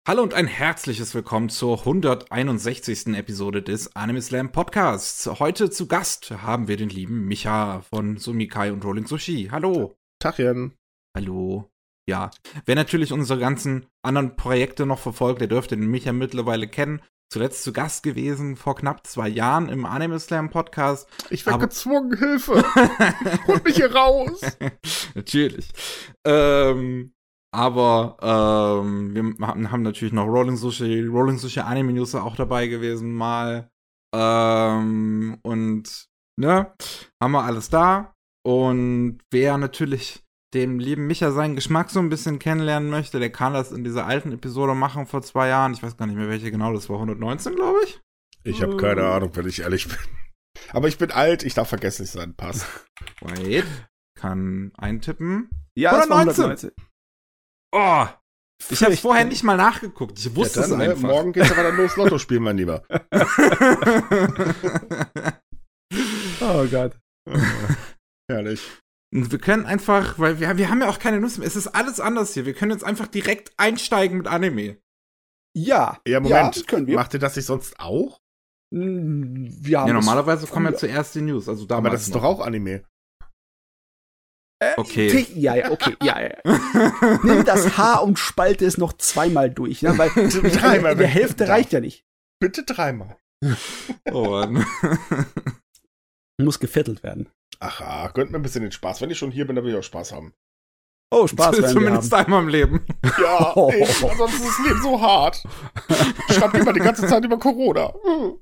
Hallo und ein herzliches Willkommen zur 161. Episode des Anime Slam Podcasts. Heute zu Gast haben wir den lieben Micha von Sumikai und Rolling Sushi. Hallo. Tachchen. Hallo. Ja, wer natürlich unsere ganzen anderen Projekte noch verfolgt, der dürfte den Micha mittlerweile kennen. Zuletzt zu Gast gewesen vor knapp 2 Jahren im Anime Slam Podcast. Ich werde gezwungen, Hilfe. Holt mich hier raus. Natürlich. Aber wir haben natürlich noch Rolling Sushi Anime News auch dabei gewesen mal. Und ne, haben wir alles da. Und wer natürlich dem lieben Micha seinen Geschmack so ein bisschen kennenlernen möchte, der kann das in dieser alten Episode machen vor 2 Jahren. Ich weiß gar nicht mehr, welche genau, das war 119, glaube ich. Ich habe keine Ahnung, wenn ich ehrlich bin. Aber ich bin alt, ich darf vergesslich sein, passt. Wait, kann eintippen. Ja, 119. Oh, ich habe vorher nicht mal nachgeguckt. Ich wusste es einfach. Morgen geht's aber dann los, Lotto spielen, mein Lieber. Oh Gott. Herrlich. Und wir können einfach, weil wir haben ja auch keine Lust mehr. Es ist alles anders hier. Wir können jetzt einfach direkt einsteigen mit Anime. Ja. Ja, Moment. Ja, können wir. Macht ihr das nicht sonst auch? Wir haben ja, normalerweise kommen ja zuerst die News. Also aber das ist doch auch Anime. Okay. Ja. Nimm das Haar und spalte es noch 2-mal durch, ne? Weil Dreimal, die Hälfte reicht ja nicht. Bitte 3-mal. Oh Mann. Muss geviertelt werden. Ach, gönnt mir ein bisschen den Spaß. Wenn ich schon hier bin, dann will ich auch Spaß haben. Oh, Spaß werden wir Zumindest haben. einmal im Leben. Ja, ey, sonst ist das Leben so hart. Schreibt immer die ganze Zeit über Corona.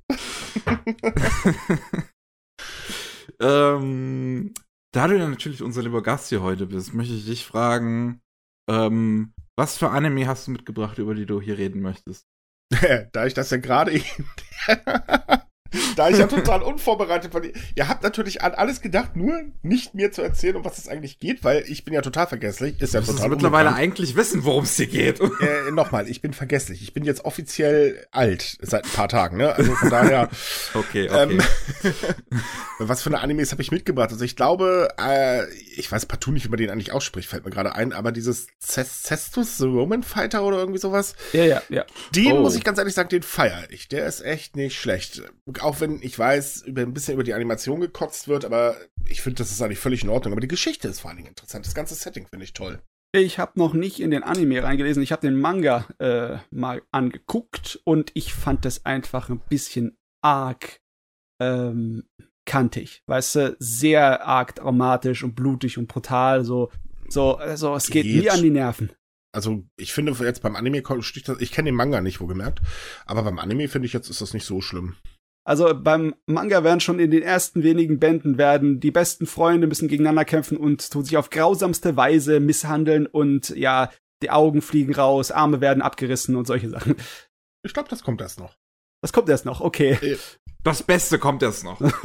Da du ja natürlich unser lieber Gast hier heute bist, möchte ich dich fragen, was für Anime hast du mitgebracht, über die du hier reden möchtest? Da ich das ja gerade eben da ich ja total unvorbereitet war. Ihr habt natürlich an alles gedacht, nur nicht mir zu erzählen, um was es eigentlich geht, weil ich bin ja total vergesslich. Ist ja du total mittlerweile eigentlich wissen, worum es dir geht. Nochmal, ich bin vergesslich. Ich bin jetzt offiziell alt, seit ein paar Tagen, ne? Also von daher. Okay. Was für eine Animes habe ich mitgebracht? Also ich glaube, ich weiß partout nicht, wie man den eigentlich ausspricht, fällt mir gerade ein, aber dieses Cestus, The Roman Fighter oder irgendwie sowas. Ja. Den muss ich ganz ehrlich sagen, den feiere ich. Der ist echt nicht schlecht. Auch wenn ich weiß, ein bisschen über die Animation gekotzt wird, aber ich finde, das ist eigentlich völlig in Ordnung. Aber die Geschichte ist vor allen Dingen interessant. Das ganze Setting finde ich toll. Ich habe noch nicht in den Anime reingelesen. Ich habe den Manga mal angeguckt und ich fand das einfach ein bisschen arg kantig. Weißt du, sehr arg dramatisch und blutig und brutal. So, es geht mir an die Nerven. Also, ich finde jetzt beim Anime, ich kenne den Manga nicht, wohlgemerkt, aber beim Anime finde ich jetzt, ist das nicht so schlimm. Also beim Manga werden schon in den ersten wenigen Bänden die besten Freunde müssen gegeneinander kämpfen und tun sich auf grausamste Weise misshandeln und ja, die Augen fliegen raus, Arme werden abgerissen und solche Sachen. Ich glaube, das kommt erst noch. Das kommt erst noch, okay. Das Beste kommt erst noch. Wo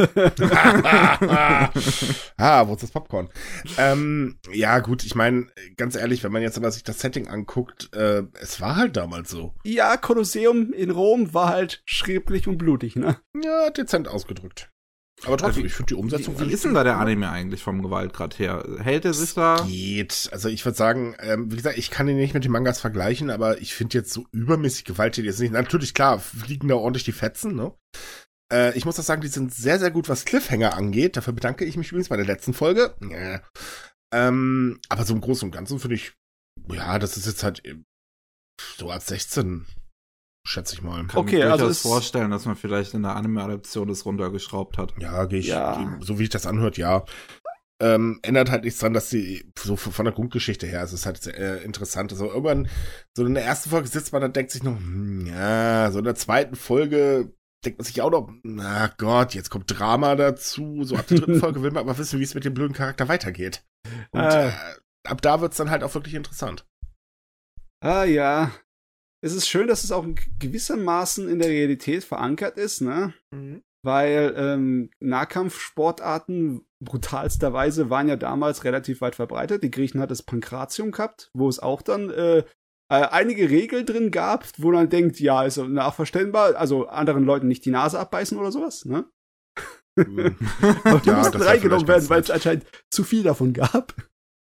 ist das Popcorn? Ja, gut, ich meine, ganz ehrlich, wenn man jetzt aber sich das Setting anguckt, es war halt damals so. Ja, Kolosseum in Rom war halt schrecklich und blutig, ne? Ja, dezent ausgedrückt. Aber trotzdem, ich finde die Umsetzung... Wie ist denn da der Anime eigentlich vom Gewaltgrad her? Hält er sich da? Geht. Also ich würde sagen, wie gesagt, ich kann ihn nicht mit den Mangas vergleichen, aber ich finde jetzt so übermäßig gewalttätig jetzt nicht. Natürlich, klar, fliegen da ordentlich die Fetzen, ne? Ich muss auch sagen, die sind sehr, sehr gut, was Cliffhanger angeht. Dafür bedanke ich mich übrigens bei der letzten Folge. Ja. Aber so im Großen und Ganzen finde ich, ja, das ist jetzt halt so ab 16, schätze ich mal. Kann mir durchaus vorstellen, dass man vielleicht in der Anime-Adaption das runtergeschraubt hat. Ja, so wie ich das anhört, ja. Ändert halt nichts dran, dass sie so von der Grundgeschichte her, es ist halt sehr interessant. Also irgendwann, so in der ersten Folge sitzt man dann, denkt sich noch, ja, so in der zweiten Folge denkt man sich auch noch, na Gott, jetzt kommt Drama dazu. So ab der 3. Folge will man aber wissen, wie es mit dem blöden Charakter weitergeht. Und ab da wird's dann halt auch wirklich interessant. Ja. Es ist schön, dass es auch in gewissermaßen in der Realität verankert ist, ne? Mhm. Weil Nahkampfsportarten brutalsterweise waren ja damals relativ weit verbreitet. Die Griechen hat das Pankratium gehabt, wo es auch dann einige Regeln drin gab, wo man denkt, ja, ist nachverstellbar, also anderen Leuten nicht die Nase abbeißen oder sowas, ne? Aber die mussten reingenommen werden, weil es anscheinend zu viel davon gab.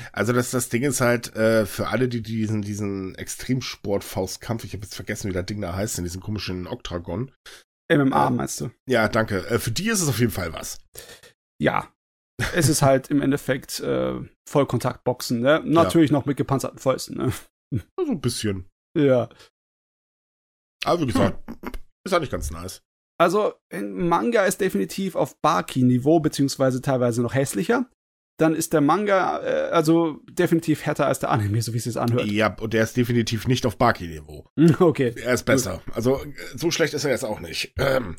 Also das Ding ist halt, für alle, die diesen Extremsport-Faustkampf, ich habe jetzt vergessen, wie das Ding da heißt, in diesem komischen Oktagon. MMA meinst du? Ja, danke. Für die ist es auf jeden Fall was. Ja. Es ist halt im Endeffekt Vollkontaktboxen, ne? Natürlich noch mit gepanzerten Fäusten, ne? So ein bisschen. Ja. Aber wie gesagt, ist eigentlich ganz nice. Also, Manga ist definitiv auf Baki-Niveau, beziehungsweise teilweise noch hässlicher. Dann ist der Manga also definitiv härter als der Anime, so wie es sich anhört. Ja, und der ist definitiv nicht auf Baki-Niveau. Okay. Er ist besser. Also, so schlecht ist er jetzt auch nicht.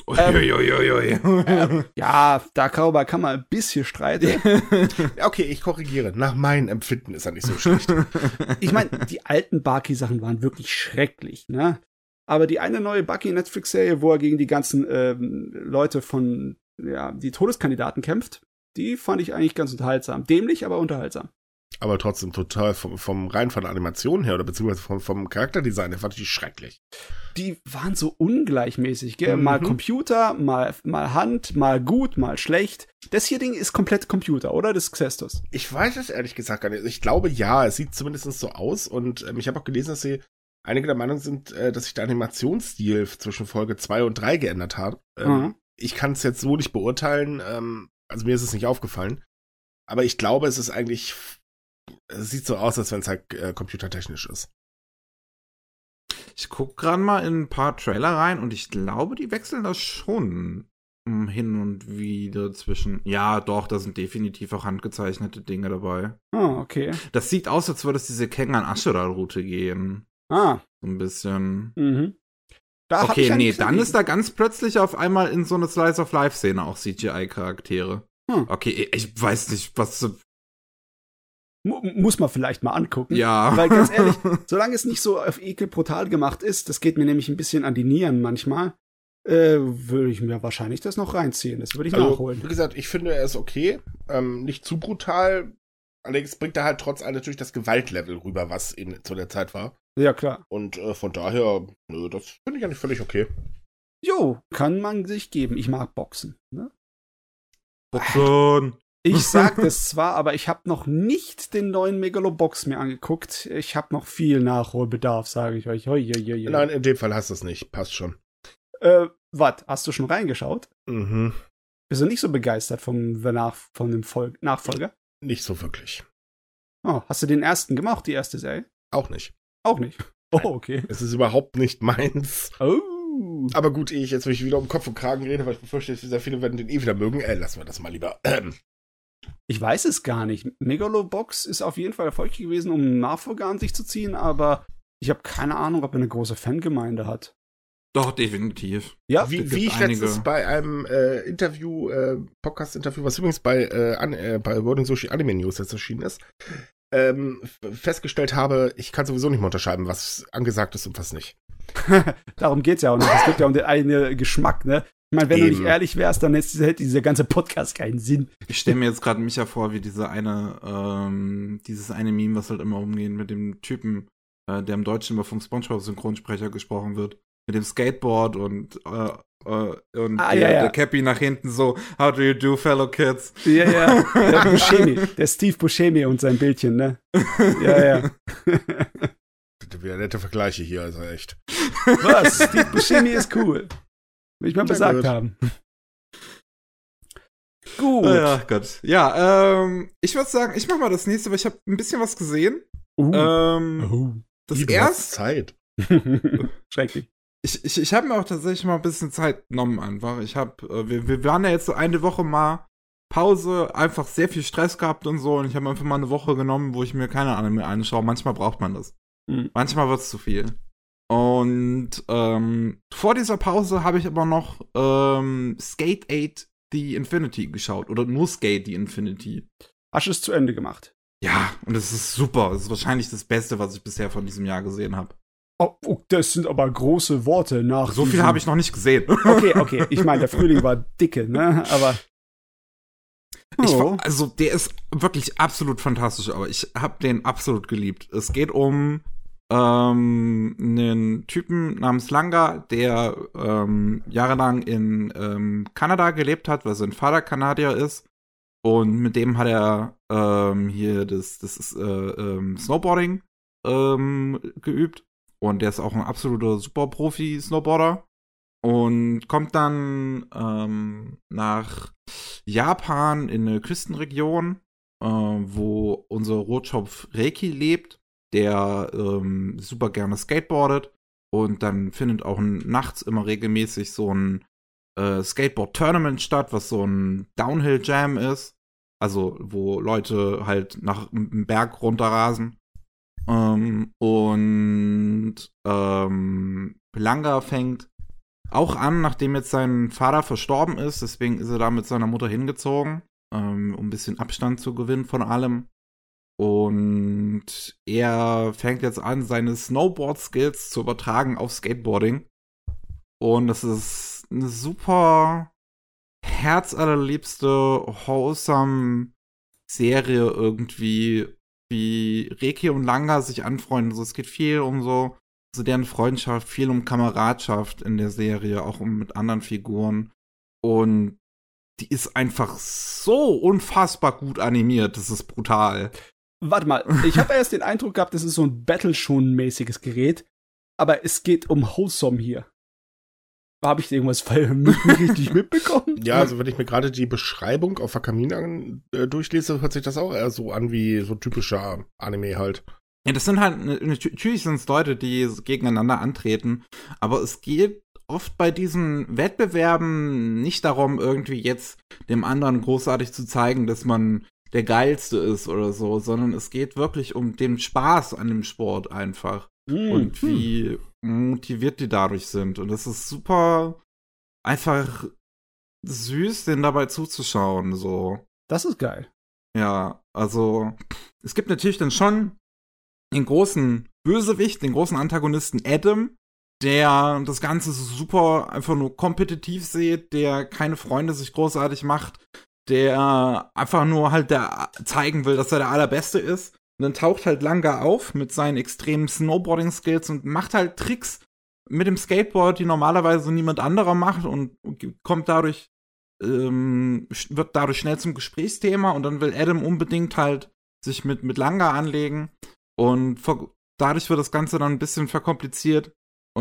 Ja, darüber kann man ein bisschen streiten. Okay, ich korrigiere. Nach meinem Empfinden ist er nicht so schlecht. Ich meine, die alten Baki-Sachen waren wirklich schrecklich, ne? Aber die eine neue Baki-Netflix-Serie, wo er gegen die ganzen Leute von, die Todeskandidaten kämpft, die fand ich eigentlich ganz unterhaltsam. Dämlich, aber unterhaltsam. Aber trotzdem total vom rein von der Animation her oder beziehungsweise vom Charakterdesign her fand ich schrecklich. Die waren so ungleichmäßig, gell? Mal Computer, mal Hand, mal gut, mal schlecht. Das hier Ding ist komplett Computer, oder? Das Xestus. Ich weiß es ehrlich gesagt gar nicht. Ich glaube, ja, es sieht zumindest so aus und ich habe auch gelesen, dass einige der Meinung sind, dass sich der Animationsstil zwischen Folge 2 und 3 geändert hat. Ich kann es jetzt so nicht beurteilen, also mir ist es nicht aufgefallen. Aber ich glaube, es sieht so aus, als wenn es halt computertechnisch ist. Ich guck gerade mal in ein paar Trailer rein und ich glaube, die wechseln das schon hin und wieder zwischen. Ja, doch, da sind definitiv auch handgezeichnete Dinge dabei. Okay. Das sieht aus, als würde es diese Kengan-Ashura-Route gehen. So ein bisschen. Mhm. Okay, nee, dann ist da ganz plötzlich auf einmal in so eine Slice-of-Life-Szene auch CGI-Charaktere. Okay, ich weiß nicht, was. Muss man vielleicht mal angucken. Ja. Weil ganz ehrlich, solange es nicht so auf Ekel brutal gemacht ist, das geht mir nämlich ein bisschen an die Nieren manchmal, würde ich mir wahrscheinlich das noch reinziehen. Das würde ich nachholen. Wie gesagt, ich finde, er ist okay. Nicht zu brutal. Allerdings bringt er halt trotz allem natürlich das Gewaltlevel rüber, was zu der Zeit war. Ja, klar. Und von daher, das finde ich eigentlich völlig okay. Jo, kann man sich geben. Ich mag Boxen. Ne? Boxen! Ich sag das zwar, aber ich habe noch nicht den neuen Megalobox mir angeguckt. Ich habe noch viel Nachholbedarf, sage ich euch. Nein, in dem Fall hast du es nicht. Passt schon. Was? Hast du schon reingeschaut? Mhm. Bist du nicht so begeistert von dem Nachfolger? Nicht so wirklich. Oh, hast du den ersten gemacht, die erste Serie? Auch nicht. Auch nicht. Oh, okay. Es ist überhaupt nicht meins. Oh. Aber gut, ehe ich jetzt mich wieder um Kopf und Kragen rede, weil ich befürchte, sehr viele werden den wieder mögen. Lassen wir das mal lieber. Ich weiß es gar nicht. Megalobox ist auf jeden Fall erfolgreich gewesen, um einen Nachfolger an sich zu ziehen, aber ich habe keine Ahnung, ob er eine große Fangemeinde hat. Doch, definitiv. Ja, wie ich letztens bei einem Podcast-Interview, was übrigens bei Wording Sushi Anime News jetzt erschienen ist, festgestellt habe, ich kann sowieso nicht mehr unterscheiden, was angesagt ist und was nicht. Darum geht's ja auch nicht. Es geht ja um den eigenen Geschmack, ne? Ich meine, wenn du nicht ehrlich wärst, dann hätte dieser ganze Podcast keinen Sinn. Ich stelle mir jetzt gerade Micha vor, wie dieses eine Meme, was halt immer umgeht mit dem Typen, der im Deutschen immer vom SpongeBob-Synchronsprecher gesprochen wird. Mit dem Skateboard und der Cappy nach hinten so, how do you do, fellow kids? Ja. Der Buscemi, der Steve Buscemi und sein Bildchen, ne? Ja. Wieder nette Vergleiche hier, also echt. Was? Steve Buscemi ist cool. Will ich mal gesagt haben. Gut. Ja, Gott. Ja, ich würde sagen, ich mach mal das nächste, weil ich habe ein bisschen was gesehen. Das erste Zeit. Schrecklich. Ich habe mir auch tatsächlich mal ein bisschen Zeit genommen einfach. Wir waren ja jetzt so eine Woche mal Pause, einfach sehr viel Stress gehabt und so und ich habe einfach mal eine Woche genommen, wo ich mir keine Ahnung mehr anschaue. Manchmal braucht man das. Manchmal wird es zu viel. Und vor dieser Pause habe ich aber noch Skate 8 The Infinity geschaut. Oder nur Skate The Infinity. Hast du es zu Ende gemacht? Ja, und es ist super. Es ist wahrscheinlich das Beste, was ich bisher von diesem Jahr gesehen habe. Oh, das sind aber große Worte nach. So viel habe ich noch nicht gesehen. Okay. Ich meine, der Frühling war dicke, ne? Aber. Also, der ist wirklich absolut fantastisch, aber ich habe den absolut geliebt. Es geht um einen Typen namens Langa, der jahrelang in Kanada gelebt hat, weil sein Vater Kanadier ist Und mit dem hat er hier das Snowboarding geübt. Und der ist auch ein absoluter Super-Profi-Snowboarder. Und kommt dann nach Japan in eine Küstenregion, wo unser Rotschopf Reiki lebt, der super gerne skateboardet. Und dann findet auch nachts immer regelmäßig so ein Skateboard-Tournament statt, was so ein Downhill-Jam ist. Also, wo Leute halt nach einem Berg runterrasen. Langa fängt auch an, nachdem jetzt sein Vater verstorben ist. Deswegen ist er da mit seiner Mutter hingezogen, um ein bisschen Abstand zu gewinnen von allem. Und er fängt jetzt an, seine Snowboard-Skills zu übertragen auf Skateboarding. Und das ist eine super herzallerliebste, wholesome Serie irgendwie, wie Reiki und Langa sich anfreunden. Also es geht viel um so deren Freundschaft, viel um Kameradschaft in der Serie, auch mit anderen Figuren. Und die ist einfach so unfassbar gut animiert. Das ist brutal. Warte mal, ich habe erst den Eindruck gehabt, das ist so ein Battleshone-mäßiges Gerät, aber es geht um Wholesome hier. Habe ich irgendwas richtig mitbekommen? Ja, also wenn ich mir gerade die Beschreibung auf Wakamin durchlese, hört sich das auch eher so an wie so typischer Anime halt. Ja, das sind halt, natürlich sind es Leute, die gegeneinander antreten, aber es geht oft bei diesen Wettbewerben nicht darum, irgendwie jetzt dem anderen großartig zu zeigen, dass man der Geilste ist oder so, sondern es geht wirklich um den Spaß an dem Sport einfach. Und wie motiviert die dadurch sind. Und das ist super einfach süß, denen dabei zuzuschauen, so. Das ist geil. Ja, also es gibt natürlich dann schon den großen Bösewicht, den großen Antagonisten Adam, der das Ganze super einfach nur kompetitiv sieht, der keine Freunde sich großartig macht, der einfach nur halt zeigen will, dass er der Allerbeste ist. Und dann taucht halt Langa auf mit seinen extremen Snowboarding-Skills und macht halt Tricks mit dem Skateboard, die normalerweise niemand anderer macht und kommt dadurch, wird dadurch schnell zum Gesprächsthema und dann will Adam unbedingt halt sich mit Langa anlegen und dadurch wird das Ganze dann ein bisschen verkompliziert.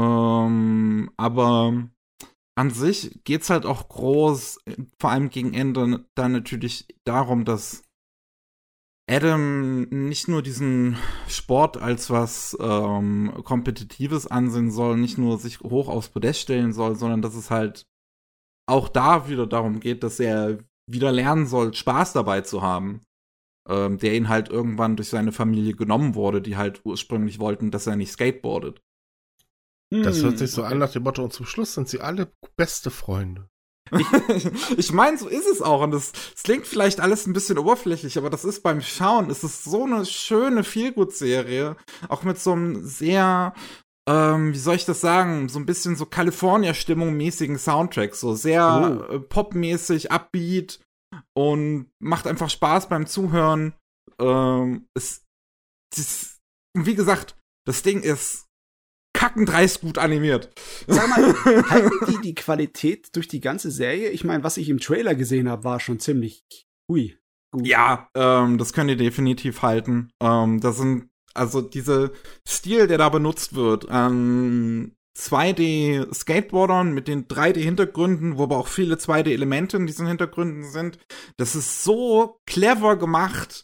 Aber an sich geht's halt auch groß, vor allem gegen Ende, dann natürlich darum, dass Adam nicht nur diesen Sport als was Kompetitives ansehen soll, nicht nur sich hoch aufs Podest stellen soll, sondern dass es halt auch da wieder darum geht, dass er wieder lernen soll, Spaß dabei zu haben, der ihn halt irgendwann durch seine Familie genommen wurde, die halt ursprünglich wollten, dass er nicht skateboardet. Das hört sich so an nach dem Motto, und zum Schluss sind sie alle beste Freunde. Ich meine, so ist es auch. Und das klingt vielleicht alles ein bisschen oberflächlich, aber das ist beim Schauen, es ist so eine schöne Feelgood-Serie. Auch mit so einem sehr, wie soll ich das sagen, so ein bisschen so California-Stimmung-mäßigen Soundtrack. So sehr popmäßig, upbeat und macht einfach Spaß beim Zuhören. Und wie gesagt, das Ding ist kackendreist gut animiert. Sag mal, halten die Qualität durch die ganze Serie? Ich meine, was ich im Trailer gesehen habe, war schon ziemlich gut. Ja, das können die definitiv halten. Das sind, also dieser Stil, der da benutzt wird, an 2D-Skateboardern mit den 3D-Hintergründen, wo aber auch viele 2D-Elemente in diesen Hintergründen sind, das ist so clever gemacht.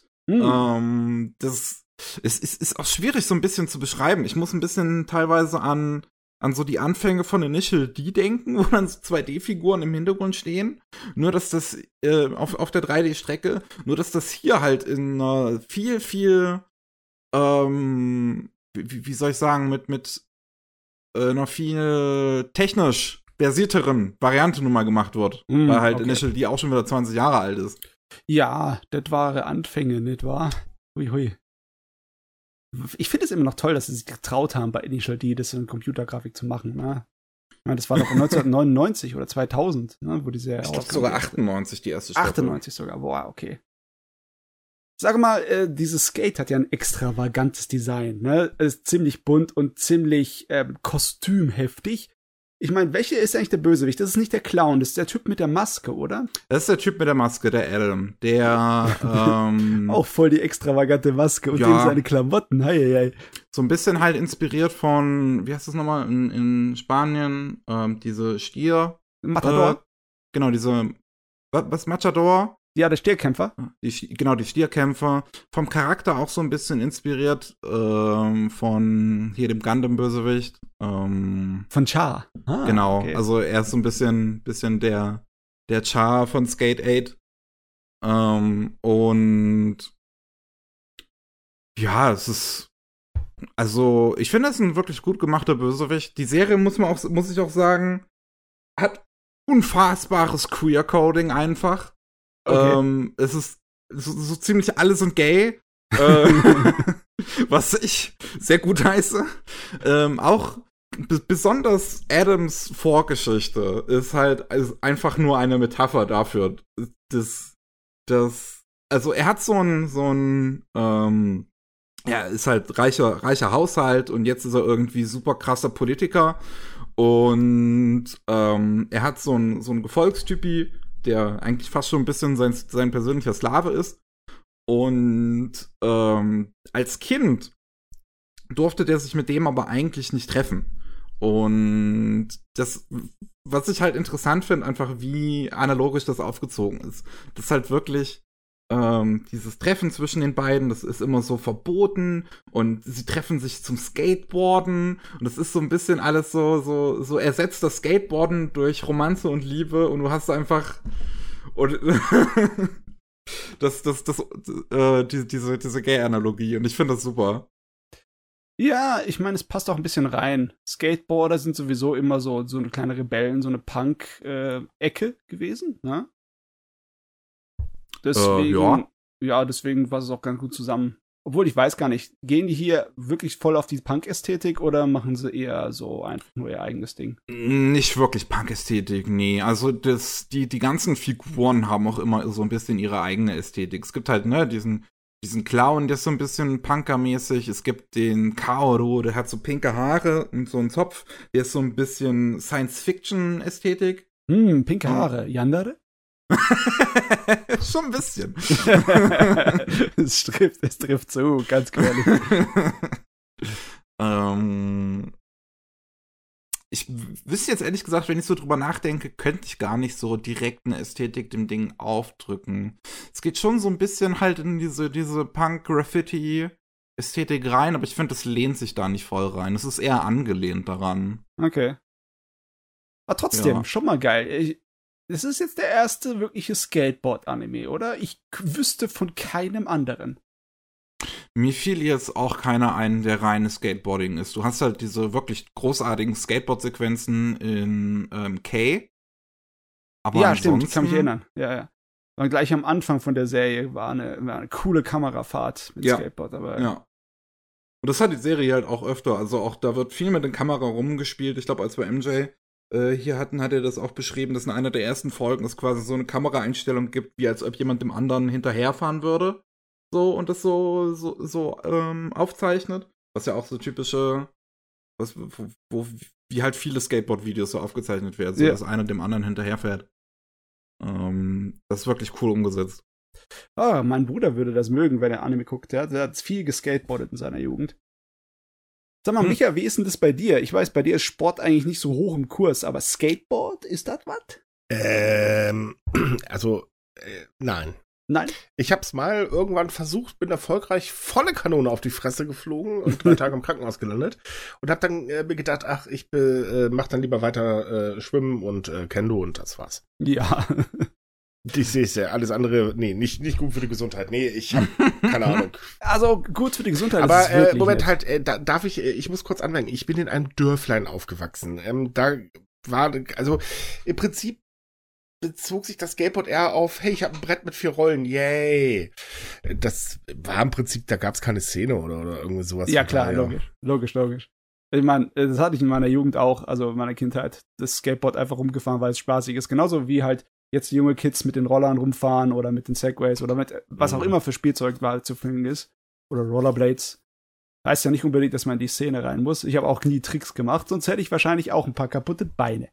Es ist auch schwierig, so ein bisschen zu beschreiben. Ich muss ein bisschen teilweise an so die Anfänge von Initial D denken, wo dann so 2D-Figuren im Hintergrund stehen. Nur, dass das auf der 3D-Strecke, nur, dass das hier halt in einer viel, viel wie soll ich sagen, mit einer viel technisch versierteren Variante nun mal gemacht wird. Weil halt Initial D auch schon wieder 20 Jahre alt ist. Ja, das waren Anfänge, nicht wahr? Hui. Ich finde es immer noch toll, dass sie sich getraut haben, bei Initial D das in Computergrafik zu machen. Ne? Ich meine, das war doch 1999 oder 2000, ne, wo die Serie Ich glaube sogar 98 die erste Staffel. 98 sogar, boah, okay. Sag mal, dieses Skate hat ja ein extravagantes Design. Ne? Es ist ziemlich bunt und ziemlich kostümheftig. ich meine, welcher ist eigentlich der Bösewicht? Das ist nicht der Clown, das ist der Typ mit der Maske, oder? Das ist der Typ mit der Maske, der Adam. Der, auch voll die extravagante Maske und ja, dem seine Klamotten. Hei. so ein bisschen halt inspiriert von, wie heißt das nochmal, in Spanien, diese Stier. Matador? Genau, diese, was, Matador? Ja, der Stierkämpfer. Die Stierkämpfer. Vom Charakter auch so ein bisschen inspiriert von hier dem Gundam-Bösewicht. Von Char. Genau, okay. also er ist so ein bisschen der Char von Skate 8. Und ja, es ist, also ich finde, es ist ein wirklich gut gemachter Bösewicht. Die Serie, muss ich auch sagen, hat unfassbares Queer-Coding einfach. Okay. Es ist so ziemlich alle sind gay. Was ich sehr gut heiße. Auch besonders Adams Vorgeschichte ist einfach nur eine Metapher dafür. Also er hat so ein er ist halt reicher Haushalt und jetzt ist er irgendwie super krasser Politiker und er hat so ein Gefolgstypi, der eigentlich fast schon ein bisschen sein persönlicher Sklave ist. Und als Kind durfte der sich mit dem aber eigentlich nicht treffen. Und das, was ich halt interessant finde, einfach wie analogisch das aufgezogen ist. Das ist halt wirklich dieses Treffen zwischen den beiden, das ist immer so verboten und sie treffen sich zum Skateboarden und das ist so ein bisschen alles so ersetzt das Skateboarden durch Romanze und Liebe und du hast einfach und diese Gay-Analogie und ich finde das super. Ja, ich meine, es passt auch ein bisschen rein. Skateboarder sind sowieso immer so eine kleine Rebellen, so eine Punk-Ecke gewesen, ne? Deswegen, deswegen war es auch ganz gut zusammen. Obwohl, ich weiß gar nicht, gehen die hier wirklich voll auf die Punk-Ästhetik oder machen sie eher so einfach nur ihr eigenes Ding? Nicht wirklich Punk-Ästhetik, nee. Also die ganzen Figuren haben auch immer so ein bisschen ihre eigene Ästhetik. Es gibt halt, ne, diesen Clown, der ist so ein bisschen punkermäßig. Es gibt den Kaoru, der hat so pinke Haare und so einen Zopf. Der ist so ein bisschen Science-Fiction-Ästhetik. Pinke Haare. Yandere? Schon ein bisschen. Es trifft zu, ganz gefährlich. Ich wüsste jetzt ehrlich gesagt, wenn ich so drüber nachdenke, könnte ich gar nicht so direkt eine Ästhetik dem Ding aufdrücken. Es geht schon so ein bisschen halt in diese Punk-Graffiti-Ästhetik rein, aber ich finde, das lehnt sich da nicht voll rein. Es ist eher angelehnt daran. Okay. Aber trotzdem, schon mal geil. Das ist jetzt der erste wirkliche Skateboard-Anime, oder? Ich wüsste von keinem anderen. Mir fiel jetzt auch keiner ein, der reines Skateboarding ist. Du hast halt diese wirklich großartigen Skateboard-Sequenzen in K. Aber ja, stimmt, ich kann mich erinnern. Ja. Und gleich am Anfang von der Serie war eine coole Kamerafahrt mit Skateboard dabei. Ja. Und das hat die Serie halt auch öfter. Also auch da wird viel mit der Kamera rumgespielt. Ich glaube, als wir MJ hier hatten, hat er das auch beschrieben, dass in einer der ersten Folgen es quasi so eine Kameraeinstellung gibt, wie als ob jemand dem anderen hinterherfahren würde. So, und das so aufzeichnet. Was ja auch so typische, wie halt viele Skateboard-Videos so aufgezeichnet werden, so dass einer dem anderen hinterherfährt. Das ist wirklich cool umgesetzt. Mein Bruder würde das mögen, wenn er Anime guckt. Der hat viel geskateboardet in seiner Jugend. Sag mal, Micha, wie ist denn das bei dir? Ich weiß, bei dir ist Sport eigentlich nicht so hoch im Kurs, aber Skateboard, ist das was? Nein. Nein? Ich hab's mal irgendwann versucht, bin erfolgreich volle Kanone auf die Fresse geflogen und 3 Tage im Krankenhaus gelandet und hab dann mir gedacht, ich mach dann lieber weiter Schwimmen und Kendo und das war's. Ja. Ich sehe es ja, alles andere, nicht gut für die Gesundheit. Nee, ich hab keine Ahnung. Also gut für die Gesundheit. Aber ist es wirklich Moment, nett. halt, darf ich muss kurz anmerken, ich bin in einem Dörflein aufgewachsen. Da war, also im Prinzip bezog sich das Skateboard eher auf, hey, ich habe ein Brett mit 4 Rollen, yay. Das war im Prinzip, da gab's keine Szene oder irgendwie sowas. Ja klar, logisch. Ich meine, das hatte ich in meiner Jugend auch, also in meiner Kindheit, das Skateboard einfach rumgefahren, weil es spaßig ist. Genauso wie halt jetzt junge Kids mit den Rollern rumfahren oder mit den Segways oder mit was auch immer für Spielzeug halt zu finden ist. Oder Rollerblades. Heißt ja nicht unbedingt, dass man in die Szene rein muss. Ich habe auch nie Tricks gemacht, sonst hätte ich wahrscheinlich auch ein paar kaputte Beine.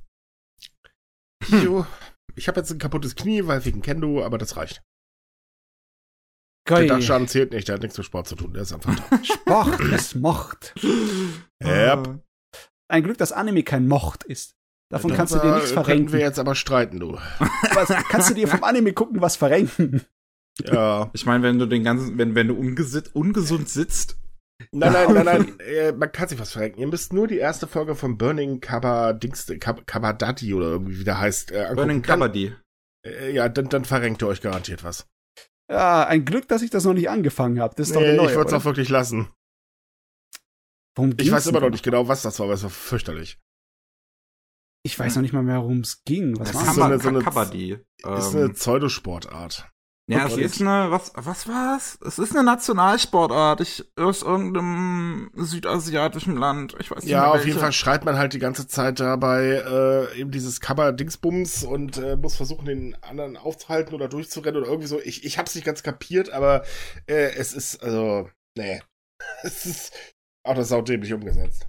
Ich habe jetzt ein kaputtes Knie, weil wegen Kendo, aber das reicht. Geil. Der Dachschaden zählt nicht, der hat nichts mit Sport zu tun, der ist einfach da. Sport ist Mord. Yep. Ein Glück, dass Anime kein Mord ist. Davon kannst du dir nichts Können verrenken. wir jetzt aber streiten, du. Kannst du dir vom Anime gucken, was verrenken? Ja. Ich meine, wenn du wenn du ungesund sitzt. Nein, man kann sich was verrenken. Ihr müsst nur die erste Folge von Burning Kabadadi oder irgendwie wie der heißt, angucken. Burning Kabaddi. Ja, dann verrenkt ihr euch garantiert was. Ja, ein Glück, dass ich das noch nicht angefangen habe. Das ist doch eine neue, ich würde es auch wirklich lassen. Ich weiß immer noch nicht genau, was das war, aber es war fürchterlich. Ich weiß noch nicht mal mehr, worum es ging. Was Das war ist so eine Kabaddi. Ist eine Pseudosportart. Ja, es ist eine, was war's? Es ist eine Nationalsportart. Aus irgendeinem südasiatischen Land. Ich weiß nicht Ja, mehr auf welche. jeden Fall schreit man halt die ganze Zeit dabei eben dieses Kabba-Dingsbums und muss versuchen, den anderen aufzuhalten oder durchzurennen oder irgendwie so. Ich hab's nicht ganz kapiert, aber es ist, also, nee. Es ist auch das saudämlich umgesetzt.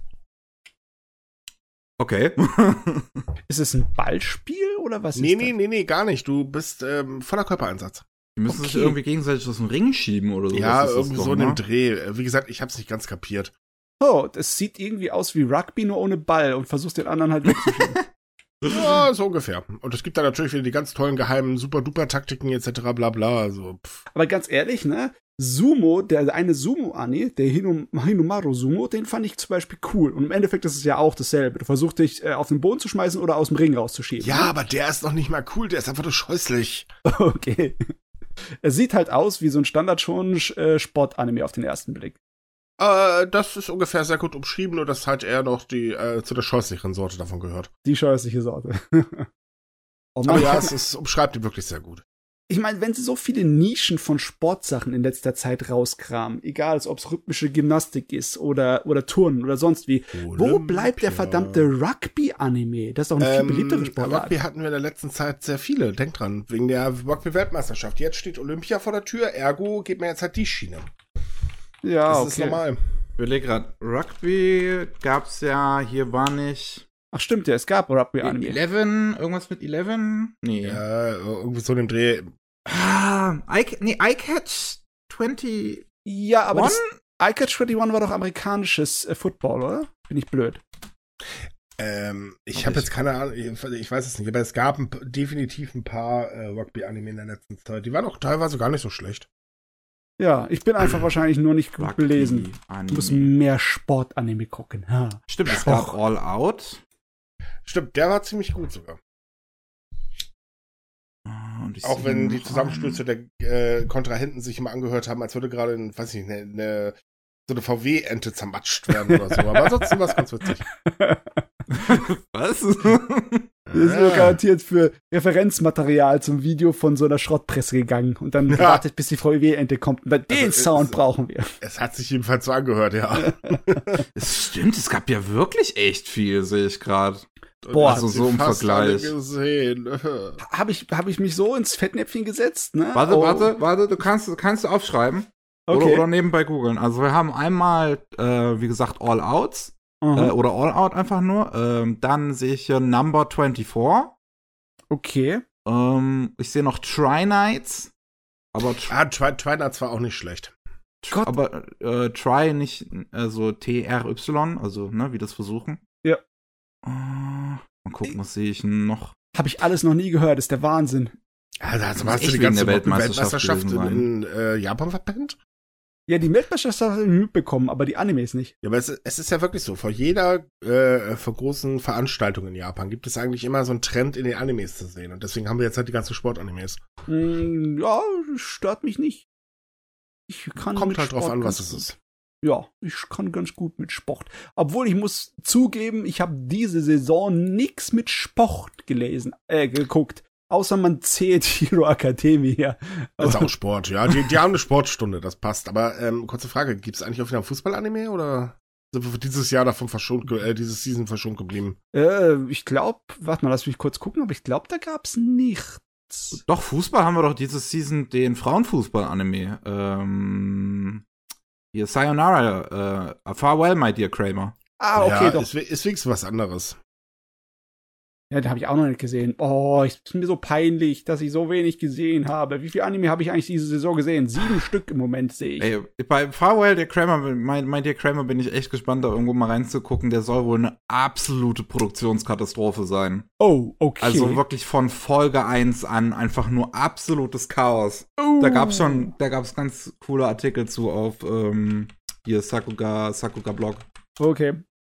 Okay. Ist es ein Ballspiel oder was ist das? Nee, gar nicht. Du bist voller Körpereinsatz. Die müssen sich irgendwie gegenseitig aus dem Ring schieben oder so. Ja, Das ist irgendwie doch, so in ne? dem Dreh. Wie gesagt, ich hab's nicht ganz kapiert. Oh, das sieht irgendwie aus wie Rugby, nur ohne Ball und versuchst den anderen halt wegzuschieben. Ja, so ungefähr. Und es gibt da natürlich wieder die ganz tollen geheimen Super-Duper-Taktiken etc. bla bla. Also, Aber ganz ehrlich, ne? Sumo, der eine Sumo-Anime, der Hinomaru Sumo, den fand ich zum Beispiel cool. Und im Endeffekt ist es ja auch dasselbe. Du versuchst dich auf den Boden zu schmeißen oder aus dem Ring rauszuschieben. Ja, ne? aber der ist noch nicht mal cool, der ist einfach nur scheußlich. Okay. Er sieht halt aus wie so ein Standard-Sport-Anime auf den ersten Blick. Das ist ungefähr sehr gut umschrieben, nur dass halt eher noch die zu der scheußlicheren Sorte davon gehört. Die scheußliche Sorte. Oh Mann. Aber ja, es umschreibt die wirklich sehr gut. Ich meine, wenn sie so viele Nischen von Sportsachen in letzter Zeit rauskramen, egal ob es rhythmische Gymnastik ist oder Turnen oder sonst wie, wo bleibt der verdammte Rugby-Anime? Das ist doch ein viel beliebtere Sportart. Rugby hatten wir in der letzten Zeit sehr viele, denkt dran, wegen der Rugby-Weltmeisterschaft. Jetzt steht Olympia vor der Tür, ergo geht mir jetzt halt die Schiene. Ja, das okay. ist normal. Ich überlege gerade, Rugby gab's ja, hier war nicht Ach stimmt ja, es gab Rugby-Anime. 11, irgendwas mit 11? Nee. Ja, irgendwie so in dem Dreh. iCatch 20. Ja, aber das iCatch 21 war doch amerikanisches Football, oder? Bin ich blöd. Ich habe jetzt keine Ahnung, ich weiß es nicht, aber es gab definitiv ein paar Rugby-Anime in der letzten Zeit. Die waren auch teilweise gar nicht so schlecht. Ja, ich bin einfach wahrscheinlich nur nicht gut belesen. Anime. Ich muss mehr Sport-Anime gucken. Ha. Stimmt, es gab All Out. Stimmt, der war ziemlich gut sogar. Auch wenn die Zusammenstöße der Kontrahenten sich immer angehört haben, als würde gerade, weiß ich nicht, so eine VW-Ente zermatscht werden oder so. Aber ansonsten war es ganz witzig. Was? Das ist nur garantiert für Referenzmaterial zum Video von so einer Schrottpresse gegangen und dann gewartet, bis die VW-Ente kommt. Und dann den Sound brauchen wir. Es hat sich jedenfalls so angehört, ja. Es stimmt, es gab ja wirklich echt viel, sehe ich gerade. Boah, also so im Vergleich. Hab ich mich so ins Fettnäpfchen gesetzt, ne? Warte, du kannst du aufschreiben. Okay. Oder nebenbei googeln. Also wir haben einmal, wie gesagt, All Outs. Oder All Out einfach nur. Dann sehe ich hier Number 24. Okay. Ich sehe noch Try Nights. Aber Try Nights war auch nicht schlecht. Gott. Aber Try nicht, also T-R-Y, also, ne, wie das versuchen. Ja. Mal gucken, was sehe ich noch. Habe ich alles noch nie gehört, ist der Wahnsinn. Ja, also muss hast du echt die wegen ganze der Weltmeisterschaft Weltmeisterschaft gewesen in Japan verpennt? Ja, die Weltmeisterschaft habe ich mitbekommen, aber die Animes nicht. Ja, aber es ist ja wirklich so. Vor jeder vor großen Veranstaltung in Japan gibt es eigentlich immer so einen Trend in den Animes zu sehen. Und deswegen haben wir jetzt halt die ganzen Sportanimes. Ja, stört mich nicht. Ich kann Kommt mit halt drauf Sport an, was ganz es ist. Ja, ich kann ganz gut mit Sport. Obwohl ich muss zugeben, ich habe diese Saison nix mit Sport geguckt. Außer man zählt Hero Academia. Das ist auch Sport, ja. Die haben eine Sportstunde, das passt. Aber kurze Frage, gibt es eigentlich auch wieder ein Fußball-Anime oder sind wir für dieses Jahr davon dieses Season verschont geblieben? Ich glaube, warte mal, lass mich kurz gucken, aber ich glaube, da gab's nichts. Doch, Fußball haben wir doch dieses Season den Frauenfußball-Anime. hier, Sayonara, Farewell, my dear Kramer. Ah, okay, ja, doch. Ist wenigstens was anderes. Ja, den habe ich auch noch nicht gesehen. Oh, es ist mir so peinlich, dass ich so wenig gesehen habe. Wie viel Anime habe ich eigentlich diese Saison gesehen? 7 Stück im Moment sehe ich. Ey, bei Farewell, der Kramer, mein dear Kramer, bin ich echt gespannt, da irgendwo mal reinzugucken. Der soll wohl eine absolute Produktionskatastrophe sein. Oh, okay. Also wirklich von Folge 1 an einfach nur absolutes Chaos. Da gab's ganz coole Artikel zu auf hier Sakuga Blog. Okay.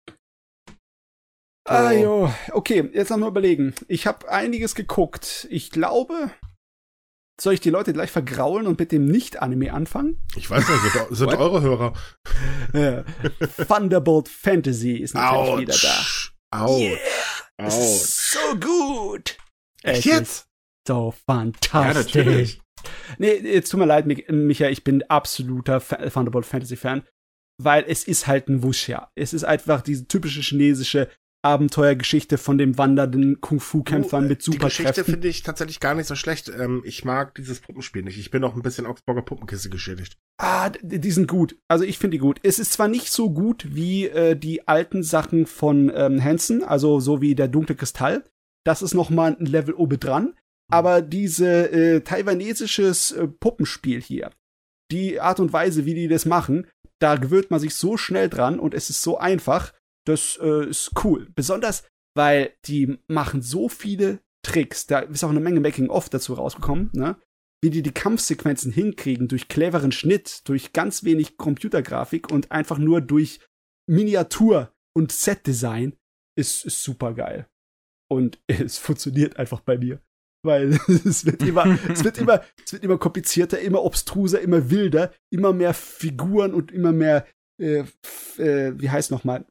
Ah, jo. Okay, jetzt noch mal überlegen. Ich habe einiges geguckt. Ich glaube, soll ich die Leute gleich vergraulen und mit dem Nicht-Anime anfangen? Ich weiß nicht, sind eure Hörer. Thunderbolt Fantasy ist natürlich wieder da. Autsch. Yeah, es ist so gut. Es Jetzt? ist so fantastisch. Ja, natürlich. Nee, jetzt tut mir leid, Micha, ich bin absoluter Thunderbolt Fantasy-Fan, weil es ist halt ein Wuxia. Es ist einfach diese typische chinesische Abenteuergeschichte von dem wandernden Kung-Fu-Kämpfer mit Die Geschichte Superkräften. finde ich tatsächlich gar nicht so schlecht. Ich mag dieses Puppenspiel nicht. Ich bin auch ein bisschen Augsburger Puppenkiste geschädigt. Ah, die sind gut. Also ich finde die gut. Es ist zwar nicht so gut wie die alten Sachen von Hansen, also so wie der dunkle Kristall. Das ist noch mal ein Level obendran. Aber diese taiwanesisches Puppenspiel hier, die Art und Weise, wie die das machen, da gewöhnt man sich so schnell dran und es ist so einfach. Das ist cool. Besonders, weil die machen so viele Tricks. Da ist auch eine Menge Making-of dazu rausgekommen, ne? Wie die Kampfsequenzen hinkriegen durch cleveren Schnitt, durch ganz wenig Computergrafik und einfach nur durch Miniatur und Setdesign ist super geil. Und es funktioniert einfach bei mir. Weil es wird immer komplizierter, immer obstruser, immer wilder, immer mehr Figuren und immer mehr, wie heißt nochmal?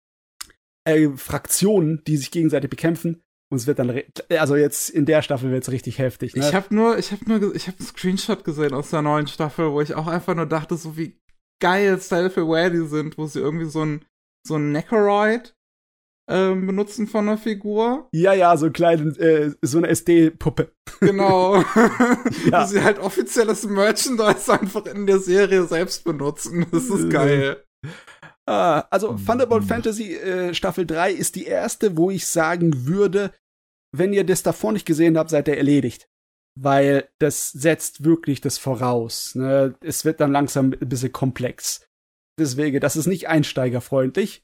Fraktionen, die sich gegenseitig bekämpfen. Und es wird dann, also jetzt in der Staffel wird es richtig heftig. Ne? Ich hab einen Screenshot gesehen aus der neuen Staffel, wo ich auch einfach nur dachte, so wie geil Self-Aware die sind, wo sie irgendwie so ein Necroid benutzen von einer Figur. Ja, so so eine SD-Puppe. Genau. Ja. Wo sie halt offizielles Merchandise einfach in der Serie selbst benutzen. Das ist geil. Also Thunderbolt Fantasy Staffel 3 ist die erste, wo ich sagen würde, wenn ihr das davor nicht gesehen habt, seid ihr erledigt. Weil das setzt wirklich das voraus. Ne? Es wird dann langsam ein bisschen komplex. Deswegen, das ist nicht einsteigerfreundlich.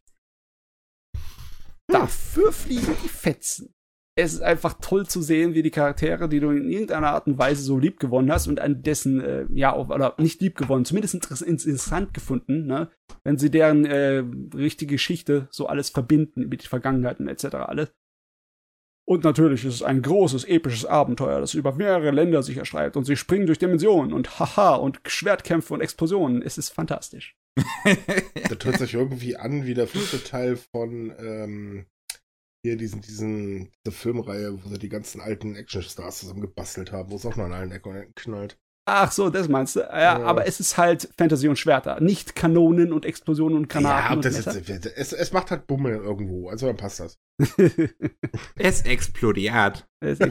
Dafür fliegen die Fetzen. Es ist einfach toll zu sehen, wie die Charaktere, die du in irgendeiner Art und Weise so lieb gewonnen hast und an dessen, oder nicht lieb gewonnen, zumindest interessant gefunden, ne? Wenn sie deren richtige Geschichte so alles verbinden mit den Vergangenheiten etc. alles. Und natürlich ist es ein großes, episches Abenteuer, das über mehrere Länder sich erstreckt und sie springen durch Dimensionen und haha und Schwertkämpfe und Explosionen. Es ist fantastisch. Das hört sich irgendwie an wie der 5. Teil von hier diese Filmreihe, wo sie die ganzen alten Actionstars zusammen gebastelt haben, wo es auch noch an allen Ecken knallt. Ach so, das meinst du? Ja, aber es ist halt Fantasy und Schwerter, nicht Kanonen und Explosionen und Granaten. Ja, es macht halt Bummel irgendwo, also dann passt das. Es explodiert.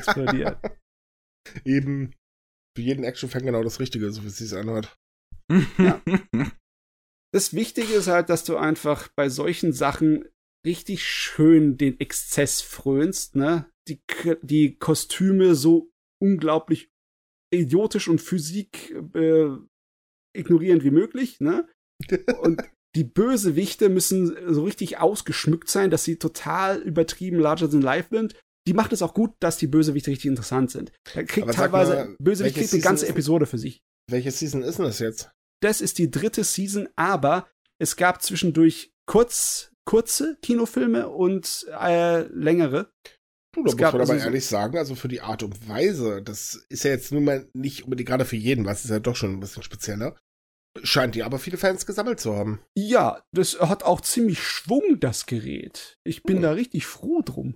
Eben für jeden Actionfan genau das Richtige, so wie es sich anhört. Ja. Das Wichtige ist halt, dass du einfach bei solchen Sachen richtig schön den Exzess frönst, ne? Die Kostüme so unglaublich idiotisch und Physik ignorierend wie möglich, ne? Und die Bösewichte müssen so richtig ausgeschmückt sein, dass sie total übertrieben larger than life sind. Die macht es auch gut, dass die Bösewichte richtig interessant sind. Da kriegt teilweise Bösewicht kriegt eine ganze Episode für sich. Welche Season ist denn das jetzt? Das ist die 3. Season, aber es gab zwischendurch kurze Kinofilme und längere. Da muss man aber ehrlich sagen, also für die Art und Weise, das ist ja jetzt nun mal nicht unbedingt gerade für jeden, was ist ja doch schon ein bisschen spezieller, scheint die aber viele Fans gesammelt zu haben. Ja, das hat auch ziemlich Schwung, das Gerät. Ich bin da richtig froh drum.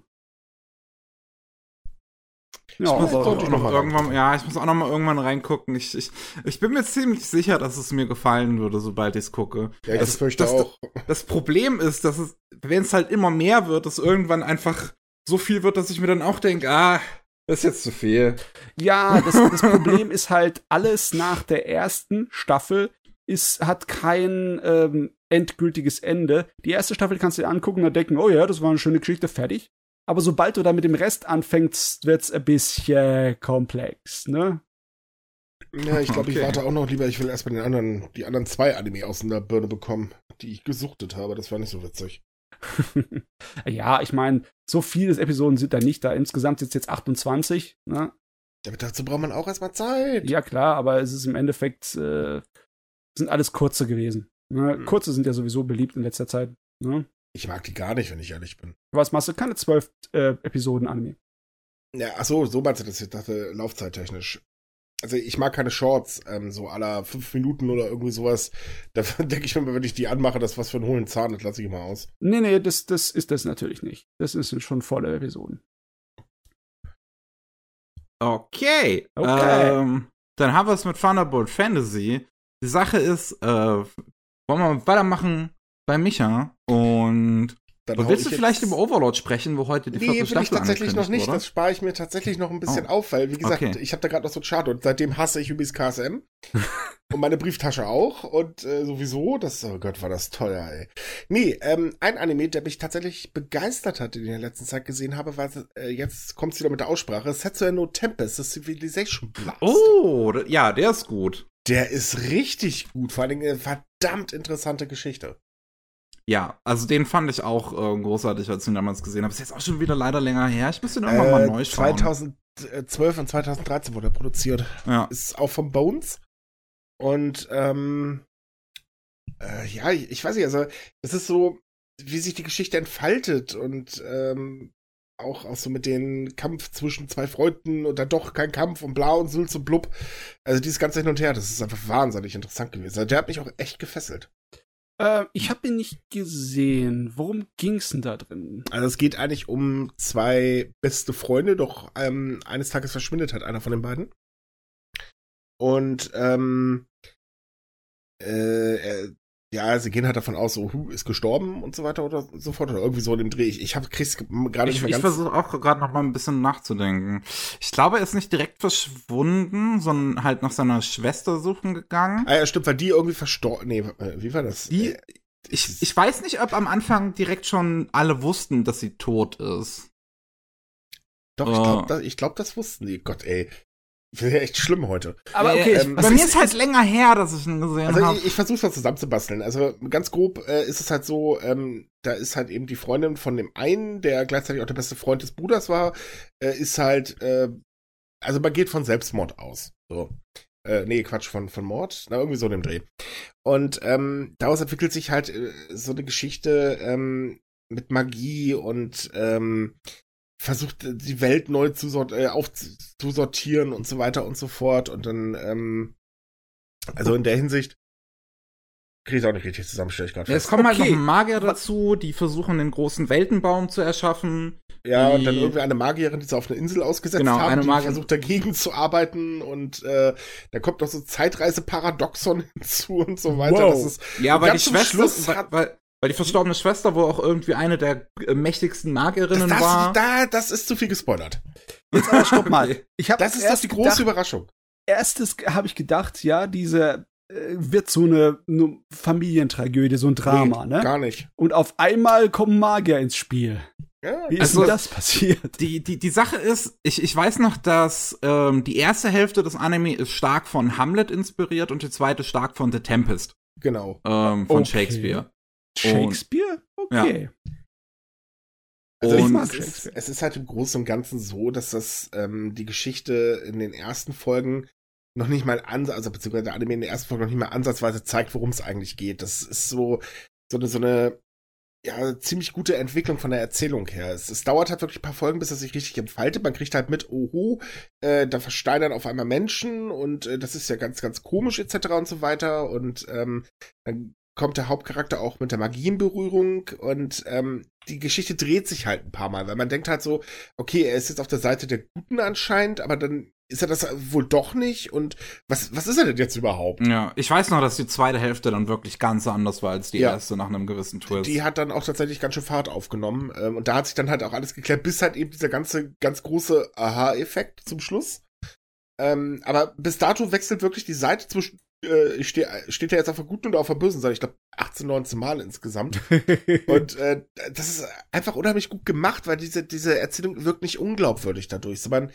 Ja, ich muss auch noch mal irgendwann reingucken. Ich bin mir ziemlich sicher, dass es mir gefallen würde, sobald ich es gucke. Ja, das fürchte auch. Das Problem ist, dass wenn es halt immer mehr wird, dass irgendwann einfach so viel wird, dass ich mir dann auch denke, das ist jetzt zu viel. Ja, das Problem ist halt, alles nach der ersten Staffel hat kein endgültiges Ende. Die erste Staffel kannst du dir angucken und denken, oh ja, das war eine schöne Geschichte, fertig. Aber sobald du da mit dem Rest anfängst, wird's ein bisschen komplex, ne? Ja, ich glaube, ich warte auch noch lieber. Ich will erstmal die anderen 2 Anime aus der Birne bekommen, die ich gesuchtet habe. Das war nicht so witzig. Ja, ich meine, so viele Episoden sind da nicht da. Insgesamt sind es jetzt 28, ne? Aber dazu braucht man auch erstmal Zeit. Ja, klar, aber es ist im Endeffekt, sind alles kurze gewesen. Ne? Kurze sind ja sowieso beliebt in letzter Zeit. Ne? Ich mag die gar nicht, wenn ich ehrlich bin. Was machst du? Keine 12 Episoden Anime. Ja, ach so meinst du das? Ich dachte, laufzeittechnisch. Also ich mag keine Shorts, so à la 5 Minuten oder irgendwie sowas. Da denke ich mir, wenn ich die anmache, das ist was für einen hohlen Zahn, das lasse ich immer aus. Nee, das ist das natürlich nicht. Das ist schon volle Episoden. Okay. Dann haben wir es mit Thunderbolt Fantasy. Die Sache ist, wollen wir weitermachen bei Micha und willst du vielleicht über Overlord sprechen, wo heute die 4. Staffel will ich tatsächlich noch nicht. Wurde? Das spare ich mir tatsächlich noch ein bisschen auf, weil, wie gesagt, ich habe da gerade noch so einen Chart und seitdem hasse ich übrigens KSM. Und meine Brieftasche auch und sowieso. Oh Gott, war das teuer, ey. Nee, ein Anime, der mich tatsächlich begeistert hat, den ich in der letzten Zeit gesehen habe, war, jetzt kommt's wieder mit der Aussprache, Setsuya no Tempest, das Civilization Blast. Oh, ja, der ist gut. Der ist richtig gut, vor allem eine verdammt interessante Geschichte. Ja, also den fand ich auch großartig, als ich ihn damals gesehen habe. Ist jetzt auch schon wieder leider länger her. Ich müsste den irgendwann mal neu schauen. 2012 und 2013 wurde er produziert. Ja. Ist auch von Bones. Und ja, ich weiß nicht, also es ist so, wie sich die Geschichte entfaltet und auch so mit dem Kampf zwischen 2 Freunden und dann doch kein Kampf und bla und Sülz und blub. Also dieses ganze Hin und Her, das ist einfach wahnsinnig interessant gewesen. Also der hat mich auch echt gefesselt. Ich habe ihn nicht gesehen. Worum ging's denn da drin? Also es geht eigentlich um 2 beste Freunde, doch eines Tages verschwindet halt einer von den beiden. Und sie gehen halt davon aus, so, ist gestorben und so weiter oder so fort. Oder irgendwie so in dem Dreh. Krieg's gerade nicht mehr ganz. Ich versuche auch gerade noch mal ein bisschen nachzudenken. Ich glaube, er ist nicht direkt verschwunden, sondern halt nach seiner Schwester suchen gegangen. Ah ja, stimmt, weil die irgendwie verstorben. Nee, wie war das? Ich weiß nicht, ob am Anfang direkt schon alle wussten, dass sie tot ist. Doch, ich glaube, das wussten die. Gott, ey. Das ist ja echt schlimm heute. Aber okay, bei mir ist halt länger her, dass ich ihn gesehen habe. Also ich versuch's mal zusammenzubasteln. Also ganz grob ist es halt so, da ist halt eben die Freundin von dem einen, der gleichzeitig auch der beste Freund des Bruders war, ist halt, also man geht von Selbstmord aus. So. Nee, Quatsch, von Mord. Na, irgendwie so in dem Dreh. Und daraus entwickelt sich halt so eine Geschichte mit Magie und versucht, die Welt neu aufzusortieren und so weiter und so fort. Und dann, also in der Hinsicht kriege ich auch nicht richtig zusammen, stelle ich gerade fest. Es kommen halt noch Magier dazu, die versuchen, den großen Weltenbaum zu erschaffen. Ja, und dann irgendwie eine Magierin, die sie auf eine Insel ausgesetzt haben, eine die versucht dagegen zu arbeiten und da kommt noch so Zeitreise-Paradoxon hinzu und so weiter. Wow. Das ist Ja, weil die Schwester, weil die verstorbene Schwester wohl auch irgendwie eine der mächtigsten Magierinnen war. Das ist zu viel gespoilert. Jetzt aber stopp mal. Das ist die große Überraschung. Erstes habe ich gedacht, ja, diese wird so eine Familientragödie, so ein Drama, ne? Gar nicht. Und auf einmal kommen Magier ins Spiel. Ja, Wie ist denn das passiert? Die Sache ist, ich weiß noch, dass die erste Hälfte des Anime ist stark von Hamlet inspiriert und die zweite stark von The Tempest. Genau. Von Shakespeare. Shakespeare? Okay. Ja. Also Und es ist halt im Großen und Ganzen so, dass das die Geschichte in den ersten Folgen noch nicht mal beziehungsweise der Anime in der ersten Folge noch nicht mal ansatzweise zeigt, worum es eigentlich geht. Das ist so eine ja, ziemlich gute Entwicklung von der Erzählung her. Es dauert halt wirklich ein paar Folgen, bis er sich richtig entfaltet. Man kriegt halt mit, da versteinern auf einmal Menschen und das ist ja ganz, ganz komisch etc. und so weiter. Und dann kommt der Hauptcharakter auch mit der Magie in Berührung und die Geschichte dreht sich halt ein paar Mal, weil man denkt halt so, okay, er ist jetzt auf der Seite der Guten anscheinend, aber dann ist er das wohl doch nicht und was ist er denn jetzt überhaupt? Ja, ich weiß noch, dass die zweite Hälfte dann wirklich ganz anders war als die erste nach einem gewissen Twist. Die hat dann auch tatsächlich ganz schön Fahrt aufgenommen und da hat sich dann halt auch alles geklärt, bis halt eben dieser ganze, ganz große Aha-Effekt zum Schluss. Aber bis dato wechselt wirklich die Seite zwischen steht ja jetzt auf der guten und auf der bösen Seite. Ich glaube 18, 19 Mal insgesamt. Und das ist einfach unheimlich gut gemacht, weil diese Erzählung wirkt nicht unglaubwürdig dadurch. Sondern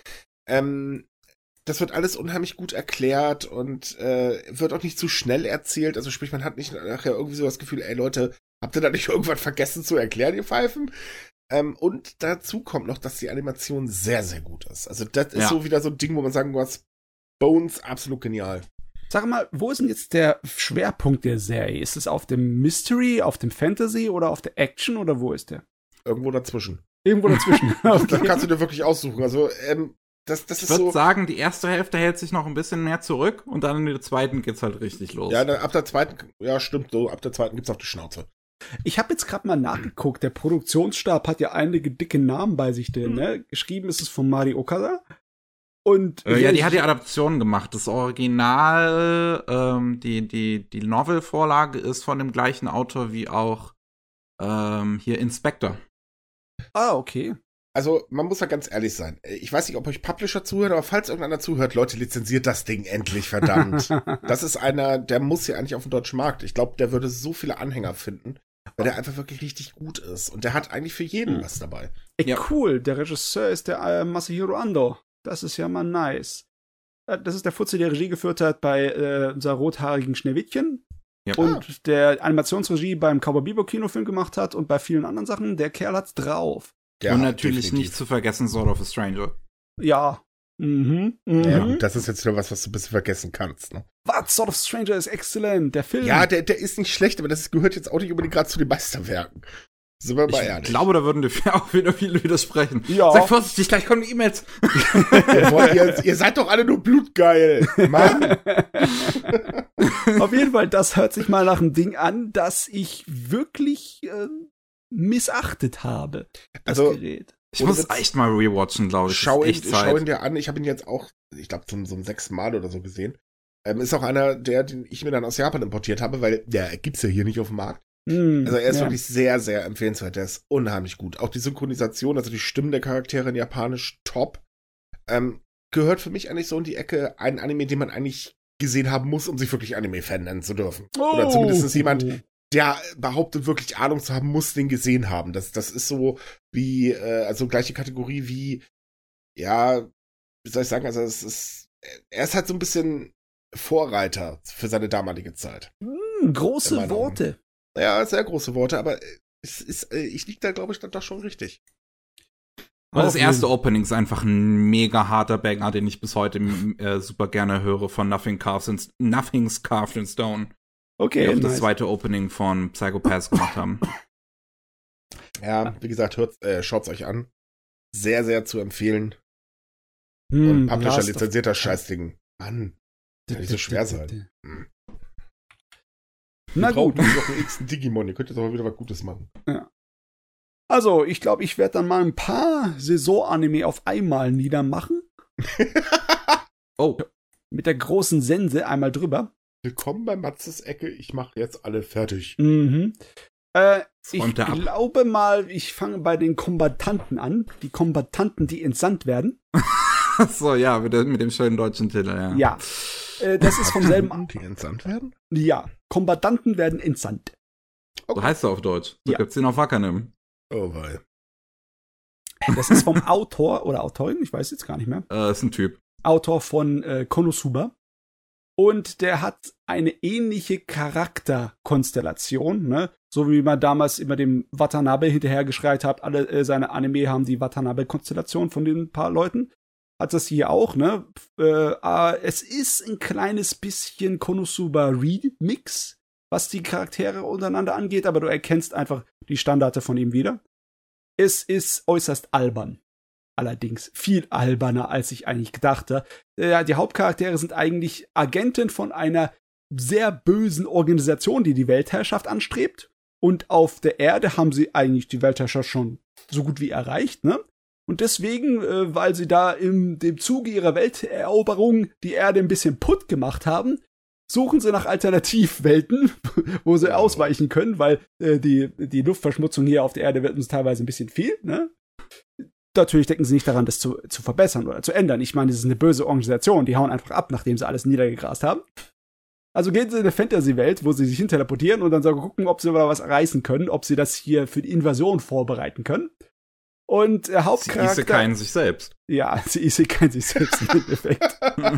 das wird alles unheimlich gut erklärt und wird auch nicht zu schnell erzählt. Also sprich, man hat nicht nachher irgendwie so das Gefühl, ey Leute, habt ihr da nicht irgendwas vergessen zu erklären, ihr Pfeifen? Und dazu kommt noch, dass die Animation sehr, sehr gut ist. Also das ist so wieder so ein Ding, wo man sagen muss, Bones, absolut genial. Sag mal, wo ist denn jetzt der Schwerpunkt der Serie? Ist es auf dem Mystery, auf dem Fantasy oder auf der Action oder wo ist der? Irgendwo dazwischen. Irgendwo dazwischen. Okay. Das kannst du dir wirklich aussuchen. Also, das ist so. Ich würde sagen, die erste Hälfte hält sich noch ein bisschen mehr zurück und dann in der zweiten geht's halt richtig los. Ja, ab der zweiten, ja, stimmt so, ab der zweiten gibt's auf die Schnauze. Ich habe jetzt gerade mal nachgeguckt. Der Produktionsstab hat ja einige dicke Namen bei sich drin, ne? Geschrieben ist es von Mari Okada. Und ja, die hat die Adaption gemacht. Das Original, die Novel-Vorlage ist von dem gleichen Autor wie auch hier Inspector. Ah, okay. Also, man muss ja ganz ehrlich sein. Ich weiß nicht, ob euch Publisher zuhören, aber falls irgendeiner zuhört, Leute, lizenziert das Ding endlich, verdammt. Das ist einer, der muss hier eigentlich auf dem deutschen Markt. Ich glaube, der würde so viele Anhänger finden, weil der einfach wirklich richtig gut ist. Und der hat eigentlich für jeden was dabei. Ey, cool. Der Regisseur ist der Masahiro Ando. Das ist ja mal nice. Das ist der Fuzzi, der Regie geführt hat bei unser rothaarigen Schneewittchen. Ja. Und der Animationsregie beim Cowboy Bebop Kinofilm gemacht hat und bei vielen anderen Sachen. Der Kerl hat's drauf. Ja, und natürlich definitiv nicht zu vergessen Sword of a Stranger. Ja. Ja, gut, das ist jetzt wieder was du ein bisschen vergessen kannst. Ne? Was? Sword of a Stranger ist exzellent. Der Film. Ja, der ist nicht schlecht, aber das gehört jetzt auch nicht unbedingt gerade zu den Meisterwerken. Sind wir mal ehrlich. Ich glaube, da würden dir auch wieder viele widersprechen. Ja. Sei vorsichtig, gleich kommen die E-Mails. Ihr seid doch alle nur blutgeil. Mann. Auf jeden Fall, das hört sich mal nach einem Ding an, das ich wirklich missachtet habe. Das Gerät. Ich muss echt mal rewatchen, glaube ich. Schau ihn dir an. Ich habe ihn jetzt auch, ich glaube, so 6 Mal oder so gesehen. Ist auch einer, den ich mir dann aus Japan importiert habe, weil der gibt's ja hier nicht auf dem Markt. Also er ist wirklich sehr, sehr empfehlenswert. Der ist unheimlich gut. Auch die Synchronisation, also die Stimmen der Charaktere in Japanisch, top. Gehört für mich eigentlich so in die Ecke, ein Anime, den man eigentlich gesehen haben muss, um sich wirklich Anime-Fan nennen zu dürfen. Oder zumindest jemand, der behauptet, wirklich Ahnung zu haben, muss den gesehen haben. Das ist so wie, also gleiche Kategorie wie, ja, wie soll ich sagen, also er ist halt so ein bisschen Vorreiter für seine damalige Zeit. Große Worte. Ja, sehr große Worte, aber ich liege da, glaube ich, dann doch schon richtig. Aber das erste Opening ist einfach ein mega harter Banger, den ich bis heute super gerne höre von Nothing's Carved in Stone. Okay, die auch das zweite Opening von Psycho Pass gemacht haben. Ja, wie gesagt, schaut's euch an. Sehr, sehr zu empfehlen. Und Publisher lizenzierter Scheißding. Mann, kann nicht so schwer sein. Na gut. Ihr braucht noch einen X Digimon, ihr könnt jetzt aber wieder was Gutes machen. Ja. Also, ich glaube, ich werde dann mal ein paar Saison-Anime auf einmal niedermachen. Oh. Mit der großen Sense einmal drüber. Willkommen bei Matzes Ecke, ich mache jetzt alle fertig. Ich glaube mal, ich fange bei den Kombattanten an. Die Kombattanten, die entsandt werden. So, ja, mit dem schönen deutschen Titel, ja. Ja. Das ist vom selben. Die entsandt werden? Ja, Kombattanten werden entsandt. Okay. So heißt er auf Deutsch. So gibt's den auf Wakanim. Oh, weil. Das ist vom Autor oder Autorin, ich weiß jetzt gar nicht mehr. Ist ein Typ. Autor von Konosuba. Und der hat eine ähnliche Charakterkonstellation, ne? So wie man damals immer dem Watanabe hinterhergeschreit hat, alle seine Anime haben die Watanabe-Konstellation von den paar Leuten. Hat das hier auch, ne? Es ist ein kleines bisschen Konosuba-Remix, was die Charaktere untereinander angeht, aber du erkennst einfach die Standarte von ihm wieder. Es ist äußerst albern. Allerdings viel alberner, als ich eigentlich gedachte. Die Hauptcharaktere sind eigentlich Agenten von einer sehr bösen Organisation, die die Weltherrschaft anstrebt. Und auf der Erde haben sie eigentlich die Weltherrschaft schon so gut wie erreicht, ne? Und deswegen, weil sie da im Zuge ihrer Welteroberung die Erde ein bisschen putt gemacht haben, suchen sie nach Alternativwelten, wo sie ausweichen können, weil die Luftverschmutzung hier auf der Erde wird uns teilweise ein bisschen viel, ne? Natürlich denken sie nicht daran, das zu verbessern oder zu ändern. Ich meine, das ist eine böse Organisation, die hauen einfach ab, nachdem sie alles niedergegrast haben. Also gehen sie in eine Fantasy-Welt, wo sie sich hin teleportieren und dann so gucken, ob sie mal was reißen können, ob sie das hier für die Invasion vorbereiten können. Und der Hauptcharakter... Sie isekeien sich selbst. Ja, sie isekeien sich selbst im Endeffekt.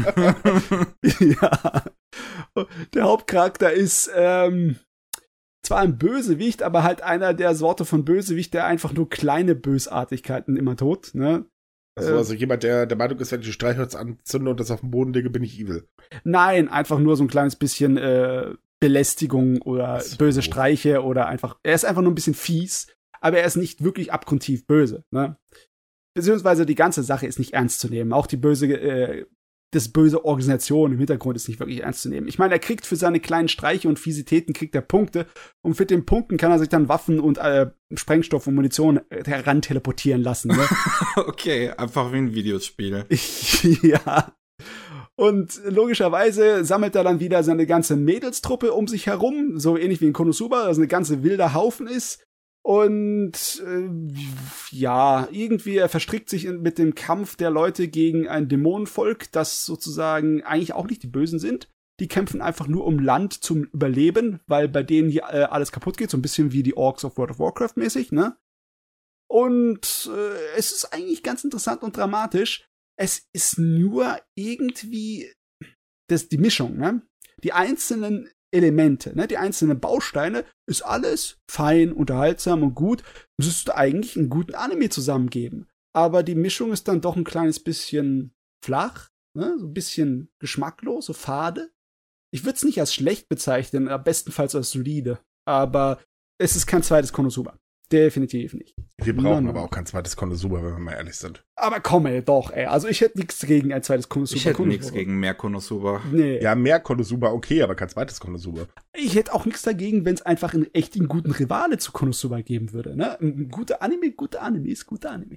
Ja. Der Hauptcharakter ist zwar ein Bösewicht, aber halt einer der Sorte von Bösewicht, der einfach nur kleine Bösartigkeiten immer tut, ne? Also jemand, der Meinung ist, wenn ich die Streichholz anzünde und das auf dem Boden lege, bin ich evil. Nein, einfach nur so ein kleines bisschen Belästigung oder böse Streiche oder einfach, er ist einfach nur ein bisschen fies, aber er ist nicht wirklich abgrundtief böse, ne? Beziehungsweise die ganze Sache ist nicht ernst zu nehmen. Auch die böse Organisation im Hintergrund ist nicht wirklich ernst zu nehmen. Ich meine, er kriegt für seine kleinen Streiche und Fiesitäten kriegt er Punkte und für den Punkten kann er sich dann Waffen und Sprengstoff und Munition heran teleportieren lassen. Ne? Okay, einfach wie ein Videospiel. Ja. Und logischerweise sammelt er dann wieder seine ganze Mädelstruppe um sich herum, so ähnlich wie in Konosuba, das eine ganze wilder Haufen ist. Und ja, irgendwie er verstrickt sich mit dem Kampf der Leute gegen ein Dämonenvolk, das sozusagen eigentlich auch nicht die Bösen sind. Die kämpfen einfach nur um Land zum Überleben, weil bei denen hier alles kaputt geht, so ein bisschen wie die Orks of World of Warcraft mäßig, ne? Und es ist eigentlich ganz interessant und dramatisch. Es ist nur irgendwie die Mischung, ne? Die einzelnen Elemente, ne, die einzelnen Bausteine, ist alles fein, unterhaltsam und gut. Müsste eigentlich einen guten Anime zusammengeben. Aber die Mischung ist dann doch ein kleines bisschen flach, ne, so ein bisschen geschmacklos, so fade. Ich würde es nicht als schlecht bezeichnen, bestenfalls als solide. Aber es ist kein zweites Konosuba. Definitiv nicht. Wir brauchen aber auch kein zweites Konosuba, wenn wir mal ehrlich sind. Aber komm, ey, doch, ey. Also ich hätte nichts gegen ein zweites Konosuba. Ich hätte nichts gegen mehr Konosuba. Nee. Ja, mehr Konosuba, okay, aber kein zweites Konosuba. Ich hätte auch nichts dagegen, wenn es einfach einen echten guten Rivale zu Konosuba geben würde, ne? Ein guter Anime ist guter Anime.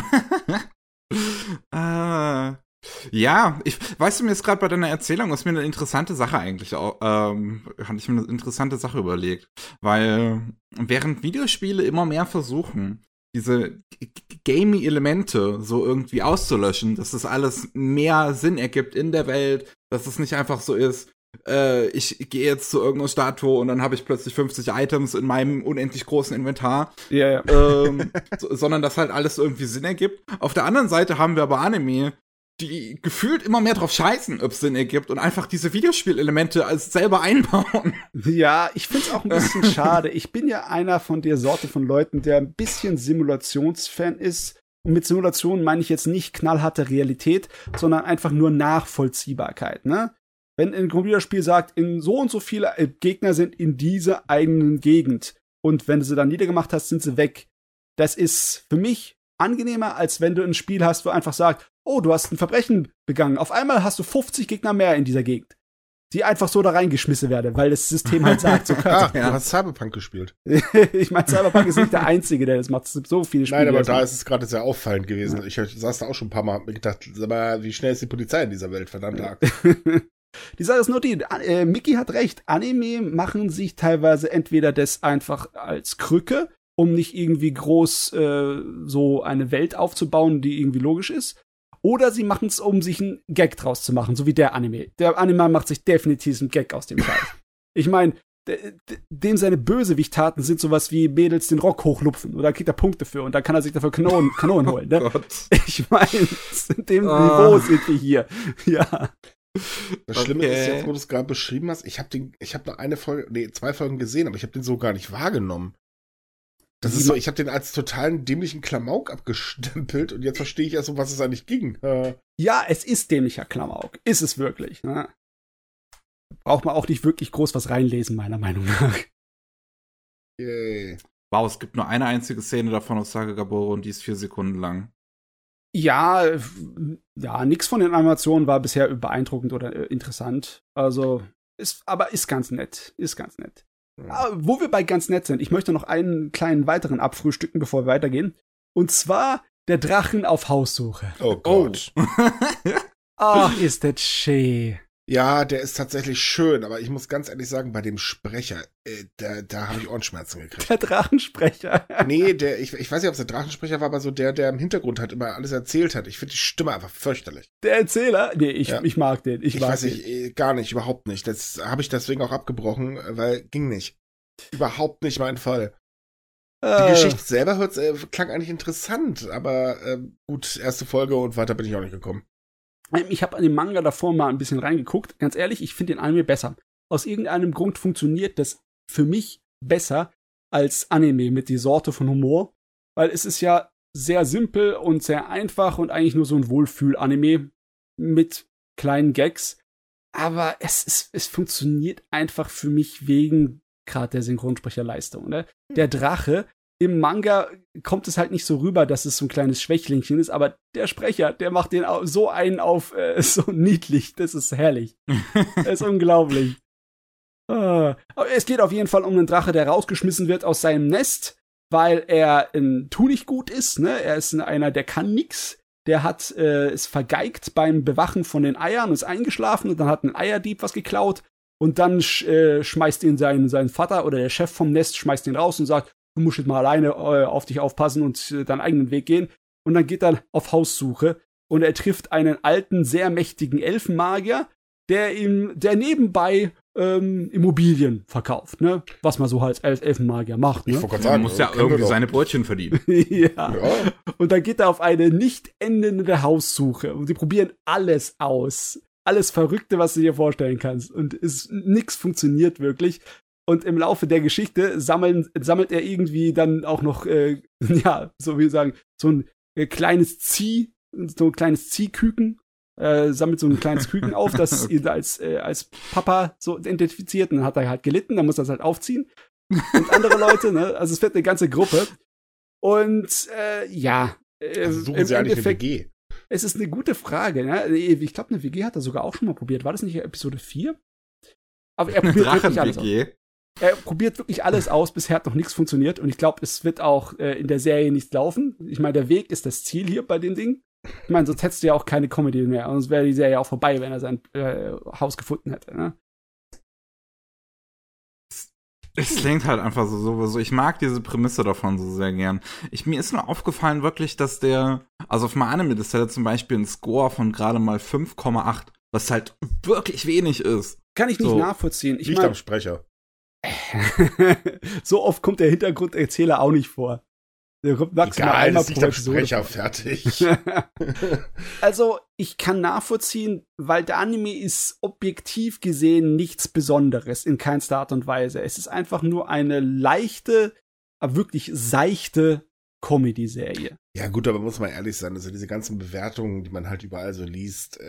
Ja, weißt du, mir ist gerade bei deiner Erzählung, ist mir eine interessante Sache eigentlich auch, hatte ich mir eine interessante Sache überlegt. Weil während Videospiele immer mehr versuchen, diese gamey Elemente so irgendwie auszulöschen, dass das alles mehr Sinn ergibt in der Welt, dass es nicht einfach so ist, ich gehe jetzt zu irgendeiner Statue und dann habe ich plötzlich 50 Items in meinem unendlich großen Inventar. Ja. Sondern dass halt alles irgendwie Sinn ergibt. Auf der anderen Seite haben wir aber Anime, die gefühlt immer mehr drauf scheißen, ob es Sinn ergibt und einfach diese Videospielelemente als selber einbauen. Ja, ich find's auch ein bisschen schade. Ich bin ja einer von der Sorte von Leuten, der ein bisschen Simulationsfan ist. Und mit Simulation meine ich jetzt nicht knallharte Realität, sondern einfach nur Nachvollziehbarkeit, ne? Wenn ein Computerspiel sagt, in so und so viele Gegner sind in dieser eigenen Gegend und wenn du sie dann niedergemacht hast, sind sie weg. Das ist für mich angenehmer, als wenn du ein Spiel hast, wo einfach sagt, oh, du hast ein Verbrechen begangen. Auf einmal hast du 50 Gegner mehr in dieser Gegend, die einfach so da reingeschmissen werden, weil das System halt sagt, so du hast Cyberpunk gespielt. Ich meine, Cyberpunk ist nicht der Einzige, der das macht. Es gibt so viele Spiele. Nein, aber da ist es gerade sehr auffallend gewesen. Ja. Ich saß da auch schon ein paar Mal und hab mir gedacht, sag mal, wie schnell ist die Polizei in dieser Welt, verdammt arg. Die Sache ist nur die, Miki hat recht, Anime machen sich teilweise entweder das einfach als Krücke, um nicht irgendwie groß so eine Welt aufzubauen, die irgendwie logisch ist, oder sie machen es, um sich einen Gag draus zu machen, so wie der Anime. Der Anime macht sich definitiv einen Gag aus dem Scheiß. Ich meine, dem seine Bösewicht-Taten sind sowas wie Mädels den Rock hochlupfen, oder kriegt er Punkte für und dann kann er sich dafür Kanonen holen. Ne? Gott. Ich meine, in dem Niveau sind wir hier. Ja. Das Schlimme ist jetzt, wo du es gerade beschrieben hast, ich habe noch 2 Folgen gesehen, aber ich habe den so gar nicht wahrgenommen. Das ist so, ich habe den als totalen dämlichen Klamauk abgestempelt und jetzt verstehe ich erst, um was es eigentlich ging. Ja, es ist dämlicher Klamauk. Ist es wirklich. Ne? Braucht man auch nicht wirklich groß was reinlesen, meiner Meinung nach. Yay. Wow, es gibt nur eine einzige Szene davon aus Sakagaburo und die ist 4 Sekunden lang. Ja, nix von den Animationen war bisher beeindruckend oder interessant. Also, ist ganz nett. Ist ganz nett. Aber wo wir bei ganz nett sind, ich möchte noch einen kleinen weiteren abfrühstücken, bevor wir weitergehen. Und zwar der Drachen auf Haussuche. Oh Gott. Ach, ist das schön. Ja, der ist tatsächlich schön, aber ich muss ganz ehrlich sagen, bei dem Sprecher, da habe ich Ohrenschmerzen gekriegt. Der Drachensprecher. Nee, ich weiß nicht, ob es der Drachensprecher war, aber so der im Hintergrund halt immer alles erzählt hat. Ich finde die Stimme einfach fürchterlich. Der Erzähler? Nee, ich mag den. Ich weiß nicht, gar nicht, überhaupt nicht. Das habe ich deswegen auch abgebrochen, weil ging nicht. Überhaupt nicht mein Fall. Die Geschichte selber klang eigentlich interessant, aber gut, erste Folge und weiter bin ich auch nicht gekommen. Ich habe an den Manga davor mal ein bisschen reingeguckt. Ganz ehrlich, ich finde den Anime besser. Aus irgendeinem Grund funktioniert das für mich besser als Anime mit die Sorte von Humor. Weil es ist ja sehr simpel und sehr einfach und eigentlich nur so ein Wohlfühl-Anime mit kleinen Gags. Aber es funktioniert einfach für mich wegen gerade der Synchronsprecherleistung. Ne? Der Drache, im Manga kommt es halt nicht so rüber, dass es so ein kleines Schwächlingchen ist, aber der Sprecher, der macht den so einen auf so niedlich. Das ist herrlich. Das ist unglaublich. Aber es geht auf jeden Fall um einen Drache, der rausgeschmissen wird aus seinem Nest, weil er ein Tu-nicht-gut ist. Ne? Er ist einer, der kann nix. Der hat es vergeigt beim Bewachen von den Eiern und ist eingeschlafen und dann hat ein Eierdieb was geklaut und dann schmeißt ihn sein Vater oder der Chef vom Nest schmeißt ihn raus und sagt, du musst jetzt mal alleine auf dich aufpassen und deinen eigenen Weg gehen. Und dann geht er auf Haussuche und er trifft einen alten, sehr mächtigen Elfenmagier, der nebenbei Immobilien verkauft, ne? Was man so als Elfenmagier macht. Ne? Ich wollte gerade sagen, muss ja irgendwie seine Brötchen verdienen. Ja. Und dann geht er auf eine nicht endende Haussuche und sie probieren alles aus. Alles Verrückte, was du dir vorstellen kannst. Und nix funktioniert wirklich. Und im Laufe der Geschichte sammelt er irgendwie dann auch noch, so wie wir sagen, so ein kleines Ziehküken, sammelt so ein kleines Küken auf, das ihn als Papa so identifiziert. Und dann hat er halt gelitten, dann muss er es halt aufziehen. Und andere Leute, ne? Also es wird eine ganze Gruppe. Und also suchen sie eigentlich eine WG? Es ist eine gute Frage. Ne? Ich glaube, eine WG hat er sogar auch schon mal probiert. War das nicht Episode 4? Aber er probiert wirklich alles aus. Er probiert wirklich alles aus, bisher hat noch nichts funktioniert und ich glaube, es wird auch in der Serie nichts laufen. Ich meine, der Weg ist das Ziel hier bei den Dingen. Ich meine, sonst hättest du ja auch keine Comedy mehr, sonst wäre die Serie auch vorbei, wenn er sein Haus gefunden hätte. Ne? Es klingt halt einfach so. Ich mag diese Prämisse davon so sehr gern. Mir ist nur aufgefallen wirklich, dass also auf meinem Anime-Liste zum Beispiel ein Score von gerade mal 5,8, was halt wirklich wenig ist. Kann ich nicht nachvollziehen. Liegt am Sprecher. So oft kommt der Hintergrunderzähler auch nicht vor. Der kommt maximal einmal pro Episode. Sprecher fertig. Also, ich kann nachvollziehen, weil der Anime ist objektiv gesehen nichts Besonderes, in keinster Art und Weise. Es ist einfach nur eine leichte, aber wirklich seichte Comedy-Serie. Ja gut, aber muss man ehrlich sein, also diese ganzen Bewertungen, die man halt überall so liest,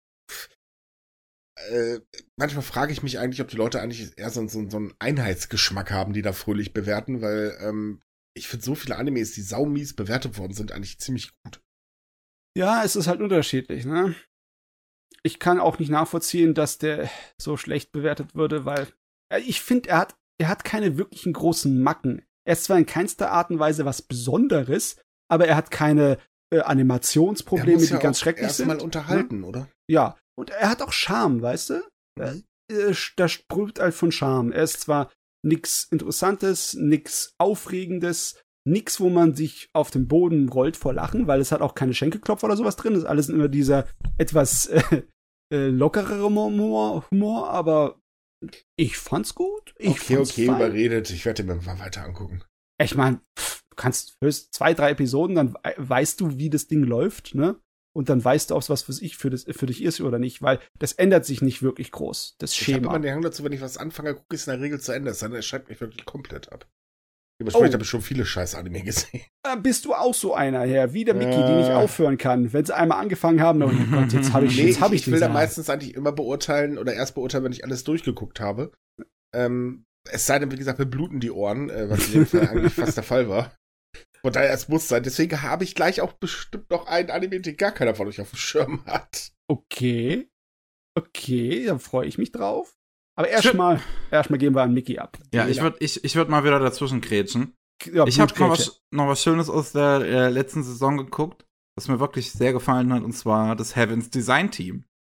manchmal frage ich mich eigentlich, ob die Leute eigentlich eher so einen Einheitsgeschmack haben, die da fröhlich bewerten, weil ich finde, so viele Animes, die saumies bewertet worden sind, eigentlich ziemlich gut. Ja, es ist halt unterschiedlich, ne? Ich kann auch nicht nachvollziehen, dass der so schlecht bewertet würde, weil ich finde, er hat keine wirklichen großen Macken. Er ist zwar in keinster Art und Weise was Besonderes, aber er hat keine Animationsprobleme, die ganz schrecklich sind. Erstmal unterhalten, oder? Ja, und er hat auch Charme, weißt du? Da sprüht halt von Charme. Er ist zwar nix Interessantes, nix Aufregendes, nix, wo man sich auf den Boden rollt vor Lachen, weil es hat auch keine Schenkelklopfer oder sowas drin. Das ist alles immer dieser etwas lockerere Humor, aber ich fand's gut. Okay, überredet. Ich werde mir mal weiter angucken. Ich meine, du kannst höchst 2-3 Episoden, dann weißt du, wie das Ding läuft, ne? Und dann weißt du, ob es was für dich ist oder nicht, weil das ändert sich nicht wirklich groß, das Schema. Ich habe immer den Hang dazu, wenn ich was anfange, gucke ich es in der Regel zu Ende. Dann schreibt mich wirklich komplett ab. Dementsprechend habe ich schon viele scheiß Anime gesehen. Bist du auch so einer, Herr, wie der Mickey, die nicht aufhören kann. Wenn sie einmal angefangen haben, oh Gott, jetzt habe ich ich will da meistens eigentlich immer beurteilen oder erst beurteilen, wenn ich alles durchgeguckt habe. Es sei denn, wie gesagt, mir bluten die Ohren, was in dem Fall eigentlich fast der Fall war. Von daher, es muss sein. Deswegen habe ich gleich auch bestimmt noch einen Anime, den gar keiner von euch auf dem Schirm hat. Okay, dann freue ich mich drauf. Aber erstmal geben wir an Mickey ab. Ja, ich würd mal wieder dazwischen grätschen. Ja, ich habe noch was Schönes aus der letzten Saison geguckt, was mir wirklich sehr gefallen hat, und zwar das Heavens Design Team.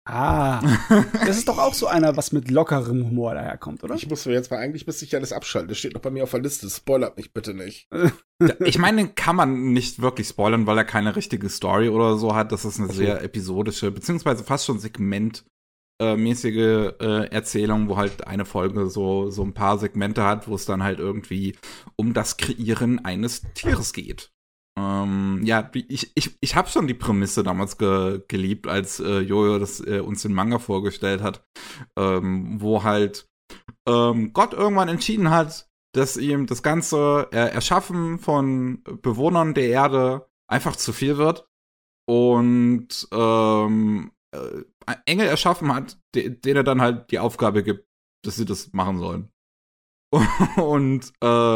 Ah, das ist doch auch so einer, was mit lockerem Humor daherkommt, oder? Ich muss mir jetzt mal, eigentlich müsste ich ja das abschalten. Das steht noch bei mir auf der Liste. Spoilert mich bitte nicht. Ich meine, den kann man nicht wirklich spoilern, weil er keine richtige Story oder so hat. Das ist eine sehr episodische, beziehungsweise fast schon segmentmäßige Erzählung, wo halt eine Folge so ein paar Segmente hat, wo es dann halt irgendwie um das Kreieren eines Tieres geht. Ja, ich habe schon die Prämisse damals geliebt, als Jojo das uns den Manga vorgestellt hat, wo halt Gott irgendwann entschieden hat, dass ihm das ganze Erschaffen von Bewohnern der Erde einfach zu viel wird und Engel erschaffen hat, denen er dann halt die Aufgabe gibt, dass sie das machen sollen. Und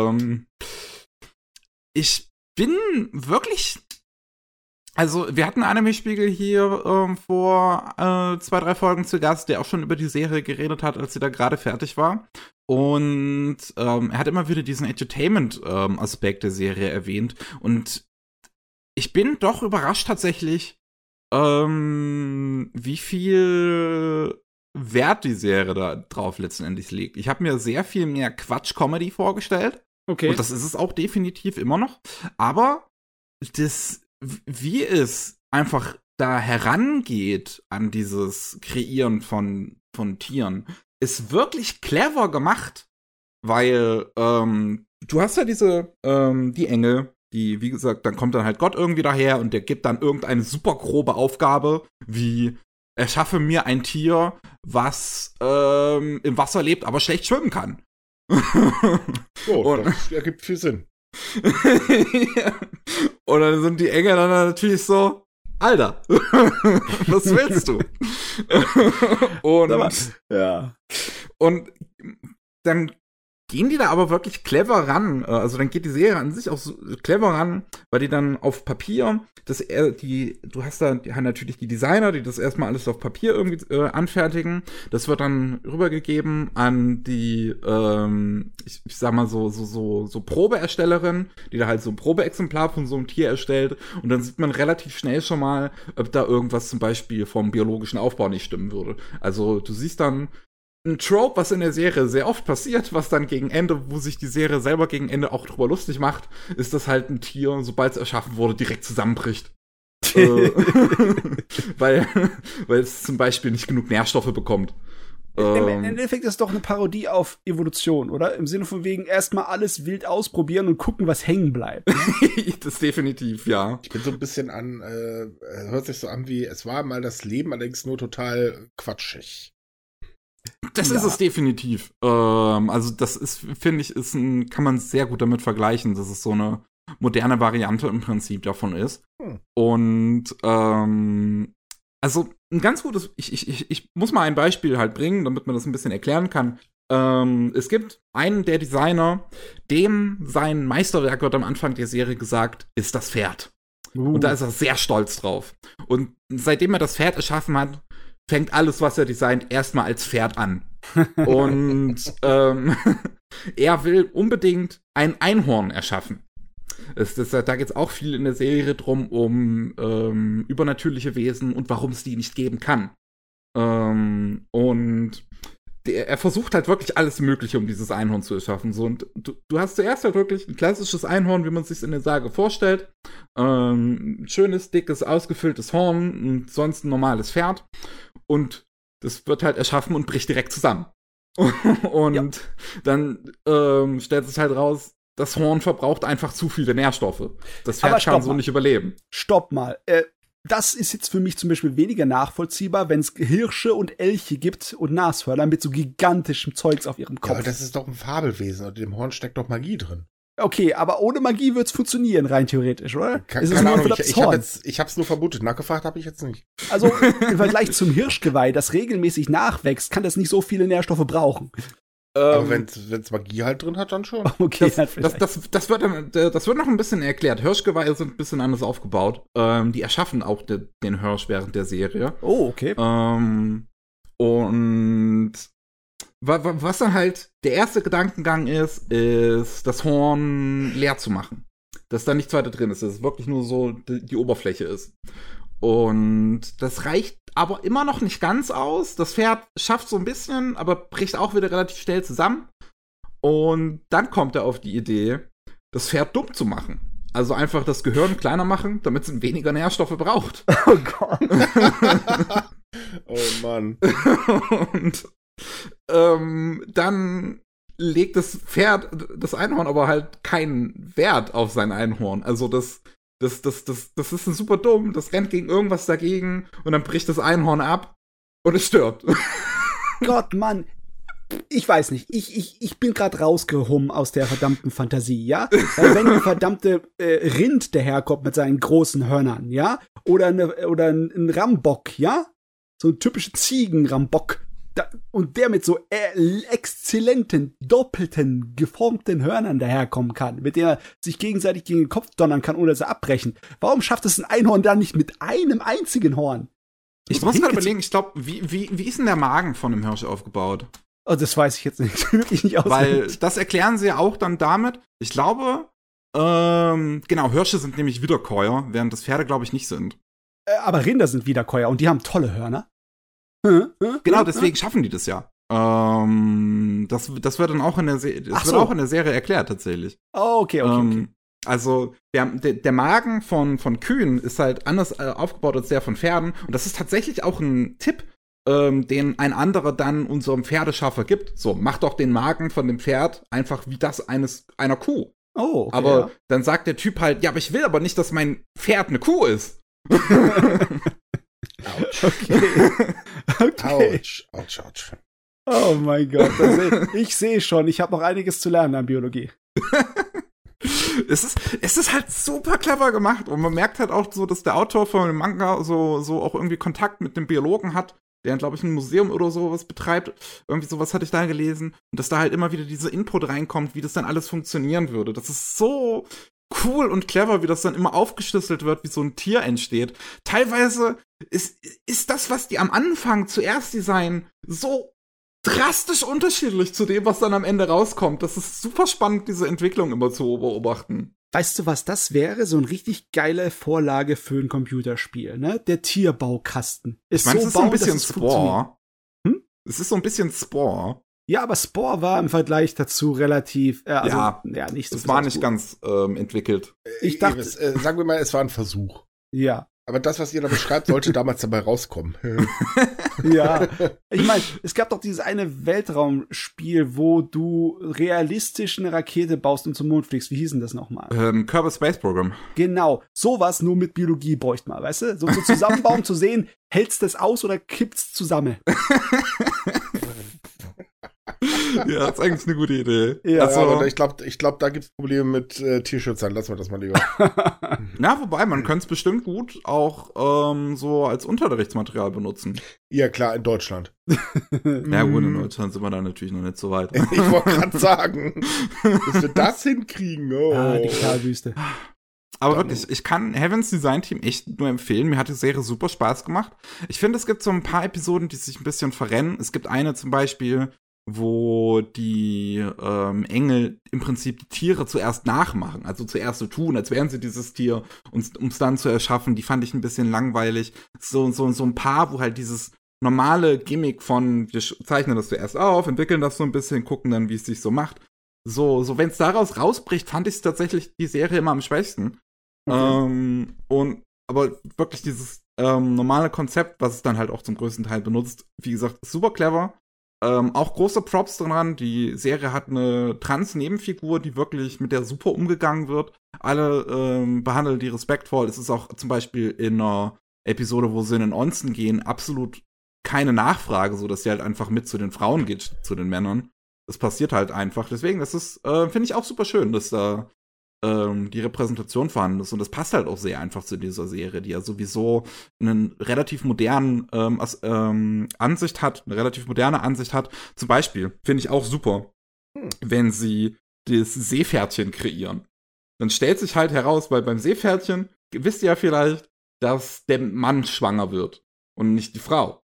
ich bin wirklich, also wir hatten Anime-Spiegel hier vor 2-3 Folgen zu Gast, der auch schon über die Serie geredet hat, als sie da gerade fertig war. Und er hat immer wieder diesen Entertainment-Aspekt der Serie erwähnt. Und ich bin doch überrascht tatsächlich, wie viel Wert die Serie da drauf letztendlich legt. Ich habe mir sehr viel mehr Quatsch-Comedy vorgestellt. Okay. Und das ist es auch definitiv immer noch. Aber wie es einfach da herangeht an dieses Kreieren von Tieren, ist wirklich clever gemacht. Weil du hast ja die Engel, die, wie gesagt, dann kommt dann halt Gott irgendwie daher und der gibt dann irgendeine super grobe Aufgabe, wie erschaffe mir ein Tier, was im Wasser lebt, aber schlecht schwimmen kann. Das ergibt viel Sinn. Und dann sind die Engel dann natürlich so, Alter, was willst du? Und dann gehen die da aber wirklich clever ran. Also dann geht die Serie an sich auch so clever ran, weil die dann auf Papier, du hast da natürlich die Designer, die das erstmal alles auf Papier irgendwie anfertigen. Das wird dann rübergegeben an die, ich sag mal so Probeerstellerin, die da halt so ein Probeexemplar von so einem Tier erstellt. Und dann sieht man relativ schnell schon mal, ob da irgendwas zum Beispiel vom biologischen Aufbau nicht stimmen würde. Also du siehst dann ein Trope, was in der Serie sehr oft passiert, was dann gegen Ende, wo sich die Serie selber gegen Ende auch drüber lustig macht, ist, dass halt ein Tier, sobald es erschaffen wurde, direkt zusammenbricht. Weil es zum Beispiel nicht genug Nährstoffe bekommt. Im Endeffekt ist es doch eine Parodie auf Evolution, oder? Im Sinne von wegen erstmal alles wild ausprobieren und gucken, was hängen bleibt. Das definitiv, ja. Ich bin so ein bisschen hört sich so an wie, es war mal das Leben, allerdings nur total quatschig. Das ist es definitiv. Also das ist, finde ich, kann man sehr gut damit vergleichen, dass es so eine moderne Variante im Prinzip davon ist. Und also ein ganz gutes, ich muss mal ein Beispiel halt bringen, damit man das ein bisschen erklären kann. Es gibt einen der Designer, dem sein Meisterwerk, wird am Anfang der Serie gesagt, ist das Pferd. Und da ist er sehr stolz drauf. Und seitdem er das Pferd erschaffen hat, fängt alles, was er designt, erstmal als Pferd an. Und er will unbedingt ein Einhorn erschaffen. Da geht es auch viel in der Serie drum, um übernatürliche Wesen und warum es die nicht geben kann. Und er versucht halt wirklich alles Mögliche, um dieses Einhorn zu erschaffen. So, und du hast zuerst halt wirklich ein klassisches Einhorn, wie man es sich in der Sage vorstellt. Schönes, dickes, ausgefülltes Horn und sonst ein normales Pferd. Und das wird halt erschaffen und bricht direkt zusammen. Und dann stellt es halt raus, das Horn verbraucht einfach zu viele Nährstoffe. Das Pferd kann so nicht überleben. Stopp mal. Das ist jetzt für mich zum Beispiel weniger nachvollziehbar, wenn es Hirsche und Elche gibt und Nashörner mit so gigantischem Zeugs auf ihrem Kopf. Ja, aber das ist doch ein Fabelwesen und dem Horn steckt doch Magie drin. Okay, aber ohne Magie wird's funktionieren, rein theoretisch, oder? Keine Ahnung, ich hab's nur vermutet. Nachgefragt habe ich jetzt nicht. Also im Vergleich zum Hirschgeweih, das regelmäßig nachwächst, kann das nicht so viele Nährstoffe brauchen. Aber wenn's Magie halt drin hat, dann schon. Okay, das wird noch ein bisschen erklärt. Hirschgeweihe sind ein bisschen anders aufgebaut. Die erschaffen auch den Hirsch während der Serie. Oh, okay. Und was dann halt der erste Gedankengang ist, das Horn leer zu machen. Dass da nichts weiter drin ist, dass es wirklich nur so die Oberfläche ist. Und das reicht aber immer noch nicht ganz aus. Das Pferd schafft so ein bisschen, aber bricht auch wieder relativ schnell zusammen. Und dann kommt er auf die Idee, das Pferd dumm zu machen. Also einfach das Gehirn kleiner machen, damit es weniger Nährstoffe braucht. Oh Gott. Oh Mann. Und dann legt das Pferd, das Einhorn, aber halt keinen Wert auf sein Einhorn. Also das ist super dumm. Das rennt gegen irgendwas dagegen und dann bricht das Einhorn ab und es stirbt. Gott, Mann. Ich weiß nicht. Ich bin gerade rausgehoben aus der verdammten Fantasie, ja? Weil wenn ein verdammte Rind daherkommt mit seinen großen Hörnern, ja? Oder ein Rambock, ja? So ein typischer Ziegenrambock. Und der mit so exzellenten, doppelten, geformten Hörnern daherkommen kann, mit der er sich gegenseitig gegen den Kopf donnern kann, ohne dass er abbrechen. Warum schafft es ein Einhorn dann nicht mit einem einzigen Horn? Ich muss gerade überlegen, ich glaube, wie ist denn der Magen von einem Hirsch aufgebaut? Oh, das weiß ich jetzt nicht, wirklich nicht auswendig. Weil das erklären sie ja auch dann damit, ich glaube, genau, Hirsche sind nämlich Wiederkäuer, während das Pferde, glaube ich, nicht sind. Aber Rinder sind Wiederkäuer und die haben tolle Hörner. Genau, deswegen schaffen die das ja. Das wird dann auch in der Serie erklärt, tatsächlich. Oh, okay. Also, der Magen von Kühen ist halt anders aufgebaut als der von Pferden. Und das ist tatsächlich auch ein Tipp, den ein anderer dann unserem Pferdeschaffer gibt. So, mach doch den Magen von dem Pferd einfach wie das einer Kuh. Oh, okay, aber dann sagt der Typ halt, ja, aber ich will aber nicht, dass mein Pferd eine Kuh ist. Autsch. Okay. Autsch. Oh mein Gott. Ich sehe schon, ich habe noch einiges zu lernen an Biologie. Es ist halt super clever gemacht und man merkt halt auch so, dass der Autor von dem Manga so auch irgendwie Kontakt mit dem Biologen hat, der, glaube ich, ein Museum oder sowas betreibt. Irgendwie sowas hatte ich da gelesen. Und dass da halt immer wieder diese Input reinkommt, wie das dann alles funktionieren würde. Das ist so cool und clever, wie das dann immer aufgeschlüsselt wird, wie so ein Tier entsteht. Teilweise ist das, was die am Anfang zuerst designen, so drastisch unterschiedlich zu dem, was dann am Ende rauskommt. Das ist super spannend, diese Entwicklung immer zu beobachten. Weißt du, was das wäre? So eine richtig geile Vorlage für ein Computerspiel, ne? Der Tierbaukasten. Ich meine, es ist so ein bisschen Spore. Es ist so ein bisschen Spore. Ja, aber Spore war im Vergleich dazu relativ, nicht so. Es war nicht ganz entwickelt. Ich dachte, sagen wir mal, es war ein Versuch. Ja. Aber das, was ihr da beschreibt, sollte damals dabei rauskommen. Ja. Ich meine, es gab doch dieses eine Weltraumspiel, wo du realistisch eine Rakete baust und zum Mond fliegst. Wie hieß denn das nochmal? Kerbal Space Program. Genau. Sowas nur mit Biologie bräuchte man, weißt du? So zusammenbauen, zu sehen, hältst das aus oder kippt's zusammen? Ja, das ist eigentlich eine gute Idee. Ja, also, aber ich glaube, da gibt es Probleme mit Tierschützern. Lassen wir das mal lieber. Na, wobei, man könnte es bestimmt gut auch so als Unterrichtsmaterial benutzen. Ja, klar, in Deutschland. Ja, gut, in Deutschland sind wir da natürlich noch nicht so weit. Ich wollte gerade sagen, dass wir das hinkriegen. Oh. Ah, die Talwüste. Aber wirklich, ich kann Heavens Design Team echt nur empfehlen. Mir hat die Serie super Spaß gemacht. Ich finde, es gibt so ein paar Episoden, die sich ein bisschen verrennen. Es gibt eine zum Beispiel, wo die Engel im Prinzip die Tiere zuerst nachmachen. Also zuerst so tun, als wären sie dieses Tier, um es dann zu erschaffen. Die fand ich ein bisschen langweilig. So ein paar, wo halt dieses normale Gimmick von, wir zeichnen das zuerst auf, entwickeln das so ein bisschen, gucken dann, wie es sich so macht. So wenn es daraus rausbricht, fand ich tatsächlich die Serie immer am schwächsten. Okay. Aber wirklich dieses normale Konzept, was es dann halt auch zum größten Teil benutzt, wie gesagt, super clever. Auch große Props dran. Die Serie hat eine Trans-Nebenfigur, die wirklich mit der super umgegangen wird. Alle behandeln die respektvoll. Es ist auch zum Beispiel in einer Episode, wo sie in den Onsen gehen, absolut keine Nachfrage, so dass sie halt einfach mit zu den Frauen geht, zu den Männern. Das passiert halt einfach. Deswegen, das ist, finde ich auch super schön, dass da die Repräsentation vorhanden ist. Und das passt halt auch sehr einfach zu dieser Serie, die ja sowieso einen relativ modernen Ansicht hat, eine relativ moderne Ansicht hat. Zum Beispiel finde ich auch super, wenn sie das Seepferdchen kreieren. Dann stellt sich halt heraus, weil beim Seepferdchen, wisst ihr ja vielleicht, dass der Mann schwanger wird und nicht die Frau.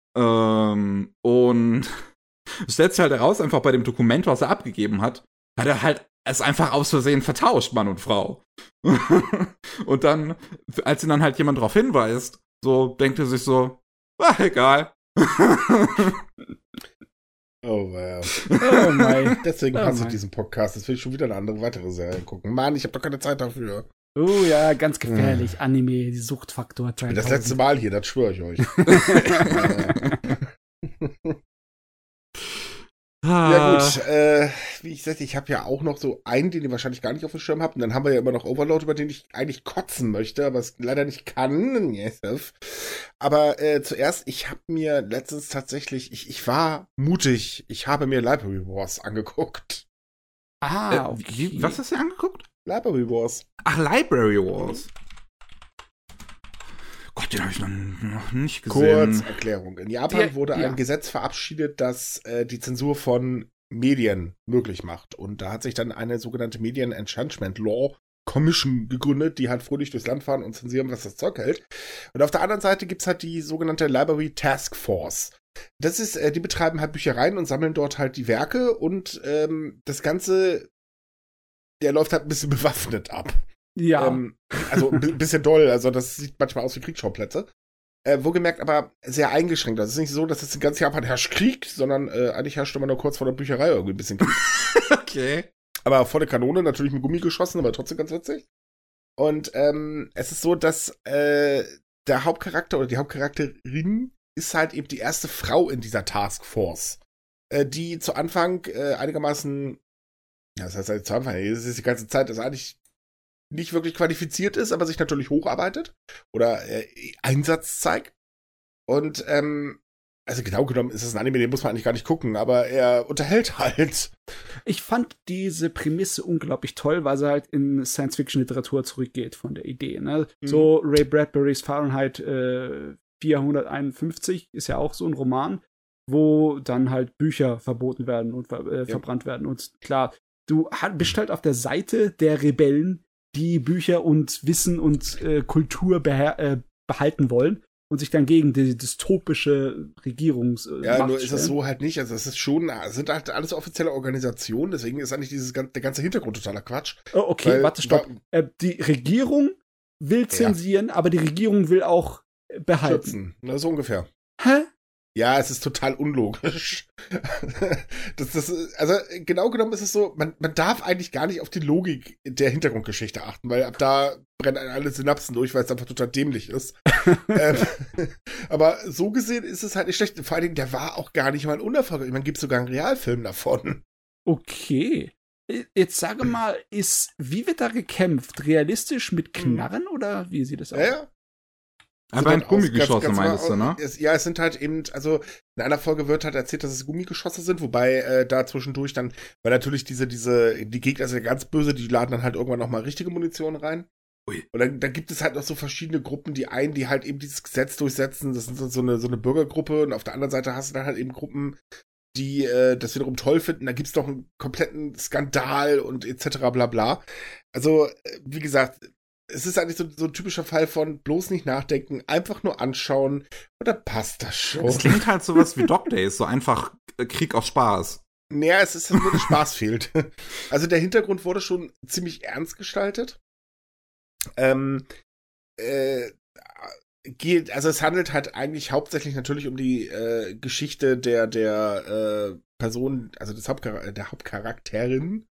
Und stellt sich halt heraus, einfach bei dem Dokument, was er abgegeben hat er halt es einfach aus Versehen vertauscht, Mann und Frau. Und dann, als ihn dann halt jemand darauf hinweist, So denkt er sich so, egal. Oh, ja. Oh mein. Deswegen Oh hasse ich mein. diesen Podcast. Jetzt will ich schon wieder eine andere, weitere Serie gucken. Mann, ich habe doch keine Zeit dafür. Oh ja, ganz gefährlich. Anime, die Suchtfaktor. Ich bin das letzte Mal hier, das schwöre ich euch. Ja gut, wie ich sagte, ich habe ja auch noch so einen, den ihr wahrscheinlich gar nicht auf dem Schirm habt. Und dann haben wir ja immer noch Overlord, über den ich eigentlich kotzen möchte, aber es leider nicht kann. Yes. Aber zuerst, ich habe mir letztens tatsächlich, ich war mutig, ich habe mir Library Wars angeguckt. Okay. Was hast du dir angeguckt? Library Wars. Ach, Library Wars. Gott, den habe ich noch nicht gesehen. Kurzerklärung. In Japan wurde ein Gesetz verabschiedet, das die Zensur von Medien möglich macht. Und da hat sich dann eine sogenannte Medien Enchantment Law Commission gegründet, die halt fröhlich durchs Land fahren und zensieren, was das Zeug hält. Und auf der anderen Seite gibt's halt die sogenannte Library Task Force. Das ist, die betreiben halt Büchereien und sammeln dort halt die Werke und das Ganze, der läuft halt ein bisschen bewaffnet ab. Ja. Also ein bisschen doll, also das sieht manchmal aus wie Kriegsschauplätze. Wohlgemerkt aber sehr eingeschränkt. Das ist nicht so, dass jetzt in ganz Japan herrscht Krieg, sondern eigentlich herrscht immer nur kurz vor der Bücherei irgendwie ein bisschen Krieg. Okay. Aber volle Kanone, natürlich mit Gummi geschossen, aber trotzdem ganz witzig. Und es ist so, dass der Hauptcharakter oder die Hauptcharakterin ist halt eben die erste Frau in dieser Taskforce, die zu Anfang einigermaßen, ja, das heißt zu Anfang, das ist die ganze Zeit, also eigentlich nicht wirklich qualifiziert ist, aber sich natürlich hocharbeitet oder Einsatz zeigt. Und also genau genommen ist es ein Anime, den muss man eigentlich gar nicht gucken, aber er unterhält halt. Ich fand diese Prämisse unglaublich toll, weil sie halt in Science-Fiction-Literatur zurückgeht von der Idee. Ne? So Ray Bradburys Fahrenheit 451 ist ja auch so ein Roman, wo dann halt Bücher verboten werden und verbrannt werden. Und klar, du bist halt auf der Seite der Rebellen, die Bücher und Wissen und Kultur behalten wollen und sich dann gegen die dystopische Ja, nur ist das so halt nicht. Also es ist schon, sind halt alles offizielle Organisationen, deswegen ist eigentlich der ganze Hintergrund totaler Quatsch. Oh, okay, warte, stopp. Die Regierung will zensieren, aber die Regierung will auch behalten. Schützen. Na, so ungefähr. Hä? Ja, es ist total unlogisch. Also genau genommen ist es so, man darf eigentlich gar nicht auf die Logik der Hintergrundgeschichte achten, weil ab da brennen alle Synapsen durch, weil es einfach total dämlich ist. Aber so gesehen ist es halt nicht schlecht. Vor allen Dingen, der war auch gar nicht mal ein unerfolgreich. Man gibt sogar einen Realfilm davon. Okay. Jetzt sage mal, wie wird da gekämpft? Realistisch mit Knarren oder wie sieht das aus? Ja. Aber ein Gummigeschosse meinst du, ne? Ja, es sind halt eben, also in einer Folge wird halt erzählt, dass es Gummigeschosse sind, wobei da zwischendurch dann, weil natürlich die Gegner sind ja ganz böse, die laden dann halt irgendwann nochmal richtige Munition rein. Ui. Und dann gibt es halt noch so verschiedene Gruppen, die halt eben dieses Gesetz durchsetzen, das sind so eine Bürgergruppe und auf der anderen Seite hast du dann halt eben Gruppen, die das wiederum toll finden, da gibt's doch einen kompletten Skandal und etc. bla bla. Also, wie gesagt, es ist eigentlich so ein typischer Fall von bloß nicht nachdenken, einfach nur anschauen und dann passt das schon. Es klingt halt sowas wie Dog Days, so einfach Krieg aus Spaß. Naja, es ist nur der Spaß fehlt. Also der Hintergrund wurde schon ziemlich ernst gestaltet. Also es handelt halt eigentlich hauptsächlich natürlich um die Geschichte der Person, also der Hauptcharakterin,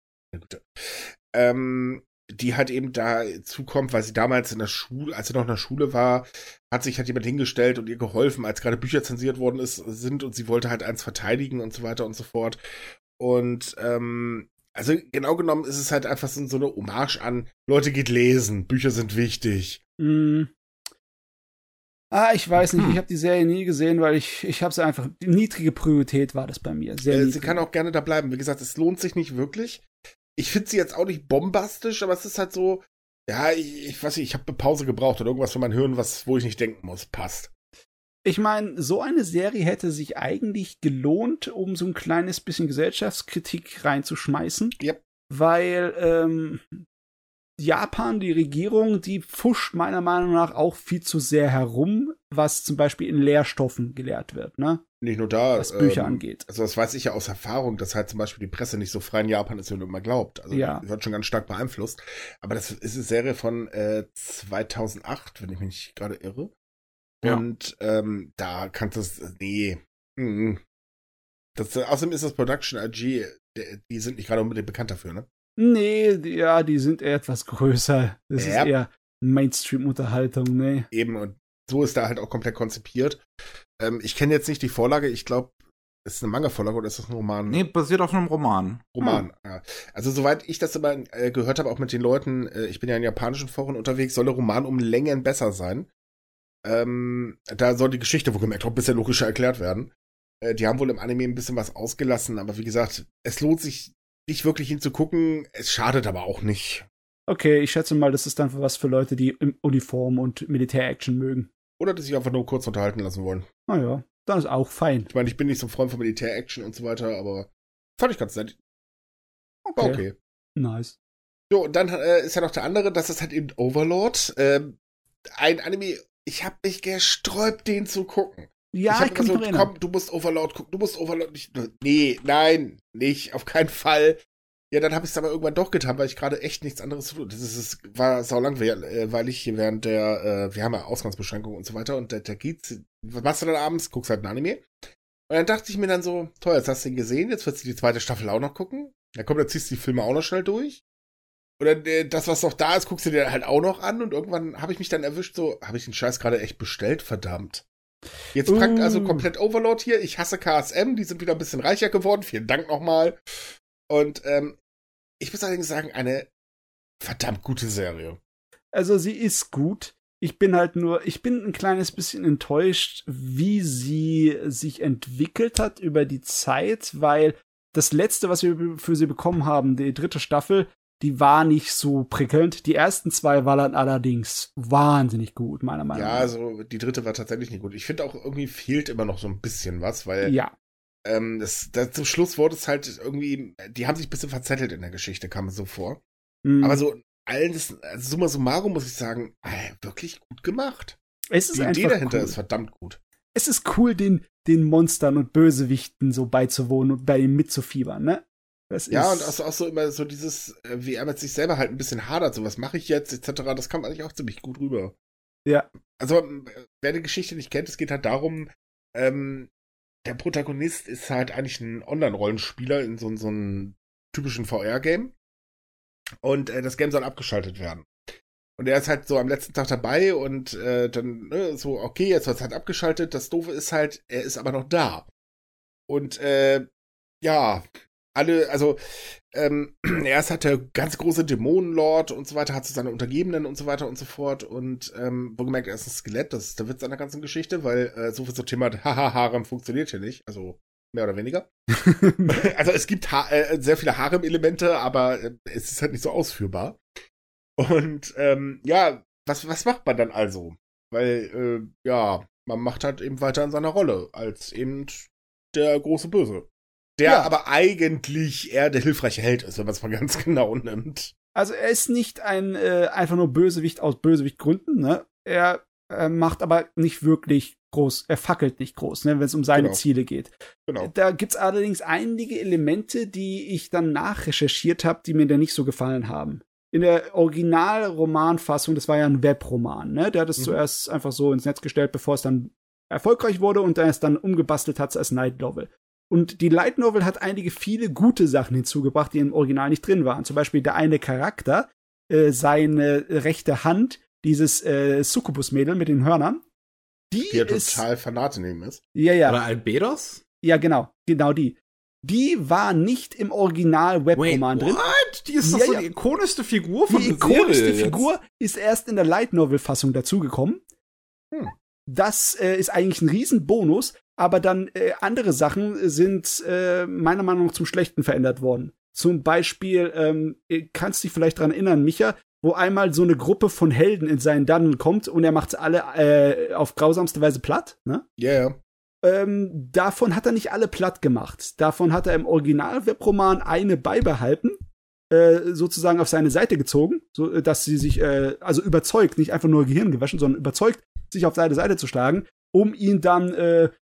die halt eben dazu kommt, weil sie damals in der Schule, als sie noch in der Schule war, hat sich halt jemand hingestellt und ihr geholfen, als gerade Bücher zensiert worden sind und sie wollte halt eins verteidigen und so weiter und so fort. Und also genau genommen ist es halt einfach so eine Hommage an, Leute, geht lesen, Bücher sind wichtig. Ich weiß nicht, ich habe die Serie nie gesehen, weil ich habe sie einfach, die niedrige Priorität war das bei mir. Sie kann auch gerne da bleiben. Wie gesagt, es lohnt sich nicht wirklich. Ich finde sie jetzt auch nicht bombastisch, aber es ist halt so, ja, ich weiß nicht, ich habe eine Pause gebraucht oder irgendwas für mein Hirn, wo ich nicht denken muss. Passt. Ich meine, so eine Serie hätte sich eigentlich gelohnt, um so ein kleines bisschen Gesellschaftskritik reinzuschmeißen. Yep. Weil Japan, die Regierung, die pfuscht meiner Meinung nach auch viel zu sehr herum, was zum Beispiel in Lehrstoffen gelehrt wird, ne? Nicht nur da. Was Bücher angeht. Also das weiß ich ja aus Erfahrung, dass halt zum Beispiel die Presse nicht so frei in Japan ist, wie man immer glaubt. Also ja. Die wird schon ganz stark beeinflusst. Aber das ist eine Serie von 2008, wenn ich mich nicht gerade irre. Ja. Und da kannst du es, nee. Außerdem ist das Production IG, die sind nicht gerade unbedingt bekannt dafür, ne? Nee, die sind eher etwas größer. Das ist eher Mainstream-Unterhaltung, ne? Eben, und so ist da halt auch komplett konzipiert. Ich kenne jetzt nicht die Vorlage, ich glaube, ist es eine Manga-Vorlage oder ist das ein Roman? Nee, basiert auf einem Roman. Ja. Also soweit ich das immer gehört habe, auch mit den Leuten, ich bin ja in japanischen Foren unterwegs, soll der Roman um Längen besser sein. Da soll die Geschichte wohlgemerkt auch ein bisschen logischer erklärt werden. Die haben wohl im Anime ein bisschen was ausgelassen, aber wie gesagt, es lohnt sich nicht wirklich hinzugucken, es schadet aber auch nicht. Okay, ich schätze mal, das ist dann was für Leute, die Uniform und Militär-Action mögen. Oder die sich einfach nur kurz unterhalten lassen wollen. Naja, dann ist auch fein. Ich meine, ich bin nicht so ein Freund von Militär-Action und so weiter, aber fand ich ganz nett. War okay. Nice. So, und dann ist ja noch der andere, das ist halt eben Overlord. Ein Anime, ich habe mich gesträubt, den zu gucken. Ja, ich kann mich noch erinnern. Komm, du musst Overlord gucken, du musst Overlord nicht. Nee, nein, nicht, auf keinen Fall. Ja, dann habe ich es aber irgendwann doch getan, weil ich gerade echt nichts anderes zu tun. War saulang, weil ich hier während der, wir haben ja Ausgangsbeschränkungen und so weiter und da geht's, was machst du dann abends? Guckst halt ein Anime. Und dann dachte ich mir dann so, toll, jetzt hast du ihn gesehen, jetzt willst du die zweite Staffel auch noch gucken. Ja komm, dann ziehst du die Filme auch noch schnell durch. Oder das, was noch da ist, guckst du dir halt auch noch an und irgendwann habe ich mich dann erwischt, so, habe ich den Scheiß gerade echt bestellt, verdammt. Jetzt prangt also komplett Overlord hier, ich hasse KSM, die sind wieder ein bisschen reicher geworden, vielen Dank nochmal. Und ich muss allerdings sagen, eine verdammt gute Serie. Also sie ist gut. Ich bin ein kleines bisschen enttäuscht, wie sie sich entwickelt hat über die Zeit, weil das letzte, was wir für sie bekommen haben, die 3. Staffel, die war nicht so prickelnd. Die ersten 2 waren dann allerdings wahnsinnig gut, meiner Meinung nach. Ja, also die 3. war tatsächlich nicht gut. Ich finde auch, irgendwie fehlt immer noch so ein bisschen was, weil zum Schluss wurde es halt irgendwie, die haben sich ein bisschen verzettelt in der Geschichte, kam es so vor. Aber so summa summarum muss ich sagen, wirklich gut gemacht. Es ist die Idee dahinter ist verdammt gut. Es ist cool, den Monstern und Bösewichten so beizuwohnen und bei ihm mitzufiebern, ne? Und auch so immer so dieses, wie er mit sich selber halt ein bisschen hadert, so was mache ich jetzt, etc., das kam eigentlich auch ziemlich gut rüber. Ja. Also, wer die Geschichte nicht kennt, es geht halt darum, der Protagonist ist halt eigentlich ein Online-Rollenspieler in so einem typischen VR-Game. Und das Game soll abgeschaltet werden. Und er ist halt so am letzten Tag dabei und dann so, okay, jetzt wird es halt abgeschaltet. Das Doofe ist halt, er ist aber noch da. Und er ist halt der ganz große Dämonenlord und so weiter, hat so seine Untergebenen und so weiter und so fort. Und wohlgemerkt, er ist ein Skelett, das ist der Witz an der ganzen Geschichte, weil so viel zum Thema Harem funktioniert hier nicht. Also mehr oder weniger. Also es gibt sehr viele Harem-Elemente, aber es ist halt nicht so ausführbar. Und was macht man dann also? Weil, man macht halt eben weiter in seiner Rolle als eben der große Böse. Der aber eigentlich eher der hilfreiche Held ist, wenn man es mal ganz genau nimmt. Also er ist nicht ein einfach nur Bösewicht aus Bösewichtgründen, ne? Er macht aber nicht wirklich groß, er fackelt nicht groß, ne, wenn es um seine Ziele geht. Genau. Da gibt's allerdings einige Elemente, die ich dann nachrecherchiert habe, die mir da nicht so gefallen haben. In der Originalromanfassung, das war ja ein Webroman, ne? Der hat es zuerst einfach so ins Netz gestellt, bevor es dann erfolgreich wurde und er es dann umgebastelt hat als Light Novel. Und die Light Novel hat viele gute Sachen hinzugebracht, die im Original nicht drin waren. Zum Beispiel der eine Charakter, seine rechte Hand, dieses Succubus-Mädel mit den Hörnern, die ja total Fanate neben ist. Ja. Oder Albedos? Ja, genau die. Die war nicht im Original-Webroman drin. What? Die ist doch so die ikonischste Figur von der Serie. Die ikonischste Figur ist erst in der Light Novel-Fassung dazugekommen. Das ist eigentlich ein Riesenbonus, aber dann andere Sachen sind meiner Meinung nach zum Schlechten verändert worden. Zum Beispiel, kannst du dich vielleicht dran erinnern, Micha, wo einmal so eine Gruppe von Helden in seinen Dungeon kommt und er macht sie alle auf grausamste Weise platt, ne? Ja. Davon hat er nicht alle platt gemacht. Davon hat er im Original-Webroman eine beibehalten, sozusagen auf seine Seite gezogen, so dass sie sich also überzeugt, nicht einfach nur Gehirn gewaschen, sondern überzeugt, sich auf seine Seite zu schlagen, um ihn dann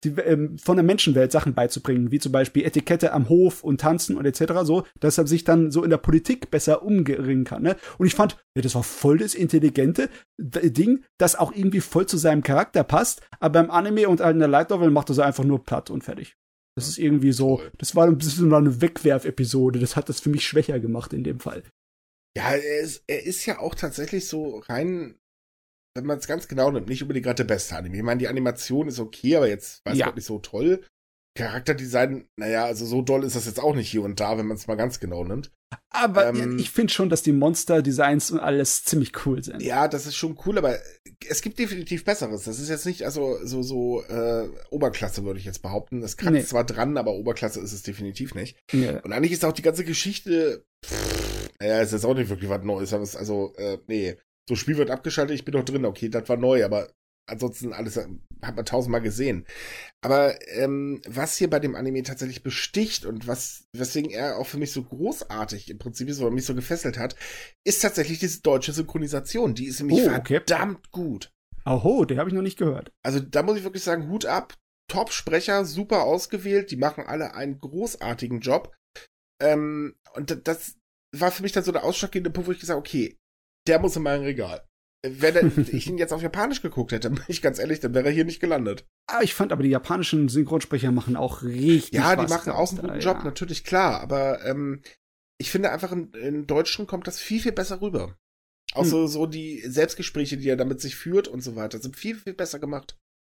von der Menschenwelt Sachen beizubringen, wie zum Beispiel Etikette am Hof und Tanzen und etc. so, dass er sich dann so in der Politik besser umringen kann. Ne? Und ich fand, das war voll das intelligente Ding, das auch irgendwie voll zu seinem Charakter passt, aber beim Anime und in der Light Novel macht er so einfach nur platt und fertig. Das ist irgendwie so, das war ein bisschen eine Wegwerf-Episode, das hat das für mich schwächer gemacht in dem Fall. Ja, er ist ja auch tatsächlich so rein, wenn man es ganz genau nimmt, nicht unbedingt gerade der beste Anime. Ich meine, die Animation ist okay, aber jetzt weiß Gott nicht so toll. Charakterdesign, naja, also so doll ist das jetzt auch nicht hier und da, wenn man es mal ganz genau nimmt. Aber ich finde schon, dass die Monster-Designs und alles ziemlich cool sind. Ja, das ist schon cool, aber es gibt definitiv Besseres. Das ist jetzt nicht so Oberklasse, würde ich jetzt behaupten. Es kratzt zwar dran, aber Oberklasse ist es definitiv nicht. Ja. Und eigentlich ist auch die ganze Geschichte, ist jetzt auch nicht wirklich was Neues. Nee. So, Spiel wird abgeschaltet, ich bin doch drin. Okay, das war neu, aber ansonsten alles hat man 1000-mal gesehen. Aber was hier bei dem Anime tatsächlich besticht und weswegen er auch für mich so großartig im Prinzip ist oder mich so gefesselt hat, ist tatsächlich diese deutsche Synchronisation. Die ist nämlich verdammt gut. Oho, den habe ich noch nicht gehört. Also da muss ich wirklich sagen, Hut ab. Top-Sprecher, super ausgewählt. Die machen alle einen großartigen Job. Und das war für mich dann so der ausschlaggebende Punkt, wo ich gesagt habe, okay, der muss in mein Regal. Wenn ich ihn jetzt auf Japanisch geguckt hätte, bin ich ganz ehrlich, dann wäre er hier nicht gelandet. Ich fand aber, die japanischen Synchronsprecher machen auch richtig Ja, die machen auch einen guten Job, natürlich, klar. Aber ich finde einfach, in Deutschen kommt das viel, viel besser rüber. Auch so die Selbstgespräche, die er damit sich führt und so weiter, sind viel, viel besser gemacht.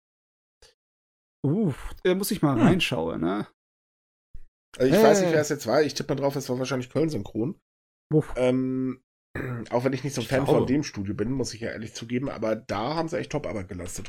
Da muss ich mal reinschauen, ne? Also ich weiß nicht, wer es jetzt war. Ich tippe mal drauf, es war wahrscheinlich Köln-Synchron. Auch wenn ich nicht so ein Fan von dem Studio bin, muss ich ja ehrlich zugeben, aber da haben sie echt Top-Arbeit geleistet.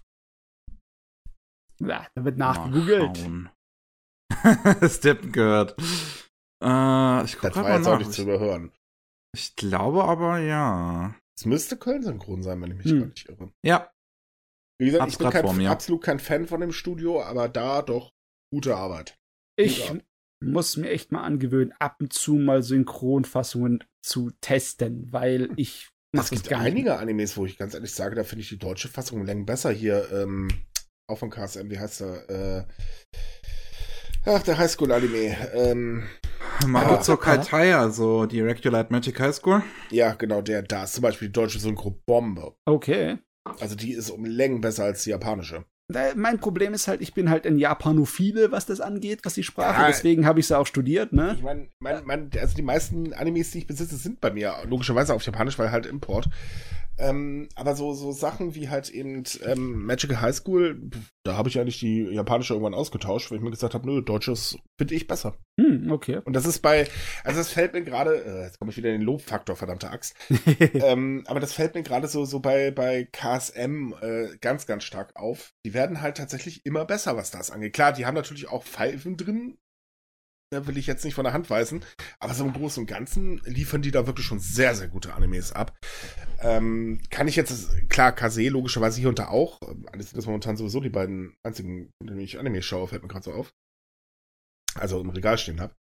Ja, da wird nachgegoogelt. Steppen gehört. Ich guck das war jetzt auch nicht zu überhören. Ich glaube aber, ja. Es müsste Köln-Synchron sein, wenn ich mich gar nicht irre. Ja. Wie gesagt, ich bin absolut kein Fan von dem Studio, aber da doch gute Arbeit. Ich muss mir echt mal angewöhnen, ab und zu mal Synchronfassungen zu testen, weil ich Es gibt einige Animes, wo ich ganz ehrlich sage, da finde ich die deutsche Fassung um Längen besser. Hier, auch von KSM, wie heißt der? Der Highschool-Anime. Mabuzo Kaitai, also die Regulate Magic High School. Ja, genau, da ist zum Beispiel die deutsche Synchro-Bombe. Okay. Also die ist um Längen besser als die japanische. Mein Problem ist halt, ich bin halt ein Japanophile, was das angeht, was die Sprache, deswegen habe ich sie auch studiert, ne? Ich meine, also die meisten Animes, die ich besitze, sind bei mir logischerweise auf Japanisch, weil halt Import. Aber so Sachen wie halt eben Magical High School, da habe ich eigentlich die japanische irgendwann ausgetauscht, weil ich mir gesagt habe, nö, deutsches finde ich besser. Okay. Und das ist das fällt mir gerade, jetzt komme ich wieder in den Lobfaktor, verdammte Axt. Aber das fällt mir gerade so bei KSM ganz, ganz stark auf. Die werden halt tatsächlich immer besser, was das angeht. Klar, die haben natürlich auch Pfeifen drin. Da will ich jetzt nicht von der Hand weisen. Aber so im Großen und Ganzen liefern die da wirklich schon sehr, sehr gute Animes ab. Kann ich jetzt, klar, Kase logischerweise hier und da auch. Alles sind das momentan sowieso die beiden einzigen, in denen ich Anime schaue, fällt mir gerade so auf. Also im Regal stehen habe.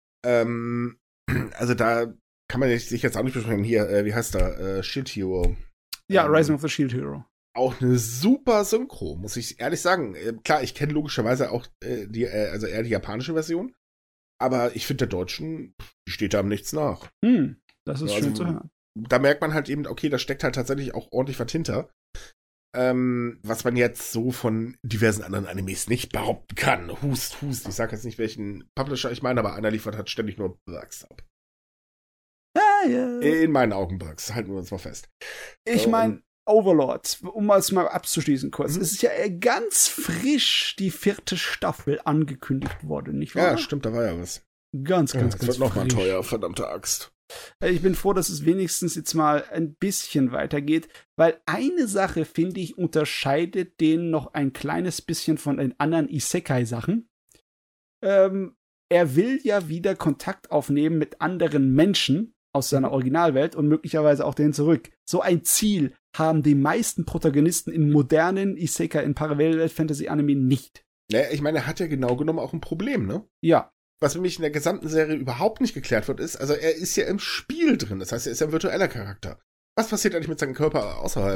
Also da kann man sich jetzt auch nicht besprechen. Hier, wie heißt der? Shield Hero. Ja, Rising of the Shield Hero. Auch eine super Synchro, muss ich ehrlich sagen. Klar, ich kenne logischerweise auch eher die japanische Version. Aber ich finde, der Deutschen, die steht da am nichts nach. Das ist schön zu hören. Da merkt man halt eben, okay, da steckt halt tatsächlich auch ordentlich was hinter. Was man jetzt so von diversen anderen Animes nicht behaupten kann. Hust. Ich sag jetzt nicht, welchen Publisher ich meine, aber einer liefert halt ständig nur Bugs ab. Ja. In meinen Augen Bugs, halten wir uns mal fest. Ich meine, Overlord, um es mal abzuschließen kurz, es ist ja ganz frisch die 4. Staffel angekündigt worden, nicht wahr? Ja, stimmt, da war ja was. Ganz das wird nochmal teuer, verdammte Axt. Ich bin froh, dass es wenigstens jetzt mal ein bisschen weitergeht, weil eine Sache, finde ich, unterscheidet den noch ein kleines bisschen von den anderen Isekai-Sachen. Er will ja wieder Kontakt aufnehmen mit anderen Menschen aus seiner Originalwelt und möglicherweise auch den zurück. So ein Ziel haben die meisten Protagonisten in modernen Isekai, in Parallel-Fantasy-Anime nicht. Naja, ich meine, er hat ja genau genommen auch ein Problem, ne? Ja. Was für mich in der gesamten Serie überhaupt nicht geklärt wird, ist, also er ist ja im Spiel drin. Das heißt, er ist ja ein virtueller Charakter. Was passiert eigentlich mit seinem Körper außerhalb?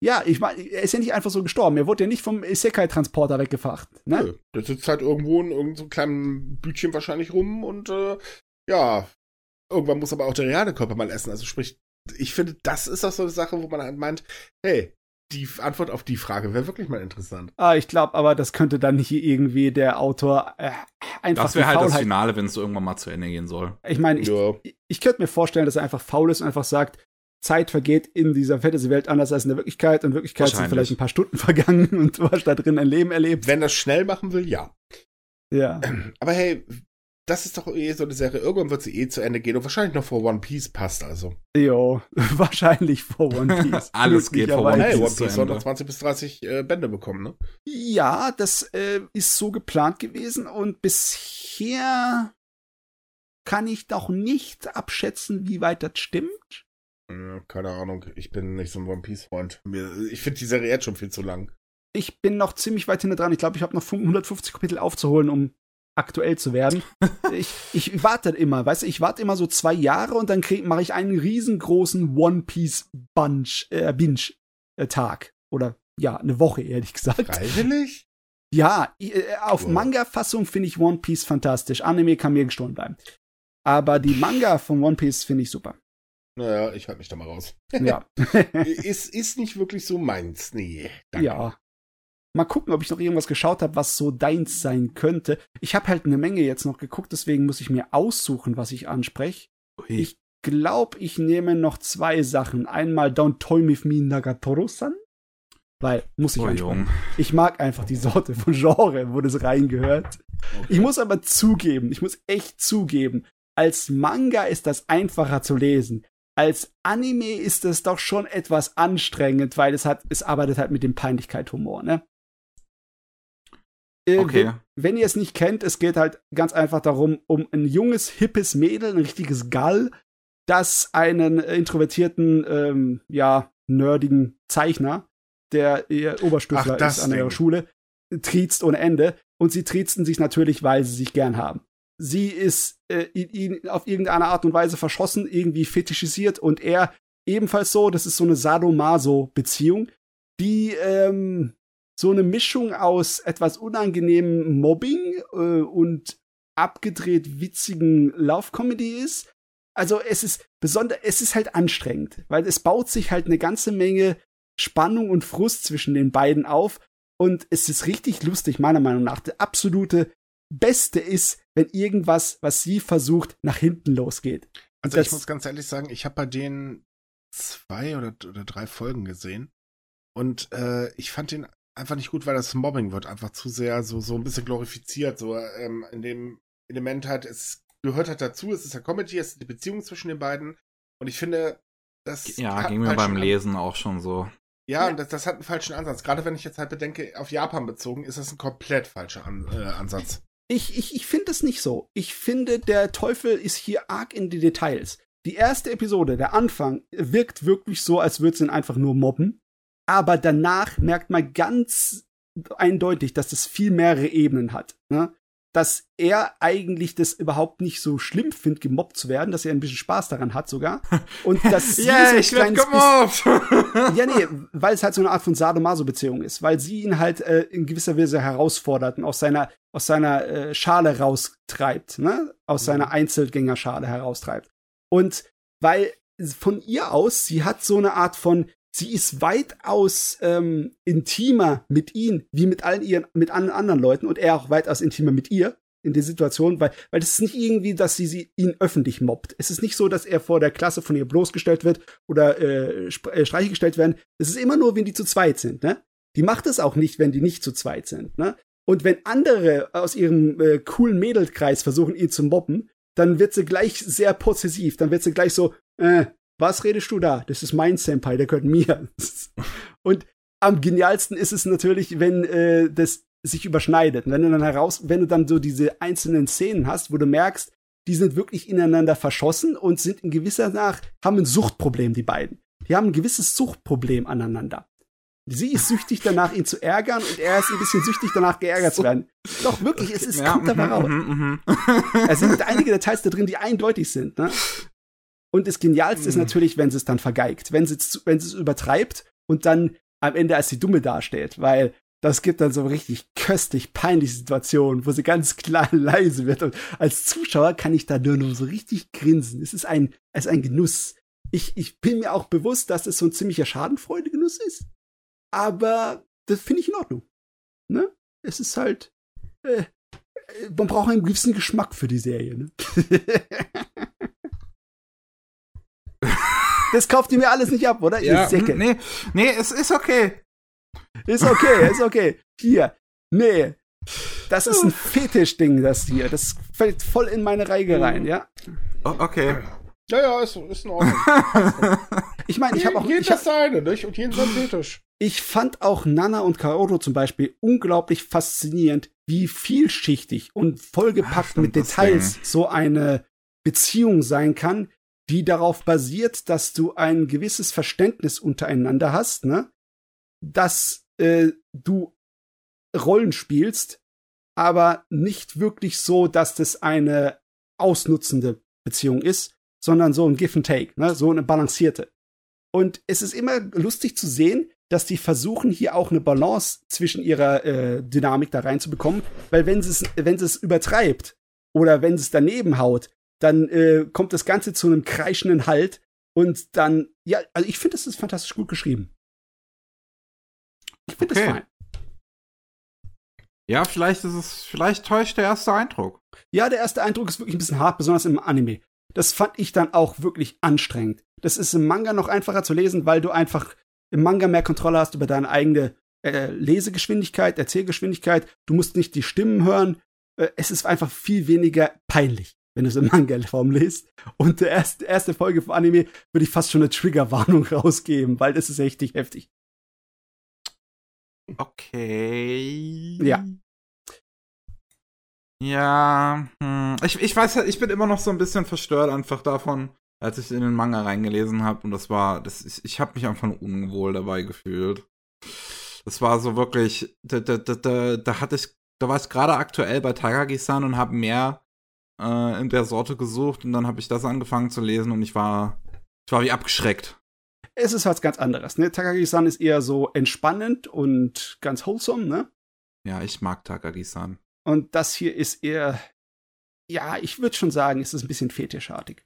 Ja, ich meine, er ist ja nicht einfach so gestorben. Er wurde ja nicht vom Isekai-Transporter weggefacht. Ne? Nö, der sitzt halt irgendwo in irgendeinem so kleinen Bütchen wahrscheinlich rum und ja, irgendwann muss aber auch der reale Körper mal essen. Also sprich, ich finde, das ist auch so eine Sache, wo man halt meint, hey, die Antwort auf die Frage wäre wirklich mal interessant. Ich glaube aber, das könnte dann nicht irgendwie der Autor einfach. Das wäre halt das Finale, wenn es so irgendwann mal zu Ende gehen soll. Ich meine, ich könnte mir vorstellen, dass er einfach faul ist und einfach sagt, Zeit vergeht in dieser Fantasy-Welt anders als in der Wirklichkeit. In Wirklichkeit sind vielleicht ein paar Stunden vergangen und du hast da drin ein Leben erlebt. Wenn er das schnell machen will, ja. Ja. Aber hey, das ist doch so eine Serie. Irgendwann wird sie zu Ende gehen und wahrscheinlich noch vor One Piece passt also. Jo, wahrscheinlich vor One Piece. Alles geht vor One Piece. Hey, One Piece soll noch 20 bis 30 Bände bekommen, ne? Ja, das ist so geplant gewesen und bisher kann ich doch nicht abschätzen, wie weit das stimmt. Keine Ahnung, ich bin nicht so ein One Piece-Freund. Ich finde die Serie jetzt schon viel zu lang. Ich bin noch ziemlich weit hinten dran. Ich glaube, ich habe noch 150 Kapitel aufzuholen, um aktuell zu werden. ich warte immer, weißt du, ich warte immer so 2 Jahre und dann mache ich einen riesengroßen One Piece Binge-Tag. Oder ja, eine Woche, ehrlich gesagt. Freiwillig? Ja, auf Manga-Fassung finde ich One Piece fantastisch. Anime kann mir gestohlen bleiben. Aber die Manga von One Piece finde ich super. Naja, ich halte mich da mal raus. Ja. ist nicht wirklich so meins, nee. Danke. Ja. Mal gucken, ob ich noch irgendwas geschaut habe, was so deins sein könnte. Ich habe halt eine Menge jetzt noch geguckt, deswegen muss ich mir aussuchen, was ich anspreche. Ich glaube, ich nehme noch 2 Sachen. Einmal Don't Toy With Me Nagatoro-san. Weil, muss ich ansprechen. Ich mag einfach die Sorte von Genre, wo das reingehört. Okay. Ich muss aber zugeben, ich muss echt zugeben, als Manga ist das einfacher zu lesen. Als Anime ist es doch schon etwas anstrengend, weil es arbeitet halt mit dem Peinlichkeit-Humor, ne? Okay. Wenn ihr es nicht kennt, es geht halt ganz einfach darum, um ein junges, hippes Mädel, ein richtiges Gall, das einen introvertierten, nerdigen Zeichner, der ihr Oberstüfler ist an ihrer Schule, triezt ohne Ende. Und sie triezen sich natürlich, weil sie sich gern haben. Sie ist ihn auf irgendeine Art und Weise verschossen, irgendwie fetischisiert und er ebenfalls so. Das ist so eine Sadomaso-Beziehung, die so eine Mischung aus etwas unangenehmem Mobbing und abgedreht witzigen Love-Comedy ist. Also es ist halt anstrengend, weil es baut sich halt eine ganze Menge Spannung und Frust zwischen den beiden auf und es ist richtig lustig, meiner Meinung nach. Der absolute Beste ist, wenn irgendwas, was sie versucht, nach hinten losgeht. Also ich muss ganz ehrlich sagen, ich habe bei denen 2 oder 3 Folgen gesehen und ich fand den einfach nicht gut, weil das Mobbing wird einfach zu sehr so ein bisschen glorifiziert, so in dem Element halt, es gehört halt dazu, es ist ja Comedy, es ist die Beziehung zwischen den beiden und ich finde, das ging mir beim Lesen auch schon so. Ja, und das hat einen falschen Ansatz. Gerade wenn ich jetzt halt bedenke, auf Japan bezogen, ist das ein komplett falscher Ansatz. Ich finde es nicht so. Ich finde, der Teufel ist hier arg in die Details. Die erste Episode, der Anfang, wirkt wirklich so, als würde es ihn einfach nur mobben. Aber danach merkt man ganz eindeutig, dass es viel mehrere Ebenen hat. Ne? Dass er eigentlich das überhaupt nicht so schlimm findet, gemobbt zu werden, dass er ein bisschen Spaß daran hat sogar. Und dass sie yeah, ich werd gemobbt! Ja, nee, weil es halt so eine Art von Sadomaso-Beziehung ist. Weil sie ihn halt in gewisser Weise herausfordert und aus seiner Schale raustreibt, ne? Aus seiner Einzelgängerschale heraustreibt. Und weil von ihr aus, sie hat so eine Art von, sie ist weitaus intimer mit ihm, wie mit allen anderen Leuten und er auch weitaus intimer mit ihr in der Situation, weil das ist nicht irgendwie, dass sie ihn öffentlich mobbt. Es ist nicht so, dass er vor der Klasse von ihr bloßgestellt wird oder Streiche gestellt werden. Es ist immer nur, wenn die zu zweit sind, ne? Die macht es auch nicht, wenn die nicht zu zweit sind, ne? Und wenn andere aus ihrem coolen Mädelkreis versuchen, ihn zu mobben, dann wird sie gleich sehr possessiv. Dann wird sie gleich so, was redest du da? Das ist mein Senpai, der gehört mir. Und am genialsten ist es natürlich, wenn das sich überschneidet. Wenn du dann so diese einzelnen Szenen hast, wo du merkst, die sind wirklich ineinander verschossen und sind in gewisser Nach haben ein Suchtproblem, die beiden. Die haben ein gewisses Suchtproblem aneinander. Sie ist süchtig danach, ihn zu ärgern und er ist ein bisschen süchtig danach, geärgert zu werden. Doch, wirklich, es kommt dabei raus. Es sind einige Details da drin, die eindeutig sind, ne? Und das Genialste ist natürlich, wenn sie es dann vergeigt. Wenn sie es übertreibt und dann am Ende als die Dumme dasteht, weil das gibt dann so richtig köstlich peinliche Situationen, wo sie ganz klar leise wird. Und als Zuschauer kann ich da nur so richtig grinsen. Es ist ein Genuss. Ich bin mir auch bewusst, dass es so ein ziemlicher Schadenfreude-Genuss ist. Aber das finde ich in Ordnung. Ne? Es ist halt, man braucht einen gewissen Geschmack für die Serie. Ne? Das kauft ihr mir alles nicht ab, oder? Ja, nee, es ist okay. Ist okay. Hier. Nee. Das ist ein Fetischding, das hier. Das fällt voll in meine Reihe rein, ja? Okay. Ja, ist in Ordnung. Ich meine, ich habe auch... Jeden das seine, nicht? Und jeden sein Fetisch. Ich fand auch Nana und Kaoru zum Beispiel unglaublich faszinierend, wie vielschichtig und vollgepackt mit Details so eine Beziehung sein kann, die darauf basiert, dass du ein gewisses Verständnis untereinander hast, ne? Dass du Rollen spielst, aber nicht wirklich so, dass das eine ausnutzende Beziehung ist, sondern so ein Give and Take, ne? So eine balancierte. Und es ist immer lustig zu sehen, dass die versuchen, hier auch eine Balance zwischen ihrer Dynamik da reinzubekommen, weil wenn sie es übertreibt oder wenn es daneben haut, dann kommt das Ganze zu einem kreischenden Halt und dann, ja, also ich finde, das ist fantastisch gut geschrieben. Ich finde das fein. Ja, vielleicht täuscht der erste Eindruck. Ja, der erste Eindruck ist wirklich ein bisschen hart, besonders im Anime. Das fand ich dann auch wirklich anstrengend. Das ist im Manga noch einfacher zu lesen, weil du einfach im Manga mehr Kontrolle hast über deine eigene Lesegeschwindigkeit, Erzählgeschwindigkeit. Du musst nicht die Stimmen hören. Es ist einfach viel weniger peinlich, wenn du es in Manga-Form liest. Und der erste Folge vom Anime würde ich fast schon eine Triggerwarnung rausgeben, weil das ist richtig heftig. Okay. Ja. Ja, ich weiß halt, ich bin immer noch so ein bisschen verstört einfach davon, als ich in den Manga reingelesen habe. Und ich habe mich einfach unwohl dabei gefühlt. Das war so wirklich, da war ich gerade aktuell bei Takagi-san und habe mehr in der Sorte gesucht. Und dann habe ich das angefangen zu lesen und ich war wie abgeschreckt. Es ist was ganz anderes, ne? Takagi-san ist eher so entspannend und ganz wholesome, ne? Ja, ich mag Takagi-san. Und das hier ist eher, ja, ich würde schon sagen, es ist ein bisschen fetischartig.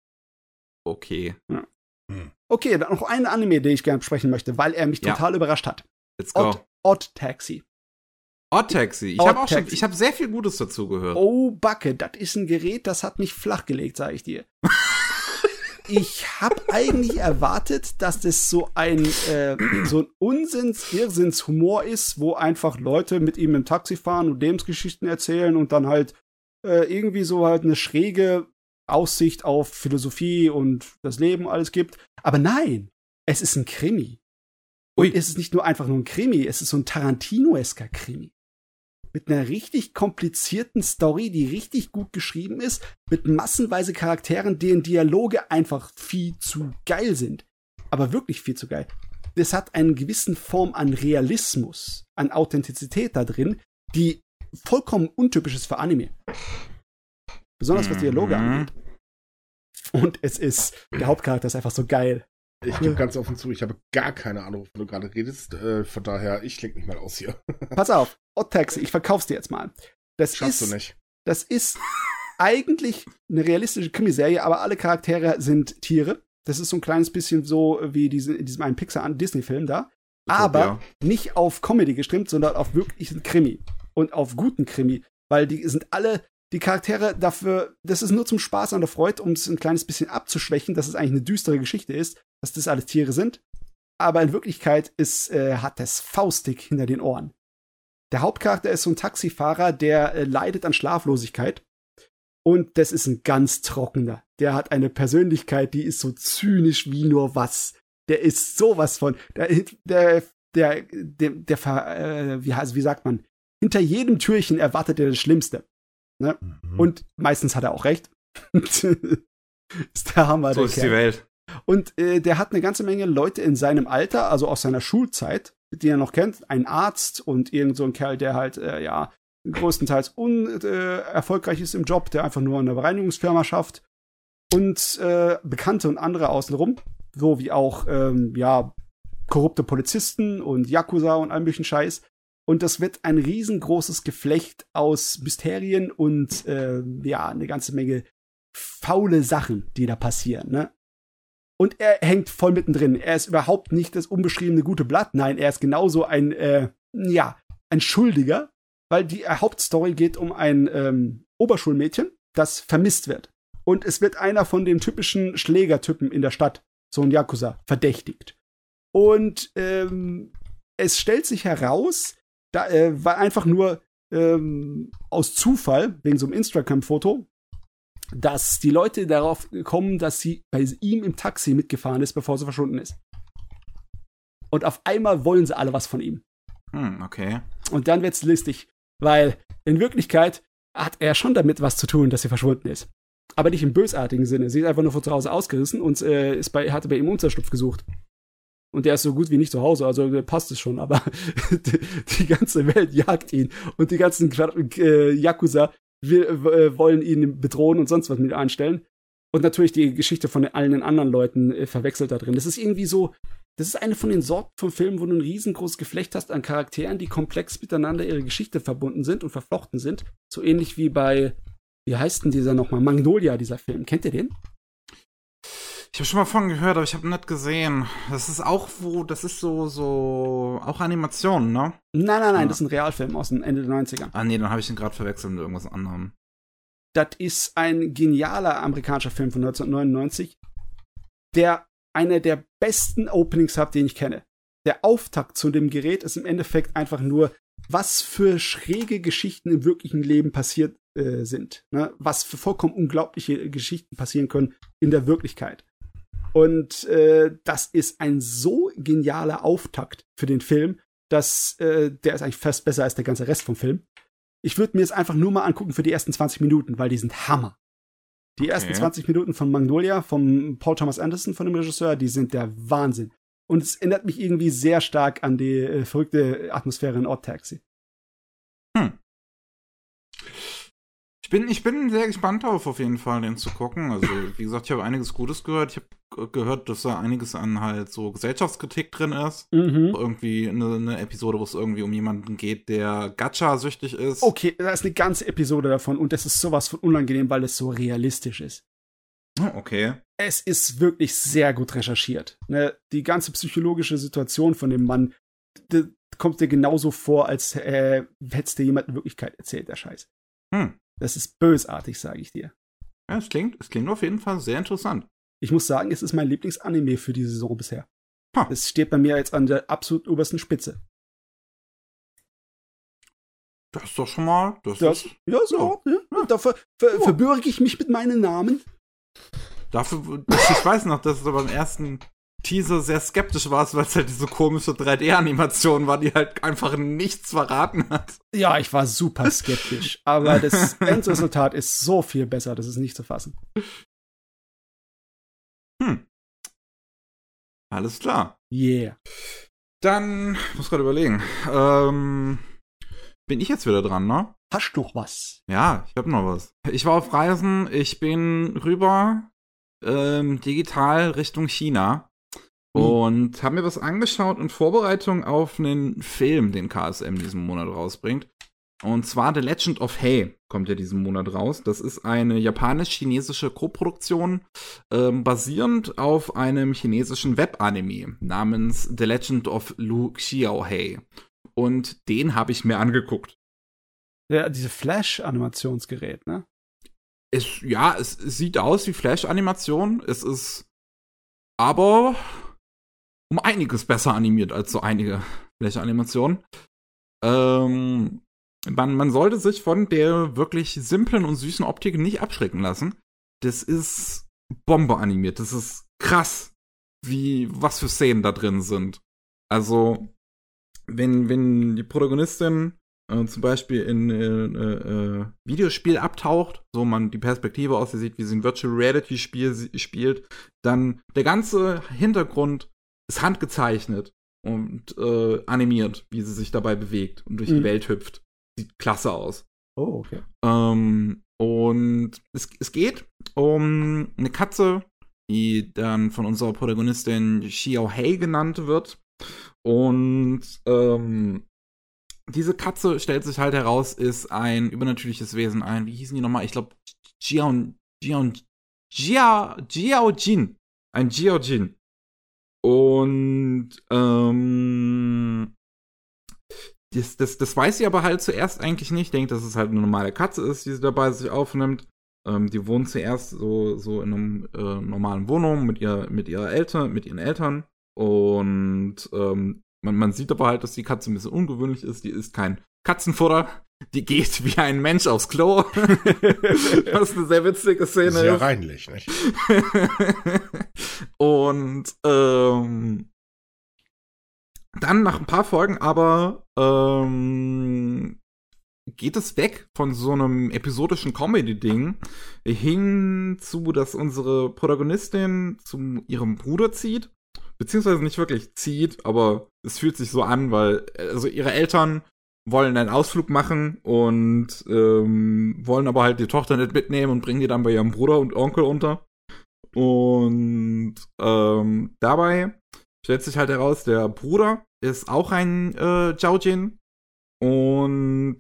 Okay. Ja. Okay, dann noch ein Anime, den ich gerne besprechen möchte, weil er mich total überrascht hat. Let's go. Odd Taxi. Odd Taxi. Ich habe sehr viel Gutes dazu gehört. Oh, Backe, das ist ein Gerät, das hat mich flachgelegt, sage ich dir. Ich habe eigentlich erwartet, dass das so ein Irrsinnshumor ist, wo einfach Leute mit ihm im Taxi fahren und Lebensgeschichten erzählen und dann halt irgendwie so halt eine schräge Aussicht auf Philosophie und das Leben alles gibt. Aber nein, es ist ein Krimi. Und es ist nicht nur einfach nur ein Krimi, es ist so ein Tarantino-esker Krimi. Mit einer richtig komplizierten Story, die richtig gut geschrieben ist, mit massenweise Charakteren, deren Dialoge einfach viel zu geil sind. Aber wirklich viel zu geil. Es hat eine gewisse Form an Realismus, an Authentizität da drin, die vollkommen untypisch ist für Anime. Besonders was Dialoge angeht. Und der Hauptcharakter ist einfach so geil. Ich gebe ganz offen zu, ich habe gar keine Ahnung, wovon du gerade redest. Von daher, ich klinge mich mal aus hier. Pass auf, Odd Taxi, ich verkauf's dir jetzt mal. Schaffst du nicht. Das ist eigentlich eine realistische Krimiserie, aber alle Charaktere sind Tiere. Das ist so ein kleines bisschen so wie in diesem einen Pixar-Disney-Film da. Aber nicht auf Comedy gestrimmt, sondern auf wirklichen Krimi. Und auf guten Krimi. Weil die Charaktere dafür, das ist nur zum Spaß an der Freude, um es ein kleines bisschen abzuschwächen, dass es eigentlich eine düstere Geschichte ist, dass das alles Tiere sind. Aber in Wirklichkeit hat das faustig hinter den Ohren. Der Hauptcharakter ist so ein Taxifahrer, der leidet an Schlaflosigkeit. Und das ist ein ganz trockener. Der hat eine Persönlichkeit, die ist so zynisch wie nur was. Der ist sowas von, wie sagt man, hinter jedem Türchen erwartet er das Schlimmste. Ne? Mhm. Und meistens hat er auch recht. Ist der Hammer. So ist die Welt. Und der hat eine ganze Menge Leute in seinem Alter, also aus seiner Schulzeit, die er noch kennt. Ein Arzt und irgend so ein Kerl, der halt, größtenteils erfolgreich ist im Job, der einfach nur eine Reinigungsfirma schafft. Und Bekannte und andere außenrum. So wie auch, korrupte Polizisten und Yakuza und all möglichen Scheiß. Und das wird ein riesengroßes Geflecht aus Mysterien und eine ganze Menge faule Sachen, die da passieren, ne? Und er hängt voll mittendrin. Er ist überhaupt nicht das unbeschriebene gute Blatt. Nein, er ist genauso ein Schuldiger, weil die Hauptstory geht um ein Oberschulmädchen, das vermisst wird. Und es wird einer von den typischen Schlägertypen in der Stadt, so ein Yakuza, verdächtigt. Und es stellt sich heraus, da war einfach nur aus Zufall, wegen so einem Instagram-Foto, dass die Leute darauf kommen, dass sie bei ihm im Taxi mitgefahren ist, bevor sie verschwunden ist. Und auf einmal wollen sie alle was von ihm. Okay. Und dann wird's listig, weil in Wirklichkeit hat er schon damit was zu tun, dass sie verschwunden ist. Aber nicht im bösartigen Sinne. Sie ist einfach nur von zu Hause ausgerissen und hatte bei ihm Unterschlupf gesucht. Und der ist so gut wie nicht zu Hause, also passt es schon. Aber die ganze Welt jagt ihn. Und die ganzen Yakuza wollen ihn bedrohen und sonst was mit anstellen. Und natürlich die Geschichte von allen den anderen Leuten verwechselt da drin. Das ist irgendwie so, das ist eine von den Sorten von Filmen, wo du ein riesengroßes Geflecht hast an Charakteren, die komplex miteinander ihre Geschichte verbunden sind und verflochten sind. So ähnlich wie bei, wie heißt denn dieser nochmal? Magnolia, dieser Film. Kennt ihr den? Ich habe schon mal von gehört, aber ich habe nicht gesehen. Das ist auch so auch Animation, ne? Nein, das ist ein Realfilm aus dem Ende der 90er. Ah, nee, dann habe ich ihn gerade verwechselt mit irgendwas anderem. Das ist ein genialer amerikanischer Film von 1999, der einer der besten Openings hat, den ich kenne. Der Auftakt zu dem Gerät ist im Endeffekt einfach nur, was für schräge Geschichten im wirklichen Leben passiert sind. Ne? Was für vollkommen unglaubliche Geschichten passieren können in der Wirklichkeit. Und das ist ein so genialer Auftakt für den Film, dass der ist eigentlich fast besser als der ganze Rest vom Film. Ich würde mir es einfach nur mal angucken für die ersten 20 Minuten, weil die sind Hammer. Die ersten 20 Minuten von Magnolia, von Paul Thomas Anderson, von dem Regisseur, die sind der Wahnsinn. Und es erinnert mich irgendwie sehr stark an die verrückte Atmosphäre in Odd Taxi. Ich bin sehr gespannt darauf, auf jeden Fall, den zu gucken. Also, wie gesagt, ich habe einiges Gutes gehört. Ich habe gehört, dass da einiges an halt so Gesellschaftskritik drin ist. Irgendwie eine Episode, wo es irgendwie um jemanden geht, der Gacha-süchtig ist. Okay, da ist eine ganze Episode davon und das ist sowas von unangenehm, weil es so realistisch ist. Oh, okay. Es ist wirklich sehr gut recherchiert. Ne? Die ganze psychologische Situation von dem Mann kommt dir genauso vor, als hätte es dir jemand in Wirklichkeit erzählt, der Scheiß. Das ist bösartig, sage ich dir. Ja, es klingt auf jeden Fall sehr interessant. Ich muss sagen, es ist mein Lieblingsanime für die Saison bisher. Es steht bei mir jetzt an der absolut obersten Spitze. Das ist doch schon mal. Dafür verbürge ich mich mit meinem Namen. Ich weiß noch, dass du beim ersten Teaser sehr skeptisch warst, weil es halt diese komische 3D-Animation war, die halt einfach nichts verraten hat. Ja, ich war super skeptisch. Aber das Endresultat ist so viel besser, das ist nicht zu fassen. Alles klar. Yeah. Dann, muss gerade überlegen, bin ich jetzt wieder dran, ne? Hast du noch was? Ja, ich hab noch was. Ich war auf Reisen, ich bin rüber digital Richtung China und habe mir was angeschaut in Vorbereitung auf einen Film, den KSM diesen Monat rausbringt. Und zwar The Legend of Hei kommt ja diesen Monat raus. Das ist eine japanisch-chinesische Koproduktion, basierend auf einem chinesischen Webanime namens The Legend of Lu Xiaohei. Und den habe ich mir angeguckt. Ja, diese Flash-Animationsgerät, ne? Es sieht aus wie Flash-Animation. Es ist aber um einiges besser animiert als so einige Flash-Animationen. Man sollte sich von der wirklich simplen und süßen Optik nicht abschrecken lassen. Das ist Bombe animiert. Das ist krass, was für Szenen da drin sind. Also, wenn die Protagonistin zum Beispiel in Videospiel abtaucht, so man die Perspektive aus ihr sieht, wie sie ein Virtual Reality Spiel spielt, dann der ganze Hintergrund ist handgezeichnet und animiert, wie sie sich dabei bewegt und durch die Welt hüpft. Sieht klasse aus. Oh, okay. Und es geht um eine Katze, die dann von unserer Protagonistin Xiaohei genannt wird. Und diese Katze, stellt sich halt heraus, ist ein übernatürliches Wesen. Wie hießen die nochmal? Ich glaube, Jiaojin. Ein Jiaojin. Und das weiß sie aber halt zuerst eigentlich nicht. Denkt, dass es halt eine normale Katze ist, die sie dabei sich aufnimmt. Die wohnt zuerst so in einem normalen Wohnung mit ihren Eltern. Und man sieht aber halt, dass die Katze ein bisschen ungewöhnlich ist. Die ist kein Katzenfutter. Die geht wie ein Mensch aufs Klo. Was eine sehr witzige Szene ist. Sehr reinlich, nicht? Und dann nach ein paar Folgen aber geht es weg von so einem episodischen Comedy-Ding hin zu, dass unsere Protagonistin zu ihrem Bruder zieht. Beziehungsweise nicht wirklich zieht, aber es fühlt sich so an, weil also ihre Eltern wollen einen Ausflug machen und wollen aber halt die Tochter nicht mitnehmen und bringen die dann bei ihrem Bruder und Onkel unter. Und dabei stellt sich halt heraus, der Bruder ist auch ein Jiaojin und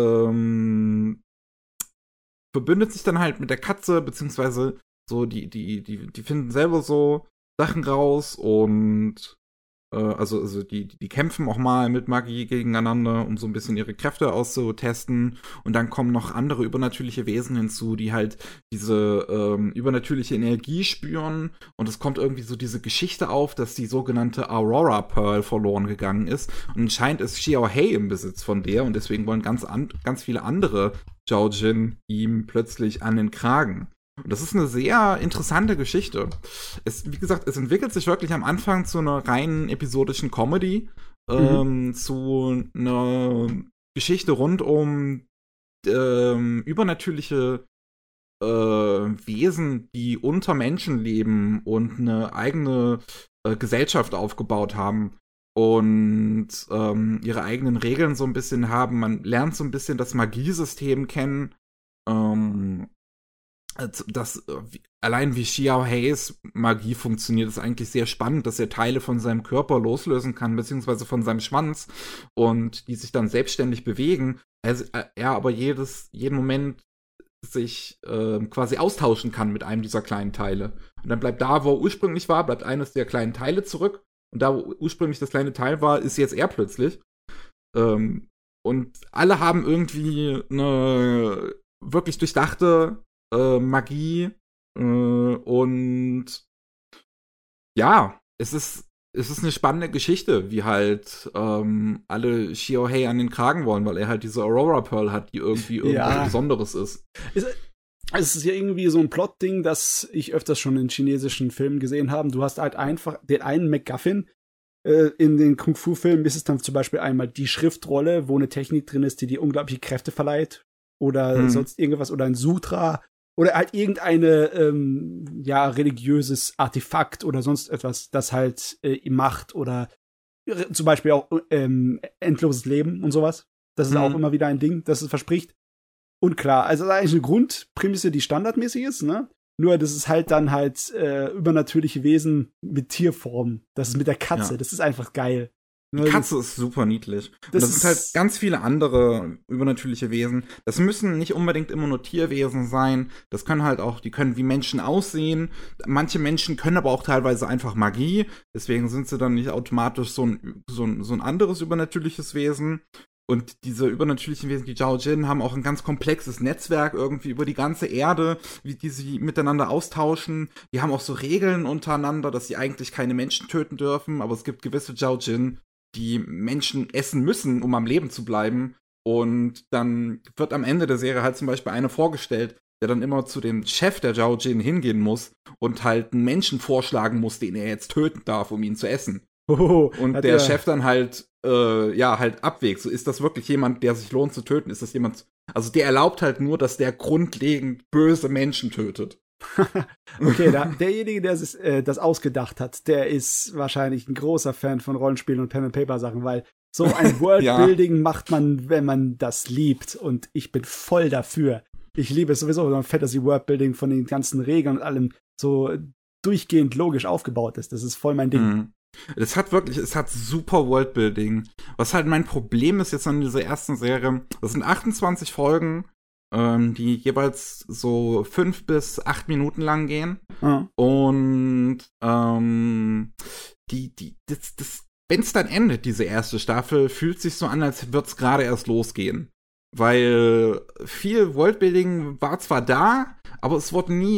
verbündet sich dann halt mit der Katze, beziehungsweise so, die finden selber so Sachen raus und also die kämpfen auch mal mit Magie gegeneinander, um so ein bisschen ihre Kräfte auszutesten. Und dann kommen noch andere übernatürliche Wesen hinzu, die halt diese übernatürliche Energie spüren. Und es kommt irgendwie so diese Geschichte auf, dass die sogenannte Aurora Pearl verloren gegangen ist. Und anscheinend ist Xiao Hei im Besitz von der. Und deswegen wollen ganz viele andere Jiaojin ihm plötzlich an den Kragen. Und das ist eine sehr interessante Geschichte. Wie gesagt, es entwickelt sich wirklich am Anfang zu einer reinen episodischen Comedy, zu einer Geschichte rund um übernatürliche Wesen, die unter Menschen leben und eine eigene Gesellschaft aufgebaut haben und ihre eigenen Regeln so ein bisschen haben. Man lernt so ein bisschen das Magiesystem kennen. Allein wie Xiao Heis Magie funktioniert, ist eigentlich sehr spannend, dass er Teile von seinem Körper loslösen kann, beziehungsweise von seinem Schwanz und die sich dann selbstständig bewegen. Er aber jeden Moment sich quasi austauschen kann mit einem dieser kleinen Teile. Und dann bleibt da, wo er ursprünglich war, bleibt eines der kleinen Teile zurück. Und da, wo ursprünglich das kleine Teil war, ist jetzt er plötzlich. Und alle haben irgendwie eine wirklich durchdachte Magie und ja, es ist eine spannende Geschichte, wie halt alle Xiao Hei an den Kragen wollen, weil er halt diese Aurora Pearl hat, die irgendwie irgendwas Besonderes ist. Es ist ja irgendwie so ein Plot-Ding, das ich öfters schon in chinesischen Filmen gesehen habe. Du hast halt einfach den einen MacGuffin. In den Kung-Fu-Filmen ist es dann zum Beispiel einmal die Schriftrolle, wo eine Technik drin ist, die dir unglaubliche Kräfte verleiht. Oder sonst irgendwas. Oder ein Sutra. Oder halt irgendeine, religiöses Artefakt oder sonst etwas, das halt Macht oder zum Beispiel auch endloses Leben und sowas. Das ist auch immer wieder ein Ding, das es verspricht. Und klar, also das ist eigentlich eine Grundprämisse, die standardmäßig ist, ne? Nur, das ist halt dann halt übernatürliche Wesen mit Tierform. Das ist mit der Katze, das ist einfach geil. Die Katze ist super niedlich. Und das sind halt ganz viele andere übernatürliche Wesen. Das müssen nicht unbedingt immer nur Tierwesen sein. Das können halt auch, die können wie Menschen aussehen. Manche Menschen können aber auch teilweise einfach Magie. Deswegen sind sie dann nicht automatisch so ein anderes übernatürliches Wesen. Und diese übernatürlichen Wesen, die Jiaojin, haben auch ein ganz komplexes Netzwerk irgendwie über die ganze Erde, wie die sie miteinander austauschen. Die haben auch so Regeln untereinander, dass sie eigentlich keine Menschen töten dürfen. Aber es gibt gewisse Jiaojin, die Menschen essen müssen, um am Leben zu bleiben. Und dann wird am Ende der Serie halt zum Beispiel einer vorgestellt, der dann immer zu dem Chef der Jiaojin hingehen muss und halt einen Menschen vorschlagen muss, den er jetzt töten darf, um ihn zu essen. Und der Chef dann halt halt abwägt. So, ist das wirklich jemand, der sich lohnt zu töten? Ist das jemand, also der erlaubt halt nur, dass der grundlegend böse Menschen tötet. Okay, derjenige, der das ausgedacht hat, der ist wahrscheinlich ein großer Fan von Rollenspielen und Pen-and-Paper-Sachen, weil so ein Worldbuilding macht man, wenn man das liebt. Und ich bin voll dafür. Ich liebe es sowieso, wenn ein Fantasy-Worldbuilding von den ganzen Regeln und allem so durchgehend logisch aufgebaut ist. Das ist voll mein Ding. Es hat super Worldbuilding. Was halt mein Problem ist jetzt an dieser ersten Serie, das sind 28 Folgen, die jeweils so 5 bis 8 Minuten lang gehen. Ja. Und wenn es dann endet, diese erste Staffel, fühlt sich so an, als würde es gerade erst losgehen. Weil viel Worldbuilding war zwar da, aber es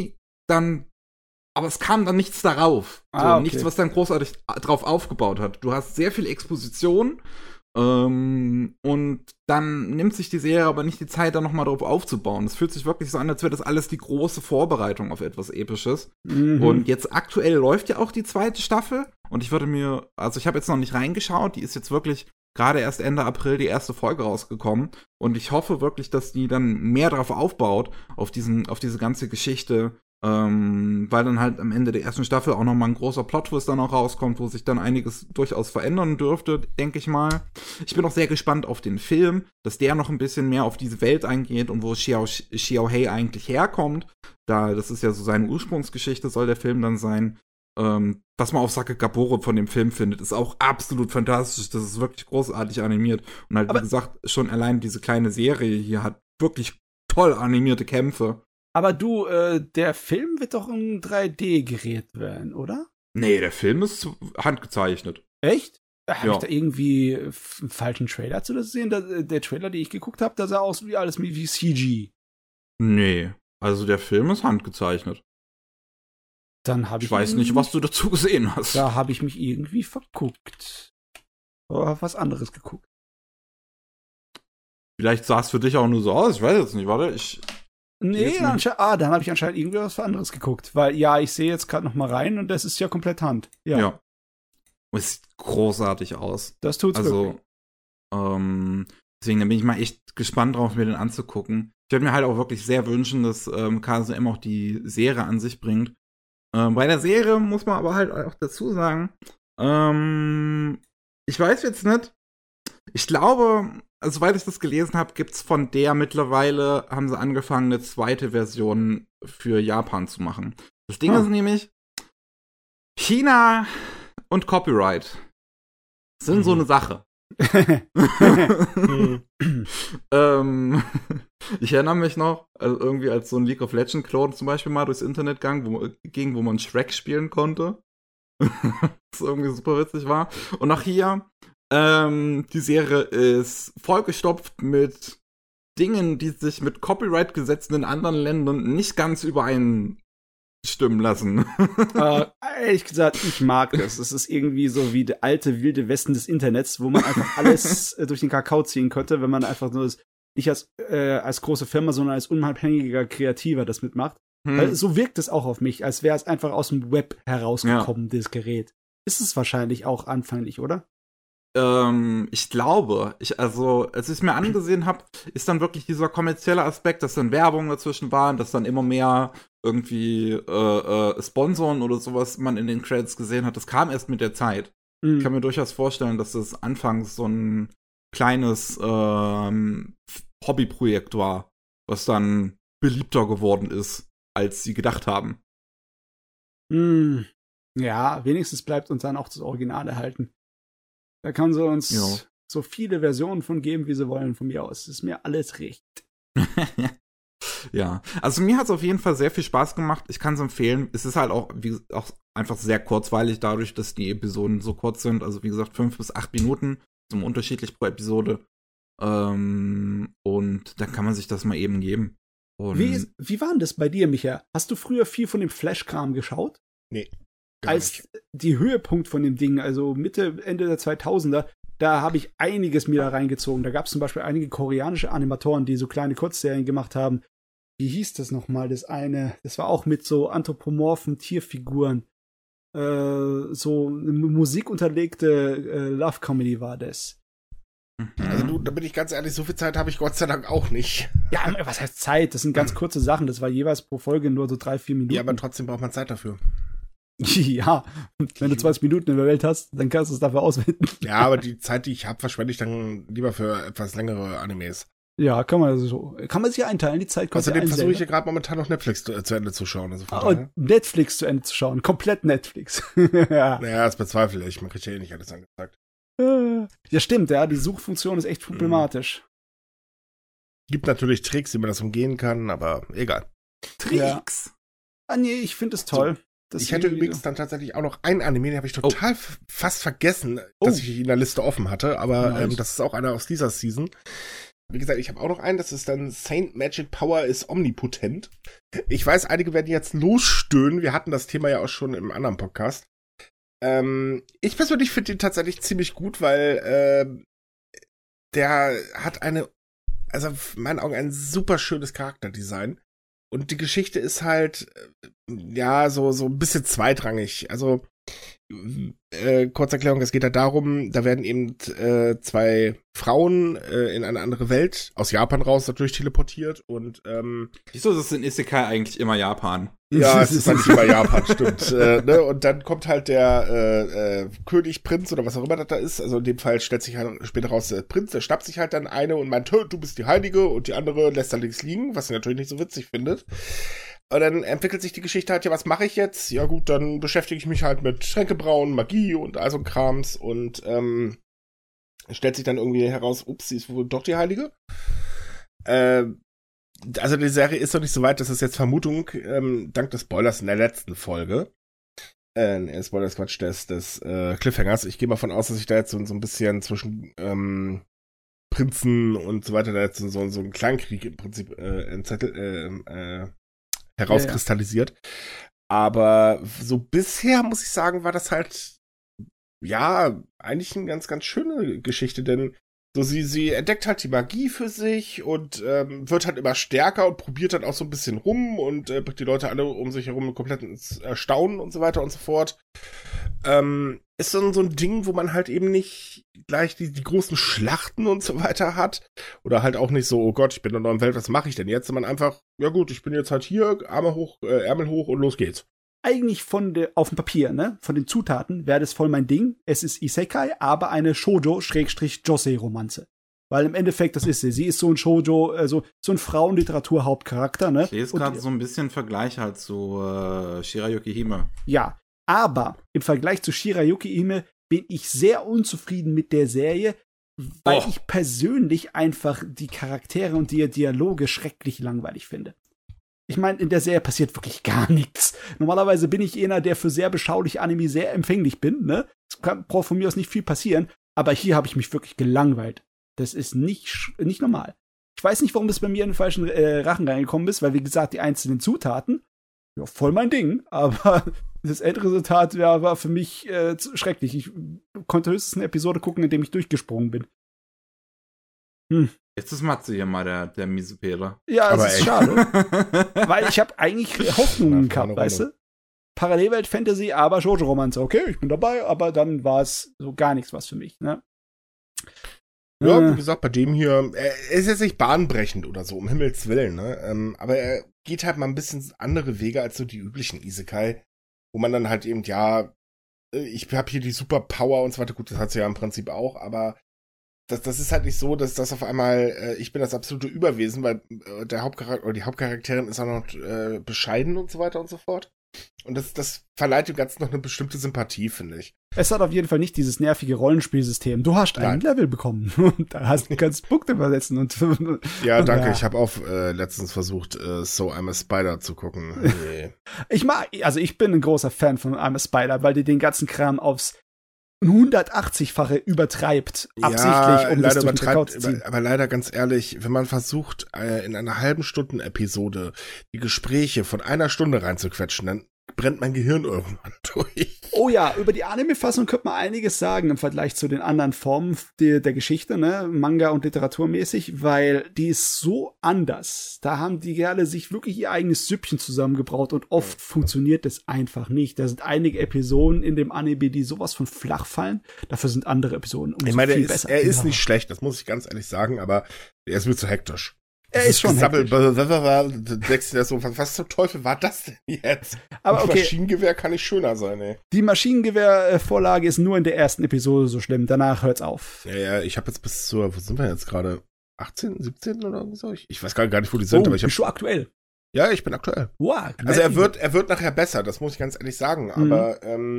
kam dann nichts darauf. Okay. Nichts, was dann großartig drauf aufgebaut hat. Du hast sehr viel Exposition und dann nimmt sich die Serie aber nicht die Zeit, da nochmal drauf aufzubauen. Es fühlt sich wirklich so an, als wäre das alles die große Vorbereitung auf etwas Episches. Und jetzt aktuell läuft ja auch die zweite Staffel. Und ich habe jetzt noch nicht reingeschaut, die ist jetzt wirklich gerade erst Ende April die erste Folge rausgekommen. Und ich hoffe wirklich, dass die dann mehr drauf aufbaut, auf diese ganze Geschichte, weil dann halt am Ende der ersten Staffel auch noch mal ein großer Plot-Twist dann auch rauskommt, wo sich dann einiges durchaus verändern dürfte, denke ich mal. Ich bin auch sehr gespannt auf den Film, dass der noch ein bisschen mehr auf diese Welt eingeht und wo Xiao Hei eigentlich herkommt. Das ist ja so seine Ursprungsgeschichte, soll der Film dann sein. Was man auf Sakigaburo von dem Film findet, ist auch absolut fantastisch. Das ist wirklich großartig animiert. Und halt, wie gesagt, schon allein diese kleine Serie hier hat wirklich toll animierte Kämpfe. Aber du, der Film wird doch in 3D gedreht werden, oder? Nee, der Film ist handgezeichnet. Echt? Habe Ja. ich da irgendwie einen falschen Trailer zu das sehen? Der Trailer, den ich geguckt habe, da sah aus wie alles wie CG. Nee, also der Film ist handgezeichnet. Dann habe Ich weiß nicht, was du dazu gesehen hast. Da habe ich mich irgendwie verguckt. Oder habe was anderes geguckt. Vielleicht sah es für dich auch nur so aus. Ich weiß jetzt nicht. Warte, Nee, dann habe ich anscheinend irgendwie was anderes geguckt. Weil, ja, ich sehe jetzt gerade noch mal rein und das ist ja komplett Hand. Ja. Es sieht großartig aus. Das tut's wirklich. Deswegen da bin ich mal echt gespannt drauf, mir den anzugucken. Ich würde mir halt auch wirklich sehr wünschen, dass KSM auch die Serie an sich bringt. Bei der Serie muss man aber halt auch dazu sagen, ich weiß jetzt nicht, ich glaube, soweit ich das gelesen habe, gibt's von der mittlerweile, haben sie angefangen, eine zweite Version für Japan zu machen. Das Ding ist nämlich, China und Copyright sind so eine Sache. Ich erinnere mich noch, also irgendwie als so ein League of Legends Clone zum Beispiel mal durchs Internet ging, wo man Shrek spielen konnte. Das irgendwie super witzig war. Und auch hier, die Serie ist vollgestopft mit Dingen, die sich mit Copyright-Gesetzen in anderen Ländern nicht ganz übereinstimmen lassen. Ehrlich gesagt, ich mag das. Es ist irgendwie so wie der alte wilde Westen des Internets, wo man einfach alles durch den Kakao ziehen könnte, wenn man einfach nur nicht als große Firma, sondern als unabhängiger Kreativer das mitmacht. Weil so wirkt es auch auf mich, als wäre es einfach aus dem Web herausgekommen, das Gerät. Ist es wahrscheinlich auch anfänglich, oder? Ich glaube, als ich es mir angesehen habe, ist dann wirklich dieser kommerzielle Aspekt, dass dann Werbung dazwischen waren, dass dann immer mehr irgendwie Sponsoren oder sowas man in den Credits gesehen hat. Das kam erst mit der Zeit. Ich kann mir durchaus vorstellen, dass das anfangs so ein kleines Hobbyprojekt war, was dann beliebter geworden ist, als sie gedacht haben. Ja, wenigstens bleibt uns dann auch das Original erhalten. Da kann sie uns so viele Versionen von geben, wie sie wollen, von mir aus. Das ist mir alles recht. Ja, also mir hat es auf jeden Fall sehr viel Spaß gemacht. Ich kann es empfehlen. Es ist halt auch einfach sehr kurzweilig, dadurch, dass die Episoden so kurz sind. Also wie gesagt, 5 bis 8 Minuten, so unterschiedlich pro Episode. Und dann kann man sich das mal eben geben. Und Wie war denn das bei dir, Micha? Hast du früher viel von dem Flash-Kram geschaut? Nee. Als die Höhepunkt von dem Ding, also Mitte, Ende der 2000er, da habe ich einiges mir da reingezogen. Da gab es zum Beispiel einige koreanische Animatoren, die so kleine Kurzserien gemacht haben. Wie hieß das nochmal, das eine? Das war auch mit so anthropomorphen Tierfiguren. So eine musikunterlegte Love-Comedy war das. Also da bin ich ganz ehrlich, so viel Zeit habe ich Gott sei Dank auch nicht. Ja, was heißt Zeit? Das sind ganz kurze Sachen. Das war jeweils pro Folge nur so 3-4 Minuten. Ja, aber trotzdem braucht man Zeit dafür. Ja, wenn du 20 Minuten in der Welt hast, dann kannst du es dafür auswählen. Ja, aber die Zeit, die ich habe, verschwende ich dann lieber für etwas längere Animes. Ja, kann man sich einteilen, die Zeit kommt. Außerdem versuche ich ja gerade momentan noch Netflix zu Ende zu schauen. Also Netflix zu Ende zu schauen, komplett Netflix. Ja. Naja, das bezweifle ich, man kriegt ja eh nicht alles angezeigt. Ja, stimmt, ja, die Suchfunktion ist echt problematisch. Gibt natürlich Tricks, wie man das umgehen kann, aber egal. Tricks? Ja. Ah, nee, ich finde es toll. Ich hätte übrigens dann tatsächlich auch noch einen Anime, den habe ich total fast vergessen, dass ich ihn in der Liste offen hatte, aber nice. Das ist auch einer aus dieser Season. Wie gesagt, ich habe auch noch einen, das ist dann Saint Magic Power is Omnipotent. Ich weiß, einige werden jetzt losstöhnen, wir hatten das Thema ja auch schon im anderen Podcast. Ich persönlich finde den tatsächlich ziemlich gut, weil der hat also in meinen Augen ein super schönes Charakterdesign. Und die Geschichte ist halt, ja, so ein bisschen zweitrangig. Also, kurze Erklärung, es geht da darum, da werden eben 2 Frauen in eine andere Welt, aus Japan raus natürlich teleportiert und Wieso ist es in Isekai eigentlich immer Japan? Ja, es ist eigentlich immer Japan, stimmt. Ne? Und dann kommt halt der König, Prinz oder was auch immer das da ist. Also in dem Fall stellt sich halt später raus, der Prinz, der schnappt sich halt dann eine und meint, du bist die Heilige, und die andere lässt da links liegen, was sie natürlich nicht so witzig findet. Und dann entwickelt sich die Geschichte halt, ja, was mache ich jetzt? Ja gut, dann beschäftige ich mich halt mit Schränkebrauen, Magie und all so ein Krams und stellt sich dann irgendwie heraus, ups, sie ist wohl doch die Heilige. Also die Serie ist noch nicht so weit, das ist jetzt Vermutung, dank des Spoilers in der letzten Folge. Spoilers Quatsch, des Cliffhangers. Ich gehe mal von aus, dass ich da jetzt so ein bisschen zwischen Prinzen und so weiter da jetzt so einen Kleinkrieg im Prinzip herauskristallisiert. Ja. Aber so bisher, muss ich sagen, war das halt, ja, eigentlich eine ganz, ganz schöne Geschichte, denn so sie entdeckt halt die Magie für sich und wird halt immer stärker und probiert dann auch so ein bisschen rum und bringt die Leute alle um sich herum komplett ins Erstaunen und so weiter und so fort. Ist so ein Ding, wo man halt eben nicht gleich die großen Schlachten und so weiter hat. Oder halt auch nicht so, oh Gott, ich bin in einer neuen Welt, was mache ich denn jetzt? Sondern einfach, ja gut, ich bin jetzt halt hier, Ärmel hoch und los geht's. Eigentlich auf dem Papier, ne, von den Zutaten wäre das voll mein Ding. Es ist Isekai, aber eine Shoujo-Josei-Romanze. Weil im Endeffekt, das ist sie. Sie ist so ein Shoujo, also so ein Frauenliteratur-Hauptcharakter, ne? Ich lese gerade so ein bisschen Vergleich halt zu Shirayuki Hime. Ja, aber im Vergleich zu Shirayuki Hime bin ich sehr unzufrieden mit der Serie, weil ich persönlich einfach die Charaktere und die Dialoge schrecklich langweilig finde. Ich meine, in der Serie passiert wirklich gar nichts. Normalerweise bin ich einer, der für sehr beschauliche Anime sehr empfänglich bin, ne? Es braucht von mir aus nicht viel passieren, aber hier habe ich mich wirklich gelangweilt. Das ist nicht normal. Ich weiß nicht, warum das bei mir in den falschen Rachen reingekommen ist, weil, wie gesagt, die einzelnen Zutaten, ja, voll mein Ding, aber das Endresultat war für mich schrecklich. Ich konnte höchstens eine Episode gucken, in dem ich durchgesprungen bin. Jetzt ist Matze hier mal der miese Peter. Ja, aber das ist schade. Weil ich habe eigentlich Hoffnungen gehabt, weißt du? Parallelwelt-Fantasy, aber Shoujo-Romanze. Okay, ich bin dabei, aber dann war es so gar nichts was für mich, ne? Ja, wie gesagt, bei dem hier, er ist jetzt nicht bahnbrechend oder so, um Himmels Willen, ne? Aber er geht halt mal ein bisschen andere Wege als so die üblichen Isekai, wo man dann halt eben, ja, ich habe hier die Superpower und so weiter. Gut, das hat sie ja im Prinzip auch, aber das ist halt nicht so, dass das auf einmal, ich bin das absolute Überwesen, weil der Hauptcharakter oder die Hauptcharakterin ist auch noch bescheiden und so weiter und so fort. Und das verleiht dem Ganzen noch eine bestimmte Sympathie, finde ich. Es hat auf jeden Fall nicht dieses nervige Rollenspielsystem. Du hast ein Level bekommen und da kannst du Punkte übersetzen. Ja, danke. Ich habe auch letztens versucht, So I'm a Spider zu gucken. Nee. Ich bin ein großer Fan von I'm a Spider, weil die den ganzen Kram aufs 180-fache übertreibt, absichtlich, um das durch den Kakao zu ziehen. Aber leider, ganz ehrlich, wenn man versucht, in einer halben Stunden-Episode die Gespräche von einer Stunde reinzuquetschen, dann brennt mein Gehirn irgendwann durch. Oh ja, über die Anime-Fassung könnte man einiges sagen im Vergleich zu den anderen Formen der Geschichte, ne, Manga und literaturmäßig, weil die ist so anders. Da haben die Kerle sich wirklich ihr eigenes Süppchen zusammengebraut und oft funktioniert es einfach nicht. Da sind einige Episoden in dem Anime, die sowas von flach fallen. Dafür sind andere Episoden ich meine, er ist nicht schlecht, das muss ich ganz ehrlich sagen, aber er ist mir zu hektisch. Er ist schon hektisch. Was zum Teufel war das denn jetzt? Aber okay. Maschinengewehr kann nicht schöner sein, ey. Die Maschinengewehr-Vorlage ist nur in der ersten Episode so schlimm. Danach hört's auf. Ja, ich habe jetzt bis zur, wo sind wir jetzt gerade? 18, 17 oder so. Ich weiß gar nicht, wo die sind. Aber bist du aktuell? Ja, ich bin aktuell. Wow. Also er wird nachher besser, das muss ich ganz ehrlich sagen. Aber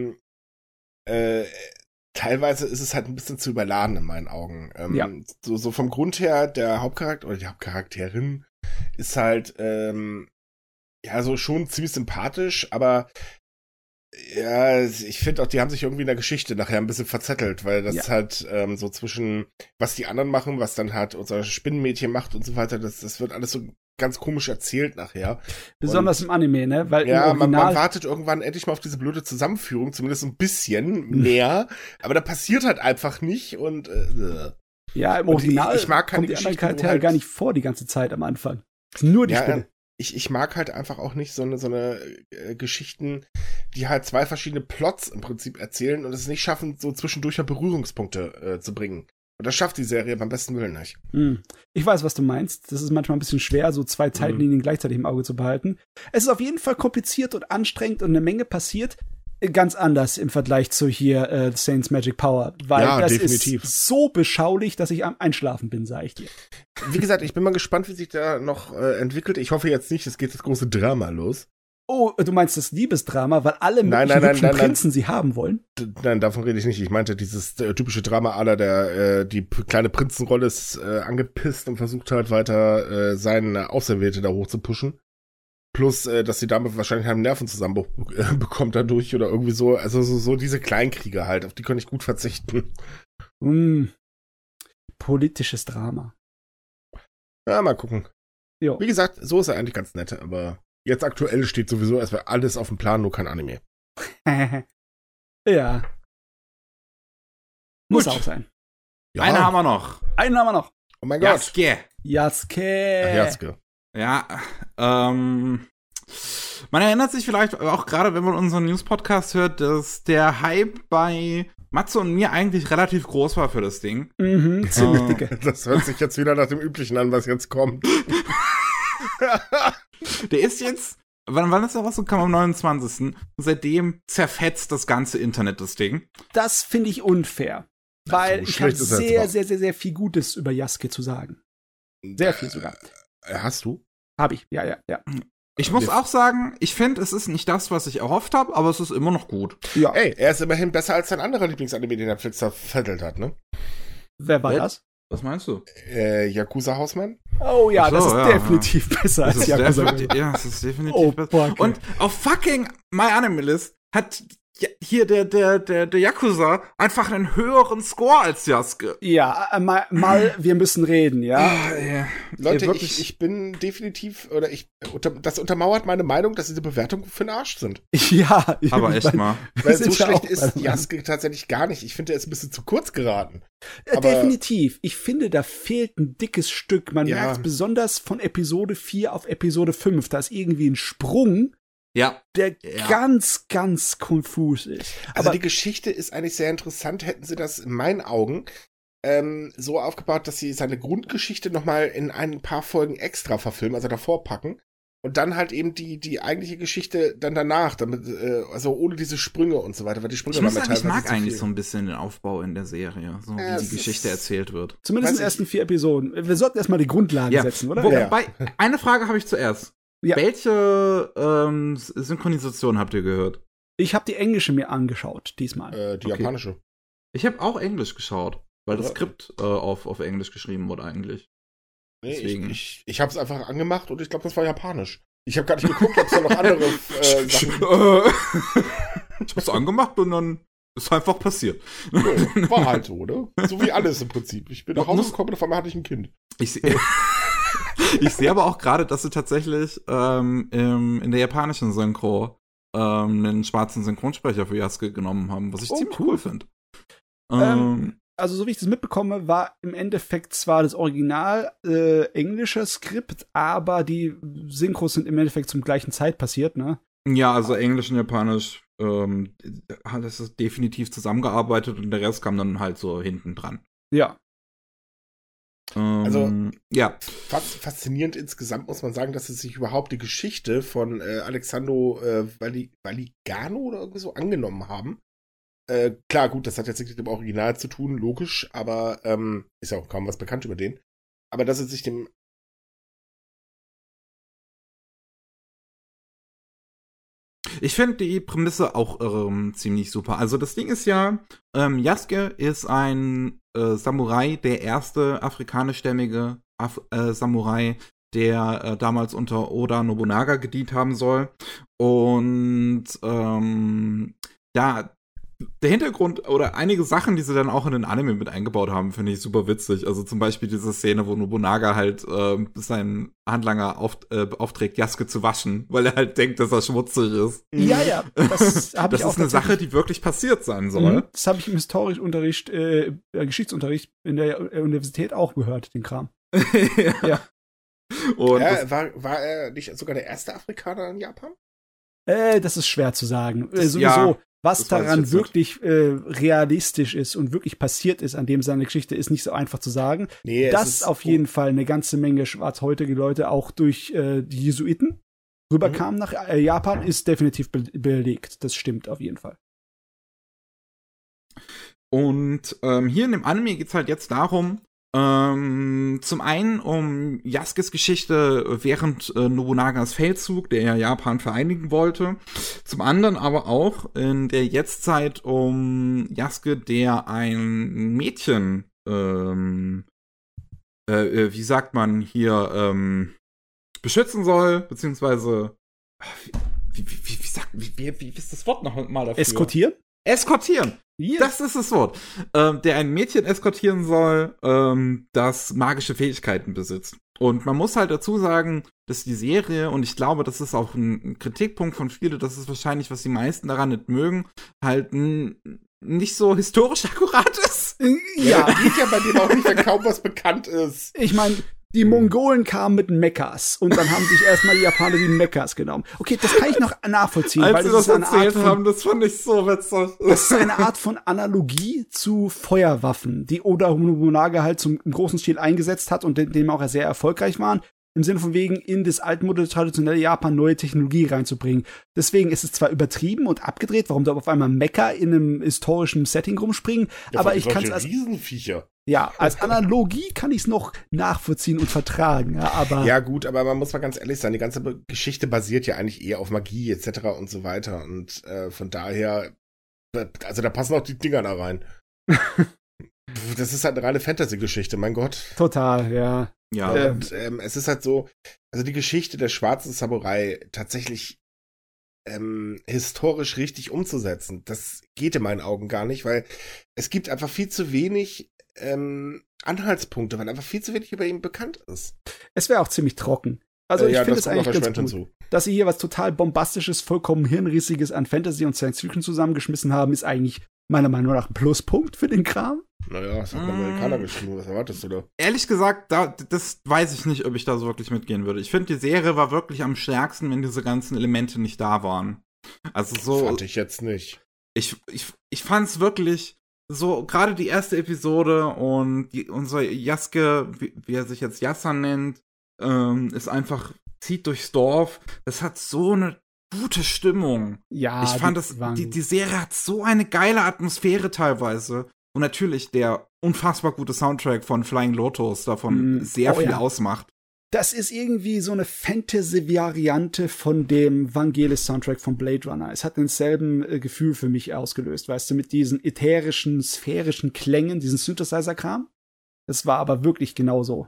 teilweise ist es halt ein bisschen zu überladen in meinen Augen. So vom Grund her, der Hauptcharakter oder die Hauptcharakterin ist halt so schon ziemlich sympathisch, aber ja, ich finde auch, die haben sich irgendwie in der Geschichte nachher ein bisschen verzettelt, weil das halt so zwischen, was die anderen machen, was dann halt unser Spinnenmädchen macht und so weiter, das wird alles so ganz komisch erzählt nachher. Besonders im Anime, ne? Weil ja, im Original man wartet irgendwann endlich mal auf diese blöde Zusammenführung, zumindest ein bisschen mehr, aber da passiert halt einfach nicht und ja, im Original ich mag keine kommt die anderen Geschichten, Charaktere halt gar nicht vor die ganze Zeit am Anfang. Nur die Spinne. Ich mag halt einfach auch nicht so eine Geschichten, die halt zwei verschiedene Plots im Prinzip erzählen und es nicht schaffen, so zwischendurch halt Berührungspunkte zu bringen. Und das schafft die Serie beim besten Willen nicht. Ich weiß, was du meinst. Das ist manchmal ein bisschen schwer, so zwei Zeitlinien gleichzeitig im Auge zu behalten. Es ist auf jeden Fall kompliziert und anstrengend und eine Menge passiert. Ganz anders im Vergleich zu hier Saints Magic Power. Weil das definitiv ist so beschaulich, dass ich am Einschlafen bin, sag ich dir. Wie gesagt, ich bin mal gespannt, wie sich da noch entwickelt. Ich hoffe jetzt nicht, es geht das große Drama los. Oh, du meinst das Liebesdrama, weil alle möglichen hübschen Prinzen sie haben wollen? Nein, davon rede ich nicht. Ich meinte dieses typische Drama aller, der die kleine Prinzenrolle ist angepisst und versucht halt weiter seine Auserwählte da hoch zu pushen. Plus, dass die Dame wahrscheinlich einen Nervenzusammenbruch bekommt dadurch oder irgendwie so. Also so diese Kleinkriege halt, auf die kann ich gut verzichten. Politisches Drama. Ja, mal gucken. Jo. Wie gesagt, so ist er eigentlich ganz nett, aber jetzt aktuell steht sowieso erstmal alles auf dem Plan, nur kein Anime. Ja. Muss auch sein. Ja. Einen haben wir noch. Oh mein Gott. Yasuke. Ach, Yasuke. Ja, man erinnert sich vielleicht auch gerade, wenn man unseren News-Podcast hört, dass der Hype bei Matze und mir eigentlich relativ groß war für das Ding. Ziemlich dicke. Das hört sich jetzt wieder nach dem Üblichen an, was jetzt kommt. Der ist jetzt, wann ist der rausgekommen? Am 29. Seitdem zerfetzt das ganze Internet das Ding. Das finde ich unfair. Weil so ich habe sehr, sehr viel Gutes über Yasuke zu sagen. Sehr viel sogar. Hast du? Hab ich, ja. Ich muss auch sagen, ich finde, es ist nicht das, was ich erhofft habe, aber es ist immer noch gut. Ja. Ey, er ist immerhin besser als sein anderer Lieblingsanime, den Netflix verfettelt hat, ne? Wer war das? Was meinst du? Yakuza Hausmann? Oh ja, das ist definitiv besser als Yakuza. Ja, es ist definitiv besser. Okay. Und auf fucking MyAnimeList hat hier der Yakuza einfach einen höheren Score als Yasuke. Ja, mal, wir müssen reden, ja. Leute, ich bin definitiv, das untermauert meine Meinung, dass diese Bewertungen für den Arsch sind. Ja. Aber echt mal. Weil so schlecht ist Yasuke tatsächlich gar nicht. Ich finde, er ist ein bisschen zu kurz geraten. Definitiv. Ich finde, da fehlt ein dickes Stück. Man merkt es besonders von Episode 4 auf Episode 5. Da ist irgendwie ein Sprung, der ganz, ganz konfus ist. Also die Geschichte ist eigentlich sehr interessant. Hätten sie das in meinen Augen so aufgebaut, dass sie seine Grundgeschichte nochmal in ein paar Folgen extra verfilmen, also davor packen. Und dann halt eben die eigentliche Geschichte dann danach, damit, also ohne diese Sprünge und so weiter, weil die Sprünge waren ich mag eigentlich so ein bisschen den Aufbau in der Serie, so wie die Geschichte erzählt wird. Zumindest in den ersten 4 Episoden. Wir sollten erstmal die Grundlagen setzen, oder? Wobei, eine Frage habe ich zuerst. Ja. Welche Synchronisation habt ihr gehört? Ich habe die englische mir angeschaut, diesmal. Die japanische. Ich habe auch Englisch geschaut, weil das Skript auf Englisch geschrieben wurde eigentlich. Nee, ich habe es einfach angemacht und ich glaube, das war japanisch. Ich habe gar nicht geguckt, ob es da noch andere Sachen Ich habe es angemacht und dann ist einfach passiert. War halt so, ne? So wie alles im Prinzip. Ich bin nach Hause gekommen und auf einmal hatte ich ein Kind. Ich sehe aber auch gerade, dass sie tatsächlich in der japanischen Synchro einen schwarzen Synchronsprecher für Yasuke genommen haben, was ich ziemlich cool finde. Also so wie ich das mitbekomme, war im Endeffekt zwar das Original englische Skript, aber die Synchros sind im Endeffekt zum gleichen Zeit passiert, ne? Ja, also Englisch und Japanisch, das ist definitiv zusammengearbeitet und der Rest kam dann halt so hinten dran. Ja. Also, faszinierend insgesamt muss man sagen, dass es sich überhaupt die Geschichte von Alexandro Valigano oder irgendwie so angenommen haben. Klar, gut, das hat jetzt nichts mit dem Original zu tun, logisch, aber ist ja auch kaum was bekannt über den. aber dass er sich dem Ich finde die Prämisse auch ziemlich super. Also das Ding ist ja, Yasuke ist ein Samurai, der erste afrikanischstämmige Samurai, der damals unter Oda Nobunaga gedient haben soll. Und der Hintergrund oder einige Sachen, die sie dann auch in den Anime mit eingebaut haben, finde ich super witzig. Also zum Beispiel diese Szene, wo Nobunaga halt seinen Handlanger aufträgt, Yasuke zu waschen, weil er halt denkt, dass er schmutzig ist. Ja, das habe ich auch. Das ist eine Sache, die wirklich passiert sein soll. Das habe ich im Historischunterricht, Geschichtsunterricht in der Universität auch gehört, den Kram. Ja. Und war er nicht sogar der erste Afrikaner in Japan? Das ist schwer zu sagen. Sowieso, was daran wirklich realistisch ist und wirklich passiert ist, an dem seine Geschichte, ist nicht so einfach zu sagen. Nee, dass auf jeden Fall eine ganze Menge schwarzhäutige Leute auch durch die Jesuiten rüberkamen nach Japan, ist definitiv belegt. Das stimmt auf jeden Fall. Und hier in dem Anime geht's halt jetzt darum, zum einen um Yasukes Geschichte während Nobunagas Feldzug, der ja Japan vereinigen wollte. Zum anderen aber auch in der Jetztzeit um Yasuke, der ein Mädchen, wie sagt man hier, beschützen soll, beziehungsweise wie ist das Wort noch mal dafür? Eskortieren? Eskortieren. Yeah. Das ist das Wort. Der ein Mädchen eskortieren soll, das magische Fähigkeiten besitzt. Und man muss halt dazu sagen, dass die Serie, und ich glaube, das ist auch ein Kritikpunkt von vielen, das ist wahrscheinlich, was die meisten daran nicht mögen, halt nicht so historisch akkurat ist. Ja, geht ja bei dem auch nicht, wenn kaum was bekannt ist. Ich meine, die Mongolen kamen mit Mechas und dann haben sich erstmal die Japaner die Mechas genommen. Okay, das kann ich noch nachvollziehen. Als weil sie das erzählt haben, das fand ich so witzig. Das ist eine Art von Analogie zu Feuerwaffen, die Oda Nobunaga halt zum großen Stil eingesetzt hat und dem auch sehr erfolgreich waren. Im Sinne von wegen, in das altmoderne, traditionelle Japan neue Technologie reinzubringen. Deswegen ist es zwar übertrieben und abgedreht, warum da auf einmal Mecha in einem historischen Setting rumspringen, ja, aber ich kann es als Riesenviecher. Ja, als Analogie kann ich es noch nachvollziehen und vertragen. Ja, aber ja gut, aber man muss mal ganz ehrlich sein, die ganze Geschichte basiert ja eigentlich eher auf Magie etc. und so weiter. Und von daher, also da passen auch die Dinger da rein. Das ist halt eine reine Fantasy-Geschichte, mein Gott. Total, ja. Ja. Und es ist halt so, also die Geschichte der schwarzen Samurai tatsächlich historisch richtig umzusetzen, das geht in meinen Augen gar nicht, weil es gibt einfach viel zu wenig Anhaltspunkte, weil einfach viel zu wenig über ihn bekannt ist. Es wäre auch ziemlich trocken. Also ich finde es eigentlich ganz gut, dass sie hier was total Bombastisches, vollkommen Hirnrissiges an Fantasy und Science Fiction zusammengeschmissen haben, ist eigentlich meiner Meinung nach ein Pluspunkt für den Kram. Naja, das hat ein Amerikaner geschrieben, was erwartest du da? Ehrlich gesagt, das weiß ich nicht, ob ich da so wirklich mitgehen würde. Ich finde, die Serie war wirklich am stärksten, wenn diese ganzen Elemente nicht da waren. Also so. Fand ich jetzt nicht. Ich fand's wirklich so, gerade die erste Episode und unser Yasuke, wie er sich jetzt Yassan nennt, ist einfach, zieht durchs Dorf. Das hat so eine gute Stimmung. Ja, ich fand die Serie hat so eine geile Atmosphäre teilweise. Und natürlich der unfassbar gute Soundtrack von Flying Lotus davon sehr viel ausmacht. Das ist irgendwie so eine Fantasy-Variante von dem Vangelis-Soundtrack von Blade Runner. Es hat denselben Gefühl für mich ausgelöst, weißt du, mit diesen ätherischen, sphärischen Klängen, diesen Synthesizer-Kram. Das war aber wirklich genauso.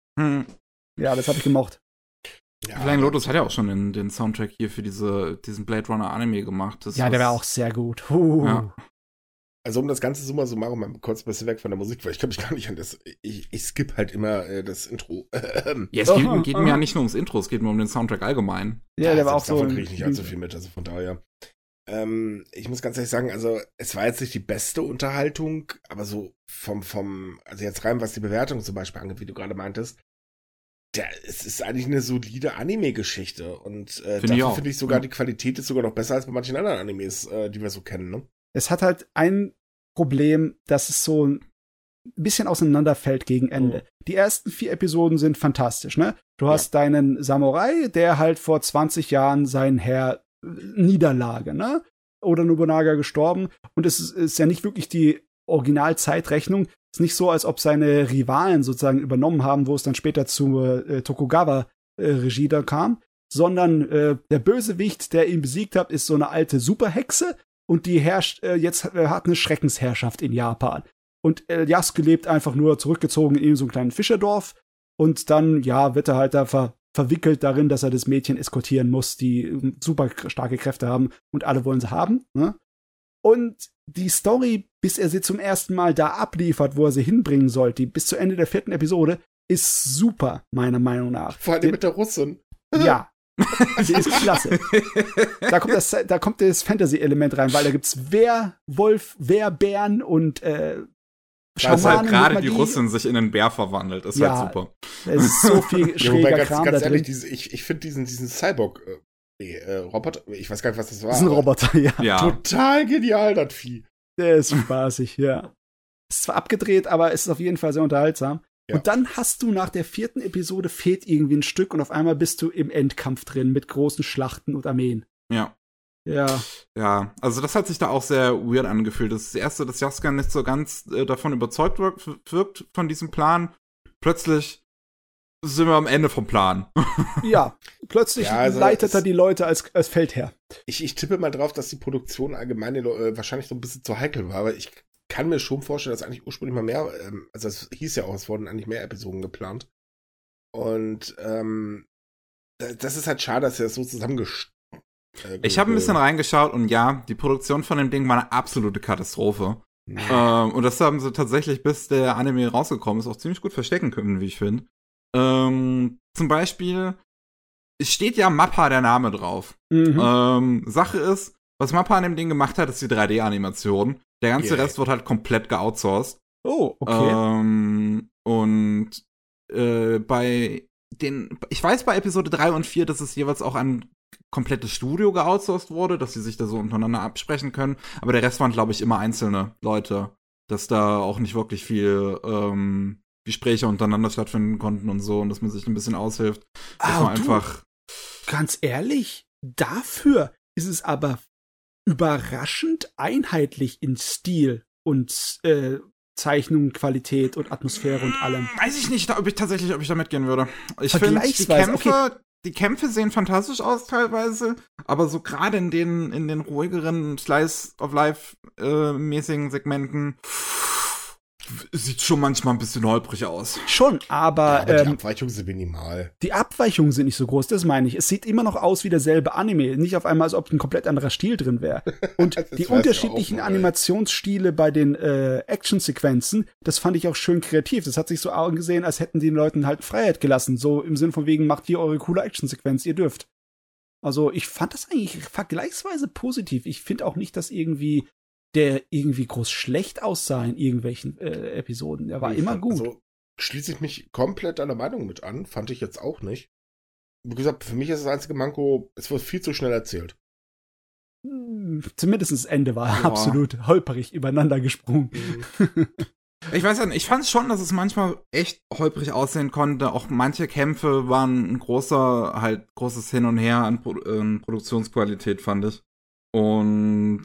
Ja, das habe ich gemocht. Ja. Flying Lotus hat ja auch schon den Soundtrack hier für diesen Blade Runner Anime gemacht. Der war auch sehr gut. Ja. Also um das Ganze summa summarum mal kurz ein bisschen weg von der Musik, weil ich kann mich gar nicht an das, ich skippe halt immer das Intro. Ja, es geht mir ja nicht nur ums Intro, es geht mir um den Soundtrack allgemein. Ja, der war auch so. Davon kriege ich nicht allzu viel mit, also von daher. Ich muss ganz ehrlich sagen, also es war jetzt nicht die beste Unterhaltung, aber so also jetzt rein, was die Bewertung zum Beispiel angeht, wie du gerade meintest, es ist eigentlich eine solide Anime-Geschichte und dafür finde ich sogar, die Qualität ist sogar noch besser als bei manchen anderen Animes, die wir so kennen, ne? Es hat halt ein Problem, dass es so ein bisschen auseinanderfällt gegen Ende. Die ersten 4 Episoden sind fantastisch, ne? Du hast deinen Samurai, der halt vor 20 Jahren seinen Herr Niederlage, ne? Oder Nobunaga gestorben. Und es ist ja nicht wirklich die Originalzeitrechnung, Ist nicht so, als ob seine Rivalen sozusagen übernommen haben, wo es dann später zur Tokugawa-Regie da kam, sondern der Bösewicht, der ihn besiegt hat, ist so eine alte Superhexe und die herrscht hat eine Schreckensherrschaft in Japan. Und Yasuke lebt einfach nur zurückgezogen in so einem kleinen Fischerdorf und dann, wird er halt da verwickelt darin, dass er das Mädchen eskortieren muss, die super starke Kräfte haben und alle wollen sie haben, ne? Und die Story, bis er sie zum ersten Mal da abliefert, wo er sie hinbringen sollte, bis zu Ende der 4. Episode, ist super, meiner Meinung nach. Vor allem mit der Russin. Ja. Sie ist klasse. Da kommt das Fantasy-Element rein, weil da gibt's Werwolf, Werbären und dass halt gerade die Russin sich in einen Bär verwandelt, ist halt super. Es ist so viel schräger Kram ganz da ehrlich, drin. Ich finde diesen Cyborg Roboter, ich weiß gar nicht, was das war. Das ist ein Roboter, ja. Total genial, das Vieh. Der ist spaßig, ja. Ist zwar abgedreht, aber es ist auf jeden Fall sehr unterhaltsam. Ja. Und dann hast du nach der 4. Episode fehlt irgendwie ein Stück und auf einmal bist du im Endkampf drin mit großen Schlachten und Armeen. Ja. Ja. Ja, also das hat sich da auch sehr weird angefühlt. Das ist das Erste, dass Yasuke nicht so ganz davon überzeugt wirkt von diesem Plan. Plötzlich sind wir am Ende vom Plan. Ja, plötzlich leitet er die Leute als Feldherr. Ich tippe mal drauf, dass die Produktion allgemein wahrscheinlich so ein bisschen zu heikel war, aber ich kann mir schon vorstellen, dass eigentlich ursprünglich mal mehr, also es hieß ja auch, es wurden eigentlich mehr Episoden geplant. Und das ist halt schade, dass er das so ich habe ein bisschen reingeschaut und ja, die Produktion von dem Ding war eine absolute Katastrophe. Und das haben sie tatsächlich, bis der Anime rausgekommen ist, auch ziemlich gut verstecken können, wie ich finde. Zum Beispiel, es steht ja Mappa der Name drauf. Sache ist, was Mappa an dem Ding gemacht hat, ist die 3D-Animation. Der ganze Rest wird halt komplett geoutsourced. Oh, okay. Und ich weiß bei Episode 3 und 4, dass es jeweils auch ein komplettes Studio geoutsourced wurde, dass sie sich da so untereinander absprechen können. Aber der Rest waren, glaube ich, immer einzelne Leute. Dass da auch nicht wirklich viel Gespräche untereinander stattfinden konnten und so. Und dass man sich ein bisschen aushilft. Dass man einfach ganz ehrlich, dafür ist es aber überraschend einheitlich in Stil und Zeichnung, Qualität und Atmosphäre und allem. Weiß ich nicht, ob ich da mitgehen würde. Ich finde, die Kämpfe sehen fantastisch aus teilweise, aber so gerade in den ruhigeren Slice-of-Life-mäßigen Segmenten sieht schon manchmal ein bisschen holprig aus. Schon, aber die Abweichungen sind minimal. Die Abweichungen sind nicht so groß, das meine ich. Es sieht immer noch aus wie derselbe Anime. Nicht auf einmal, als ob ein komplett anderer Stil drin wäre. Und die unterschiedlichen Animationsstile bei den Actionsequenzen, das fand ich auch schön kreativ. Das hat sich so angesehen, als hätten die Leuten halt Freiheit gelassen. So im Sinn von wegen, macht hier eure coole Actionsequenz, ihr dürft. Also ich fand das eigentlich vergleichsweise positiv. Ich finde auch nicht, dass der irgendwie groß schlecht aussah in irgendwelchen Episoden. Der war immer gut. Also schließe ich mich komplett deiner Meinung mit an. Fand ich jetzt auch nicht. Wie gesagt, für mich ist das einzige Manko, es wird viel zu schnell erzählt. Zumindest das Ende war absolut holperig übereinander gesprungen. Ich weiß ja nicht, ich fand schon, dass es manchmal echt holprig aussehen konnte. Auch manche Kämpfe waren ein großes Hin und Her an Produktionsqualität, fand ich. Und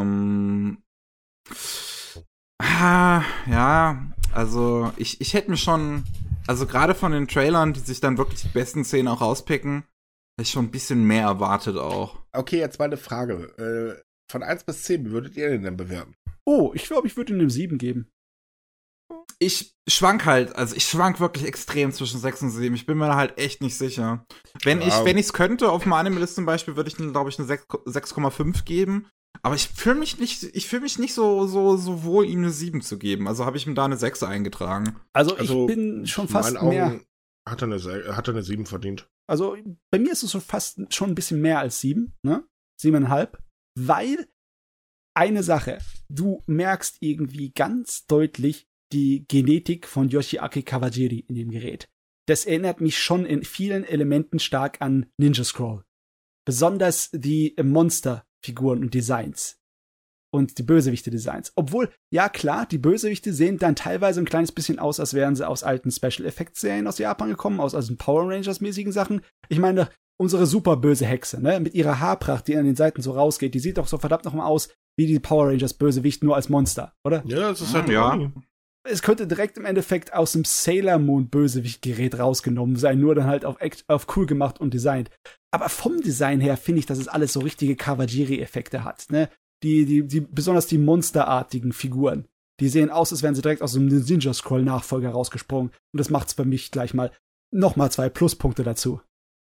also ich hätte mir schon, also gerade von den Trailern, die sich dann wirklich die besten Szenen auch rauspicken, hätte ich schon ein bisschen mehr erwartet auch. Okay, jetzt mal eine Frage. Von 1 bis 10, wie würdet ihr den denn bewerten? Oh, ich glaube, ich würde ihm eine 7 geben. Ich schwank wirklich extrem zwischen 6 und 7. Ich bin mir halt echt nicht sicher. Wenn ich's könnte, auf dem Anime-List zum Beispiel, würde ich, glaube ich, eine 6,5 geben. Aber ich fühle mich nicht so wohl, ihm eine 7 zu geben. Also habe ich ihm da eine 6 eingetragen. Also ich bin schon fast mehr. Hat er eine 7 verdient. Also bei mir ist es so fast schon ein bisschen mehr als 7, ne? 7,5. Weil eine Sache, du merkst irgendwie ganz deutlich die Genetik von Yoshiaki Kawajiri in dem Gerät. Das erinnert mich schon in vielen Elementen stark an Ninja Scroll. Besonders die Monsterfiguren und Designs. Und die Bösewichte-Designs. Obwohl, ja klar, die Bösewichte sehen dann teilweise ein kleines bisschen aus, als wären sie aus alten Special-Effects-Serien aus Japan gekommen, aus den Power Rangers-mäßigen Sachen. Ich meine, unsere super böse Hexe, ne, mit ihrer Haarpracht, die an den Seiten so rausgeht, die sieht doch so verdammt nochmal aus wie die Power Rangers-Bösewicht nur als Monster, oder? Ja, das ist halt es könnte direkt im Endeffekt aus dem Sailor Moon Bösewicht-Gerät rausgenommen sein, nur dann halt auf cool gemacht und designt. Aber vom Design her finde ich, dass es alles so richtige Kawajiri-Effekte hat, ne? Besonders die monsterartigen Figuren. Die sehen aus, als wären sie direkt aus dem Ninja-Scroll-Nachfolger rausgesprungen. Und das macht's für mich gleich mal nochmal 2 Pluspunkte dazu.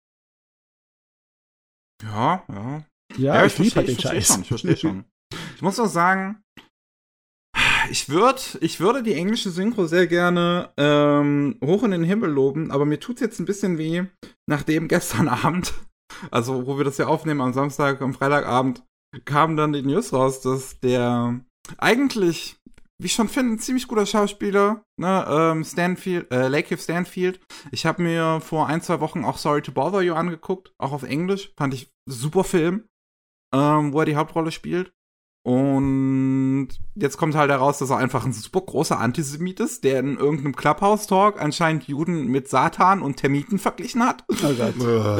Ja. Ja, ich liebe halt den Scheiß. Ich verstehe schon. Ich muss auch sagen, ich würde die englische Synchro sehr gerne hoch in den Himmel loben, aber mir tut's jetzt ein bisschen weh, nachdem gestern Abend, also wo wir das ja aufnehmen am Samstag, am Freitagabend, kam dann die News raus, dass der eigentlich, wie ich schon finde, ein ziemlich guter Schauspieler, ne, Lakeith Stanfield. Ich habe mir vor 1-2 Wochen auch Sorry to Bother You angeguckt, auch auf Englisch. Fand ich super Film, wo er die Hauptrolle spielt. Und jetzt kommt halt heraus, dass er einfach ein super großer Antisemit ist, der in irgendeinem Clubhouse-Talk anscheinend Juden mit Satan und Termiten verglichen hat. Oh Gott.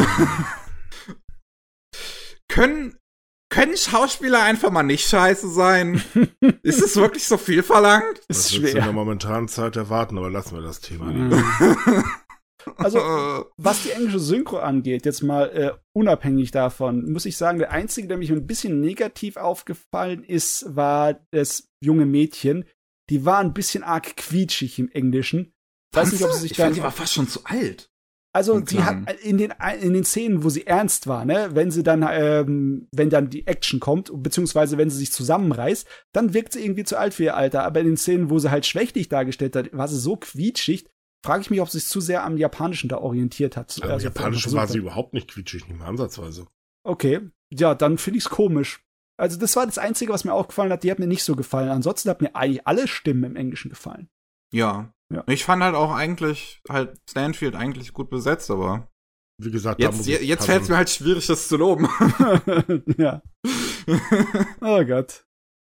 Können Schauspieler einfach mal nicht scheiße sein? Ist es wirklich so viel verlangt? Das Ist ist in der schwer. momentanen Zeit erwarten, aber lassen wir das Thema nicht. Also, was die englische Synchro angeht, jetzt mal unabhängig davon, muss ich sagen, der Einzige, der mich ein bisschen negativ aufgefallen ist, war das junge Mädchen. Die war ein bisschen arg quietschig im Englischen. Weiß nicht, ob sie sich ich fand, die war fast schon zu alt. Also Und die hat in den Szenen, wo sie ernst war, ne, wenn dann die Action kommt, beziehungsweise wenn sie sich zusammenreißt, dann wirkt sie irgendwie zu alt für ihr Alter. Aber in den Szenen, wo sie halt schwächlich dargestellt hat, war sie so quietschig, frage ich mich, ob sie sich zu sehr am Japanischen da orientiert hat. Also im Japanischen war sie überhaupt nicht quietschig, nicht mal ansatzweise. Okay, ja, dann finde ich's komisch. Also das war das Einzige, was mir aufgefallen hat, die hat mir nicht so gefallen. Ansonsten hat mir eigentlich alle Stimmen im Englischen gefallen. Ja. Ich fand halt auch Stanfield eigentlich gut besetzt, aber Wie gesagt, jetzt fällt es mir halt schwierig, das zu loben. Ja. Oh Gott.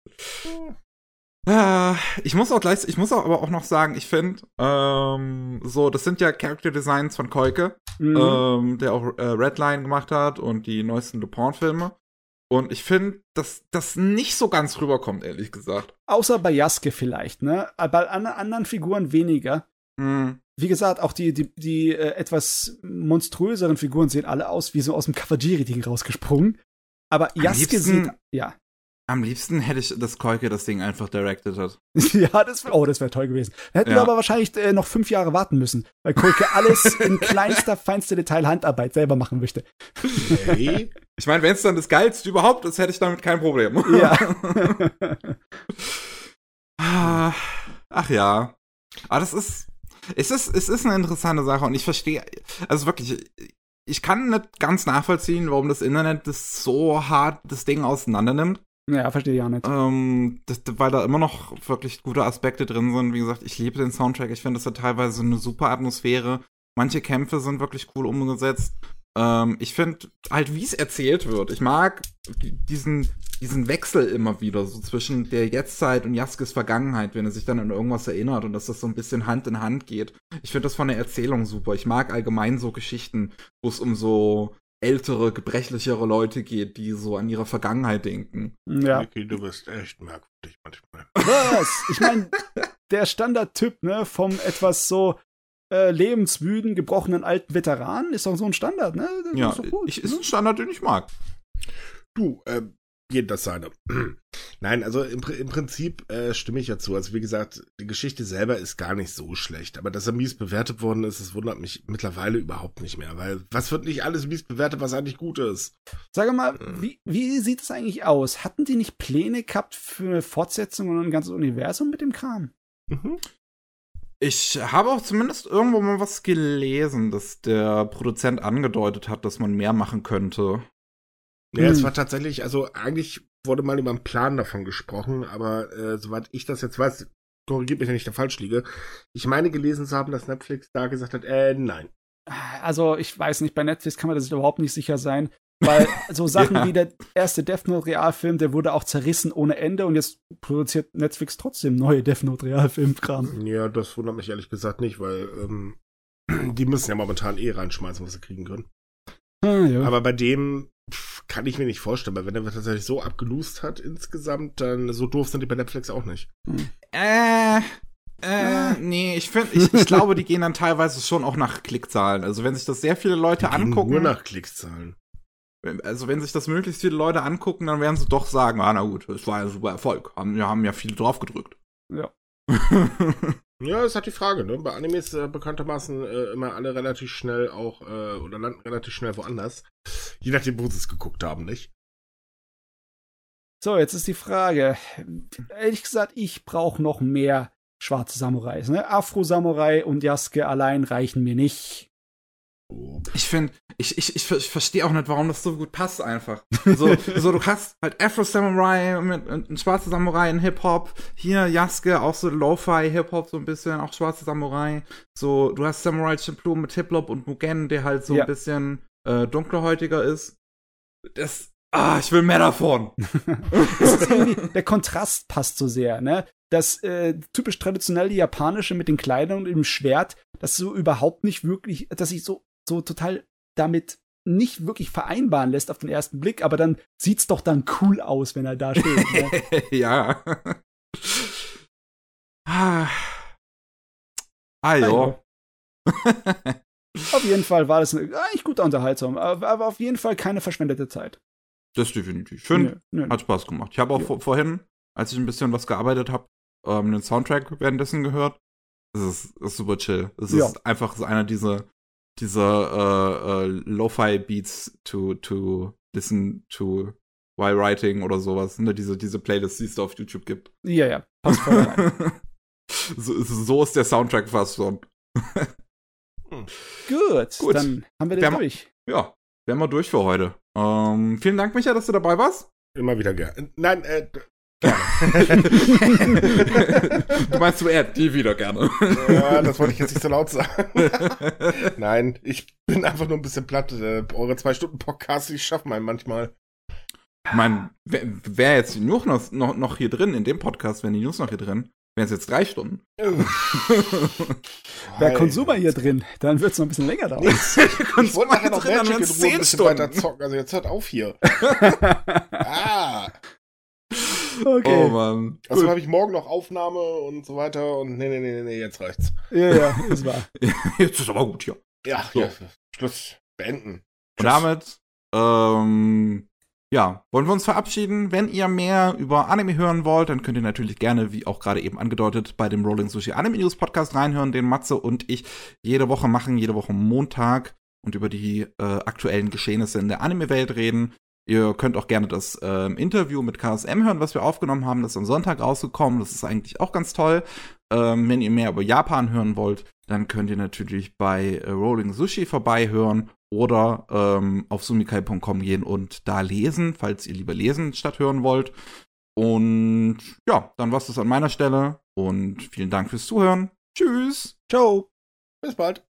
Ich muss aber auch noch sagen, ich finde, das sind ja Character Designs von Koike, der auch Redline gemacht hat und die neuesten Lupin-Filme. Und ich finde, dass das nicht so ganz rüberkommt, ehrlich gesagt. Außer bei Yasuke vielleicht, ne? Bei anderen Figuren weniger. Wie gesagt, auch die etwas monströseren Figuren sehen alle aus wie so aus dem Kawajiri-Ding rausgesprungen. Aber Yasuke sieht, ja. Am liebsten hätte ich, dass Koike das Ding einfach directed hat. Ja, das wäre toll gewesen. Da hätten wir aber wahrscheinlich noch 5 Jahre warten müssen, weil Koike alles in feinster Detail Handarbeit selber machen möchte. Hey. Ich meine, wenn es dann das Geilste überhaupt ist, hätte ich damit kein Problem. Ja. Ach ja. Aber es ist eine interessante Sache und ich verstehe, also wirklich, ich kann nicht ganz nachvollziehen, warum das Internet das so hart das Ding auseinander nimmt. Ja, verstehe ich auch nicht. Weil da immer noch wirklich gute Aspekte drin sind. Wie gesagt, ich liebe den Soundtrack. Ich finde, das hat teilweise eine super Atmosphäre. Manche Kämpfe sind wirklich cool umgesetzt. Ich finde halt, wie es erzählt wird. Ich mag diesen Wechsel immer wieder, so zwischen der Jetztzeit und Yasukes Vergangenheit, wenn er sich dann an irgendwas erinnert und dass das so ein bisschen Hand in Hand geht. Ich finde das von der Erzählung super. Ich mag allgemein so Geschichten, wo es um so ältere, gebrechlichere Leute geht, die so an ihre Vergangenheit denken. Ja. Niki, du bist echt merkwürdig manchmal. Was? Ich meine, der Standardtyp, ne, vom etwas so lebensmüden, gebrochenen alten Veteranen ist doch so ein Standard, ne? Das Ja, ist doch gut, ist ein Standard, den ich mag. Du, jedem das seine. Nein, also im Prinzip stimme ich ja zu. Also wie gesagt, die Geschichte selber ist gar nicht so schlecht. Aber dass er mies bewertet worden ist, das wundert mich mittlerweile überhaupt nicht mehr. Weil was wird nicht alles mies bewertet, was eigentlich gut ist? Sag mal, wie sieht es eigentlich aus? Hatten die nicht Pläne gehabt für eine Fortsetzung und ein ganzes Universum mit dem Kram? Mhm. Ich habe auch zumindest irgendwo mal was gelesen, dass der Produzent angedeutet hat, dass man mehr machen könnte. Ja, es war tatsächlich, also eigentlich wurde mal über einen Plan davon gesprochen, aber soweit ich das jetzt weiß, korrigiert mich, wenn ich da falsch liege, ich meine gelesen zu haben, dass Netflix da gesagt hat, nein. Also ich weiß nicht, bei Netflix kann man das überhaupt nicht sicher sein, weil so Sachen Ja. wie der erste Death Note Realfilm, der wurde auch zerrissen ohne Ende und jetzt produziert Netflix trotzdem neue Death Note Realfilmkram. Ja, das wundert mich ehrlich gesagt nicht, weil die müssen ja momentan reinschmeißen, was sie kriegen können. Ja. Aber bei dem kann ich mir nicht vorstellen, weil wenn er tatsächlich so abgeloost hat insgesamt, dann so doof sind die bei Netflix auch nicht. Nee, ich glaube, die gehen dann teilweise schon auch nach Klickzahlen. Also wenn sich das sehr viele Leute angucken. Nur nach Klickzahlen. Also wenn sich das möglichst viele Leute angucken, dann werden sie doch sagen, na gut, es war ein super Erfolg. Wir haben ja viele drauf gedrückt. Ja. Ja, ist halt die Frage, ne? Bei Animes bekanntermaßen immer alle relativ schnell auch, oder landen relativ schnell woanders. Je nachdem, wo sie es geguckt haben, nicht? So, jetzt ist die Frage. Ehrlich gesagt, ich brauche noch mehr schwarze Samurais. Ne? Afro-Samurai und Yasuke allein reichen mir nicht. Ich finde, ich verstehe auch nicht, warum das so gut passt einfach. So du hast halt Afro-Samurai mit ein schwarzer Samurai in Hip-Hop. Hier Yasuke, auch so Lo-Fi Hip-Hop so ein bisschen, auch schwarze Samurai. So, du hast Samurai Champloo mit Hiplop und Mugen, der halt so ein bisschen dunkelhäutiger ist. Ich will mehr davon. Der Kontrast passt so sehr, ne? Das typisch traditionelle Japanische mit den Kleidern und dem Schwert, das so überhaupt nicht wirklich, dass sich so total damit nicht wirklich vereinbaren lässt auf den ersten Blick, aber dann sieht's doch dann cool aus, wenn er da steht. Ne? Ja. Jo. Auf jeden Fall war das eigentlich gute Unterhaltung, aber auf jeden Fall keine verschwendete Zeit. Das definitiv. Schön. Hat Spaß gemacht. Ich habe auch vorhin, als ich ein bisschen was gearbeitet habe, den Soundtrack währenddessen gehört. Das ist super chill. Es ist einfach so einer dieser Lo-Fi-Beats to listen to while writing oder sowas. Ne? Diese Playlists, die es da auf YouTube gibt. Ja. Passt voll rein. so ist der Soundtrack fast schon. Gut, dann haben wir den durch. Ja, wären wir durch für heute. Vielen Dank, Micha, dass du dabei warst. Immer wieder gerne. Nein, gerne. Du meinst die wieder gerne. Ja, das wollte ich jetzt nicht so laut sagen. Nein, ich bin einfach nur ein bisschen platt. Eure 2-Stunden-Podcasts, die schaffen einen manchmal. Ich meine, wer jetzt die News noch hier drin, in dem Podcast, wären die News noch hier drin, wären es jetzt 3 Stunden. Wäre Konsumer hier drin, dann wird es noch ein bisschen länger dauern. Ich wollte nachher noch Magic in Ruhe ein bisschen weiter zocken. Also jetzt hört auf hier. Okay. Oh Mann. Also habe ich morgen noch Aufnahme und so weiter und nee, jetzt reicht's. Ja, ist wahr. Jetzt ist aber gut hier. Ja, so. Schluss. Beenden. Und damit, wollen wir uns verabschieden. Wenn ihr mehr über Anime hören wollt, dann könnt ihr natürlich gerne, wie auch gerade eben angedeutet, bei dem Rolling Sushi Anime News Podcast reinhören, den Matze und ich jede Woche machen, jede Woche Montag und über die aktuellen Geschehnisse in der Anime-Welt reden. Ihr könnt auch gerne das Interview mit KSM hören, was wir aufgenommen haben. Das ist am Sonntag rausgekommen. Das ist eigentlich auch ganz toll. Wenn ihr mehr über Japan hören wollt, dann könnt ihr natürlich bei Rolling Sushi vorbeihören oder auf sumikai.com gehen und da lesen, falls ihr lieber lesen statt hören wollt. Und ja, dann war's das an meiner Stelle. Und vielen Dank fürs Zuhören. Tschüss. Ciao. Bis bald.